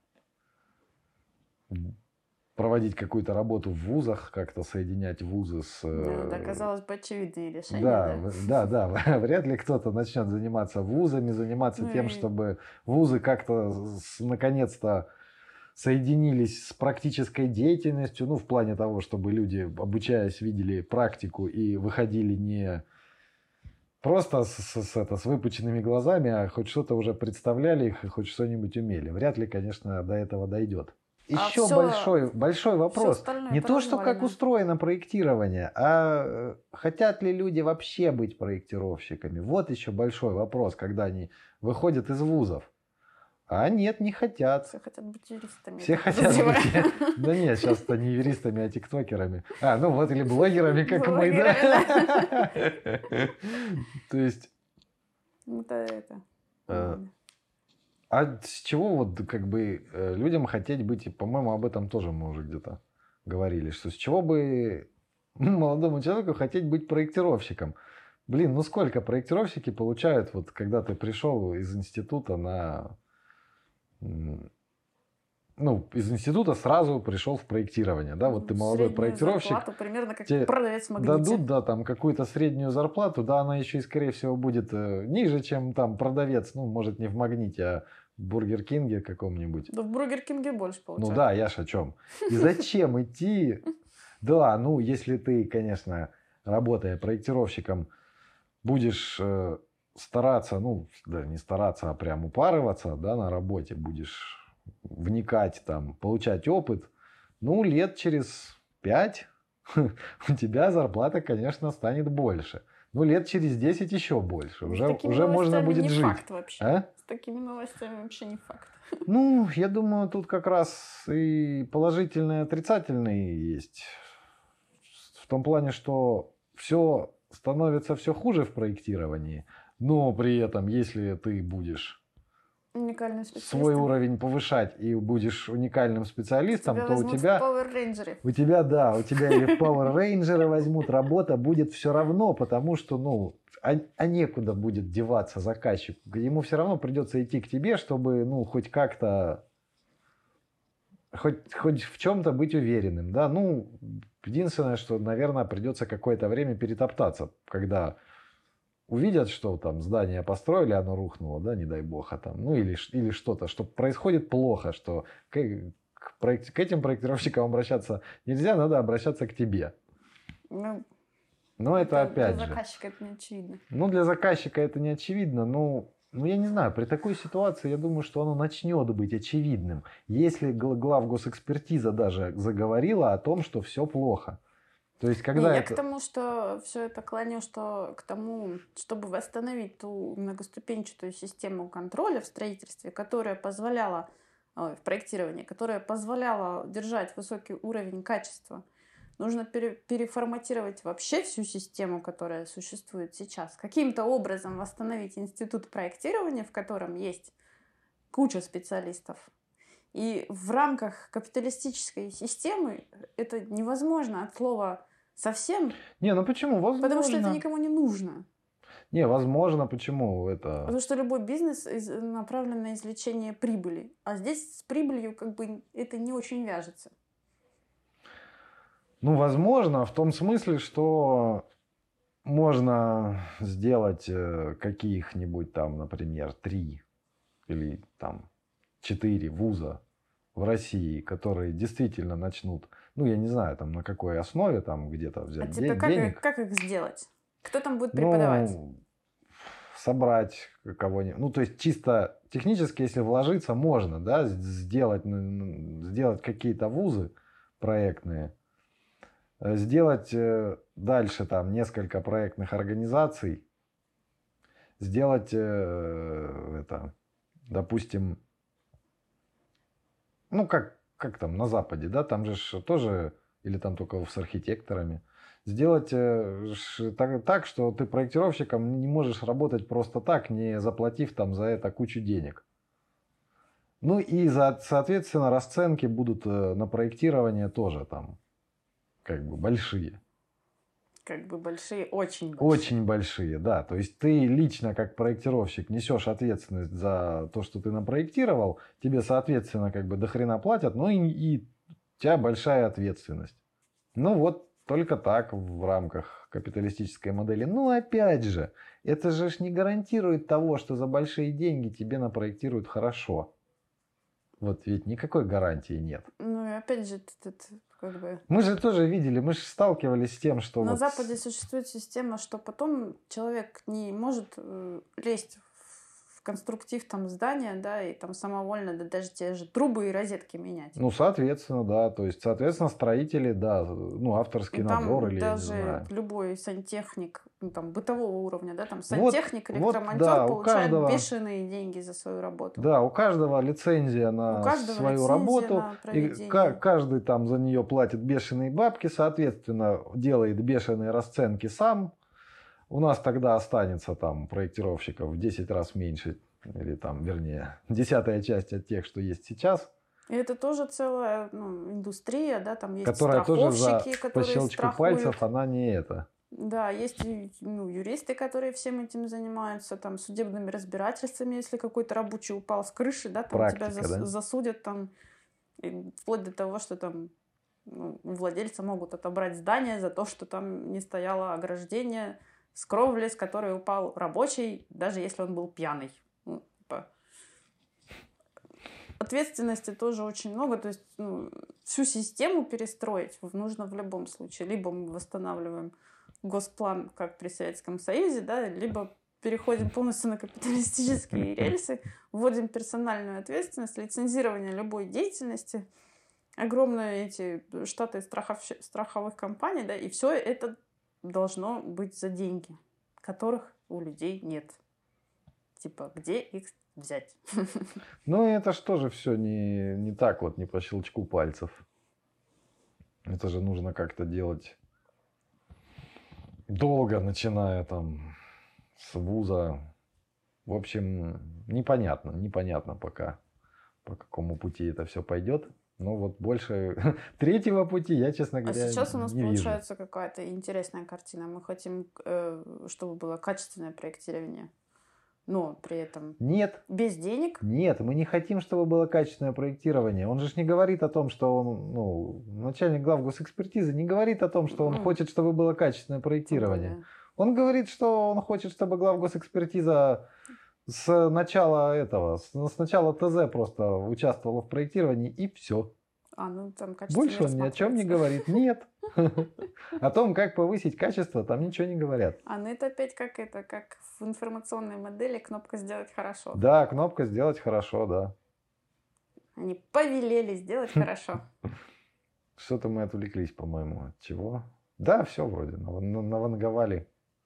Speaker 1: проводить какую-то работу в вузах, как-то соединять вузы с...
Speaker 2: Да, казалось бы, очевидные решения.
Speaker 1: Да, вряд ли кто-то начнет заниматься вузами, заниматься тем, чтобы вузы как-то наконец-то соединились с практической деятельностью, ну, в плане того, чтобы люди, обучаясь, видели практику и выходили не просто с выпученными глазами, а хоть что-то уже представляли их и хоть что-нибудь умели. Вряд ли, конечно, до этого дойдет. Еще большой вопрос. Не то, что как устроено проектирование, а хотят ли люди вообще быть проектировщиками. Вот еще большой вопрос, когда они выходят из вузов. А нет, не хотят.
Speaker 2: Все хотят быть юристами.
Speaker 1: Все хотят быть... Да нет, сейчас-то не юристами, а тиктокерами. Ну вот, или блогерами, как мы, да? То есть... А с чего вот как бы людям хотеть быть, и, по-моему, об этом тоже мы уже где-то говорили, что с чего бы молодому человеку хотеть быть проектировщиком? Блин, ну сколько проектировщики получают, вот когда ты пришел из института на... Ну, из института сразу пришел в проектирование, да, вот ты молодой проектировщик.
Speaker 2: Зарплату примерно как продавец в Магните.
Speaker 1: Дадут, да, там какую-то среднюю зарплату, да, она еще и, скорее всего, будет ниже, чем там продавец, ну, может, не в Магните, а в Бургер Кинге каком-нибудь.
Speaker 2: Да в Бургер Кинге больше получается.
Speaker 1: Ну да, я ж о чем. И зачем идти? Да, ну, если ты, конечно, работая проектировщиком, будешь стараться, ну, да, не стараться, а прям упарываться, да, на работе, будешь вникать, там, получать опыт, ну, лет через 5 у тебя зарплата, конечно, станет больше. Ну, лет через 10 еще больше. Уже можно будет жить.
Speaker 2: Факт вообще. А? С такими новостями вообще не факт.
Speaker 1: Ну, я думаю, тут как раз и положительные, и отрицательные есть. В том плане, что все становится все хуже в проектировании, но при этом, если ты будешь свой уровень повышать и будешь уникальным специалистом, то у тебя... У тебя, да, у тебя или в Power Ranger возьмут, работа будет все равно, потому что, ну, а некуда будет деваться заказчику. Ему все равно придется идти к тебе, чтобы, ну, хоть как-то, хоть в чем-то быть уверенным, да. Ну, единственное, что, наверное, придется какое-то время перетоптаться, когда... увидят, что там здание построили, оно рухнуло, да, не дай бог, а там, ну или что-то, что происходит плохо, что к этим проектировщикам обращаться нельзя, надо обращаться к тебе.
Speaker 2: Ну,
Speaker 1: но это опять
Speaker 2: для заказчика это не очевидно.
Speaker 1: Ну, для заказчика это не очевидно, но я не знаю, при такой ситуации я думаю, что оно начнет быть очевидным, если главгосэкспертиза даже заговорила о том, что все плохо. То есть, когда
Speaker 2: я к тому, что все это клоню, что к тому, чтобы восстановить ту многоступенчатую систему контроля в строительстве, которая позволяла, в проектировании, которая позволяла держать высокий уровень качества, нужно переформатировать вообще всю систему, которая существует сейчас. Каким-то образом восстановить институт проектирования, в котором есть куча специалистов. И в рамках капиталистической системы это невозможно от слова совсем.
Speaker 1: Не, ну почему? Возможно.
Speaker 2: Потому что это никому не нужно.
Speaker 1: Не, возможно, почему это...
Speaker 2: Потому что любой бизнес направлен на извлечение прибыли. А здесь с прибылью как бы это не очень вяжется.
Speaker 1: Ну, возможно, в том смысле, что можно сделать каких-нибудь там, например, 3 или там 4 вуза в России, которые действительно начнут, ну, я не знаю, там на какой основе там где-то взять денег.
Speaker 2: Как их сделать? Кто там будет преподавать?
Speaker 1: Ну, собрать кого-нибудь. Ну, то есть чисто технически, если вложиться, можно, да, сделать какие-то вузы проектные. Сделать дальше там несколько проектных организаций, сделать это, допустим, ну как там на Западе, да, там же тоже, или там только с архитекторами, сделать так, что ты проектировщиком не можешь работать просто так, не заплатив там за это кучу денег. Ну и, соответственно, расценки будут на проектирование тоже там как бы большие.
Speaker 2: Как бы большие, очень большие.
Speaker 1: Очень большие, да. То есть ты лично как проектировщик несешь ответственность за то, что ты напроектировал, тебе, соответственно, как бы до хрена платят, но и у тебя большая ответственность. Ну вот только так в рамках капиталистической модели. Ну опять же, это же не гарантирует того, что за большие деньги тебе напроектируют хорошо. Вот ведь никакой гарантии нет.
Speaker 2: Ну и опять же, как бы...
Speaker 1: Мы же тоже видели, мы же сталкивались с тем, что...
Speaker 2: На
Speaker 1: вот
Speaker 2: Западе существует система, что потом человек не может лезть в конструктив там здания, да, и там самовольно, да, даже те же трубы и розетки менять.
Speaker 1: Ну, соответственно, да. То есть, соответственно, строители, да, ну, авторский
Speaker 2: Там
Speaker 1: надзор или я не
Speaker 2: даже
Speaker 1: знаю.
Speaker 2: любой сантехник, ну, там, бытового уровня, да, там,
Speaker 1: Вот,
Speaker 2: сантехник,
Speaker 1: вот,
Speaker 2: электромонтер
Speaker 1: да, у
Speaker 2: получает
Speaker 1: каждого,
Speaker 2: бешеные деньги за свою работу.
Speaker 1: да, у каждого лицензия
Speaker 2: У
Speaker 1: на
Speaker 2: каждого
Speaker 1: свою
Speaker 2: лицензия
Speaker 1: работу,
Speaker 2: на
Speaker 1: и
Speaker 2: проведение.
Speaker 1: каждый там за нее платит бешеные бабки, соответственно, делает бешеные расценки сам. У нас тогда останется там проектировщиков в 10 раз меньше, или там, вернее, 10-я часть от тех, что есть сейчас.
Speaker 2: И это тоже целая индустрия, да, там есть
Speaker 1: Которая тоже
Speaker 2: страховщики,
Speaker 1: по
Speaker 2: которые
Speaker 1: щелчку
Speaker 2: страхуют.
Speaker 1: пальцев, она не это.
Speaker 2: Да, есть юристы, которые всем этим занимаются, там, судебными разбирательствами, если какой-то рабочий упал с крыши, да, там
Speaker 1: Практика,
Speaker 2: тебя
Speaker 1: да?
Speaker 2: засудят, там, и вплоть до того, что там у владельца могут отобрать здание за то, что там не стояло ограждение с кровли, с которой упал рабочий, даже если он был пьяный. Ну, типа, ответственности тоже очень много, то есть всю систему перестроить нужно в любом случае. Либо мы восстанавливаем госплан, как при Советском Союзе, да, либо переходим полностью на капиталистические рельсы, вводим персональную ответственность, лицензирование любой деятельности, огромные эти штаты страховых компаний, да, и все это должно быть за деньги, которых у людей нет. Типа, где их взять?
Speaker 1: Ну, это ж тоже все не так вот, не по щелчку пальцев. Это же нужно как-то делать долго, начиная там с вуза. В общем, непонятно пока, по какому пути это все пойдет. Но вот больше третьего пути я, честно
Speaker 2: А
Speaker 1: говоря,
Speaker 2: сейчас у нас
Speaker 1: не вижу.
Speaker 2: получается какая-то интересная картина. Мы хотим, чтобы было качественное проектирование, но при этом
Speaker 1: Нет,
Speaker 2: без денег.
Speaker 1: нет, мы не хотим, чтобы было качественное проектирование. Он же не говорит о том, что он, ну, начальник главгосэкспертизы не говорит о том, что он хочет, чтобы было качественное проектирование.
Speaker 2: Более.
Speaker 1: Он говорит, что он хочет, чтобы главгосэкспертиза с начала ТЗ просто участвовала в проектировании и все.
Speaker 2: Ну там качество
Speaker 1: Больше
Speaker 2: не
Speaker 1: он ни о чем не говорит. Нет. О том, как повысить качество, там ничего не говорят.
Speaker 2: Ну это опять как в информационной модели кнопка «Сделать хорошо».
Speaker 1: Да, кнопка «Сделать хорошо», да.
Speaker 2: Они повелели сделать хорошо.
Speaker 1: Что-то мы отвлеклись, по-моему, от чего. Да, все вроде, наванговали.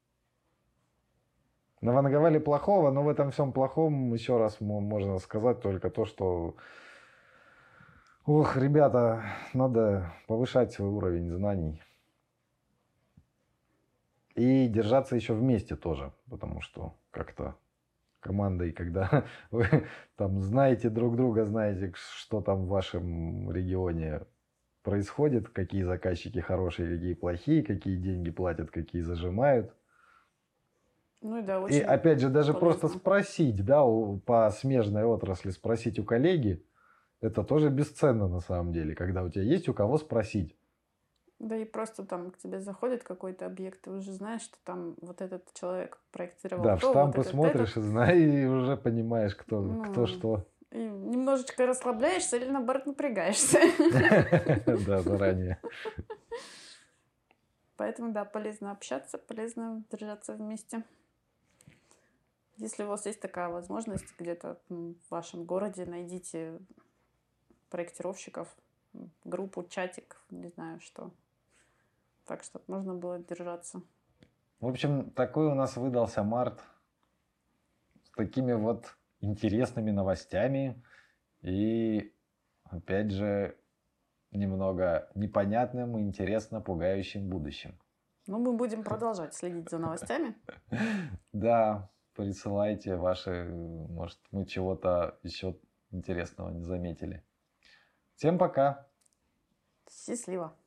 Speaker 1: Наванговали плохого, но в этом всем плохом еще раз можно сказать только то, что ох, ребята, надо повышать свой уровень знаний. И держаться еще вместе тоже, потому что как-то командой, когда вы там знаете друг друга, знаете, что там в вашем регионе происходит, какие заказчики хорошие, какие плохие, какие деньги платят, какие зажимают.
Speaker 2: Ну да,
Speaker 1: И
Speaker 2: очень
Speaker 1: опять же, даже
Speaker 2: полезно.
Speaker 1: просто спросить, да, по смежной отрасли, спросить у коллеги, это тоже бесценно на самом деле, когда у тебя есть у кого спросить.
Speaker 2: Да и просто там к тебе заходит какой-то объект, ты уже знаешь, что там вот этот человек проектировал
Speaker 1: Да, в
Speaker 2: то,
Speaker 1: штампы
Speaker 2: вот этот,
Speaker 1: смотришь и знаешь, и уже понимаешь, кто что.
Speaker 2: И немножечко расслабляешься или наоборот напрягаешься.
Speaker 1: Да, заранее.
Speaker 2: Поэтому, да, полезно общаться, полезно держаться вместе. Если у вас есть такая возможность где-то в вашем городе, найдите проектировщиков, группу, чатик, не знаю что. Так что можно было держаться.
Speaker 1: В общем, такой у нас выдался март с такими вот интересными новостями и, опять же, немного непонятным, интересно пугающим будущим.
Speaker 2: Ну, мы будем продолжать следить за новостями.
Speaker 1: Да, присылайте ваши, может, мы чего-то еще интересного не заметили. Всем пока!
Speaker 2: Счастливо!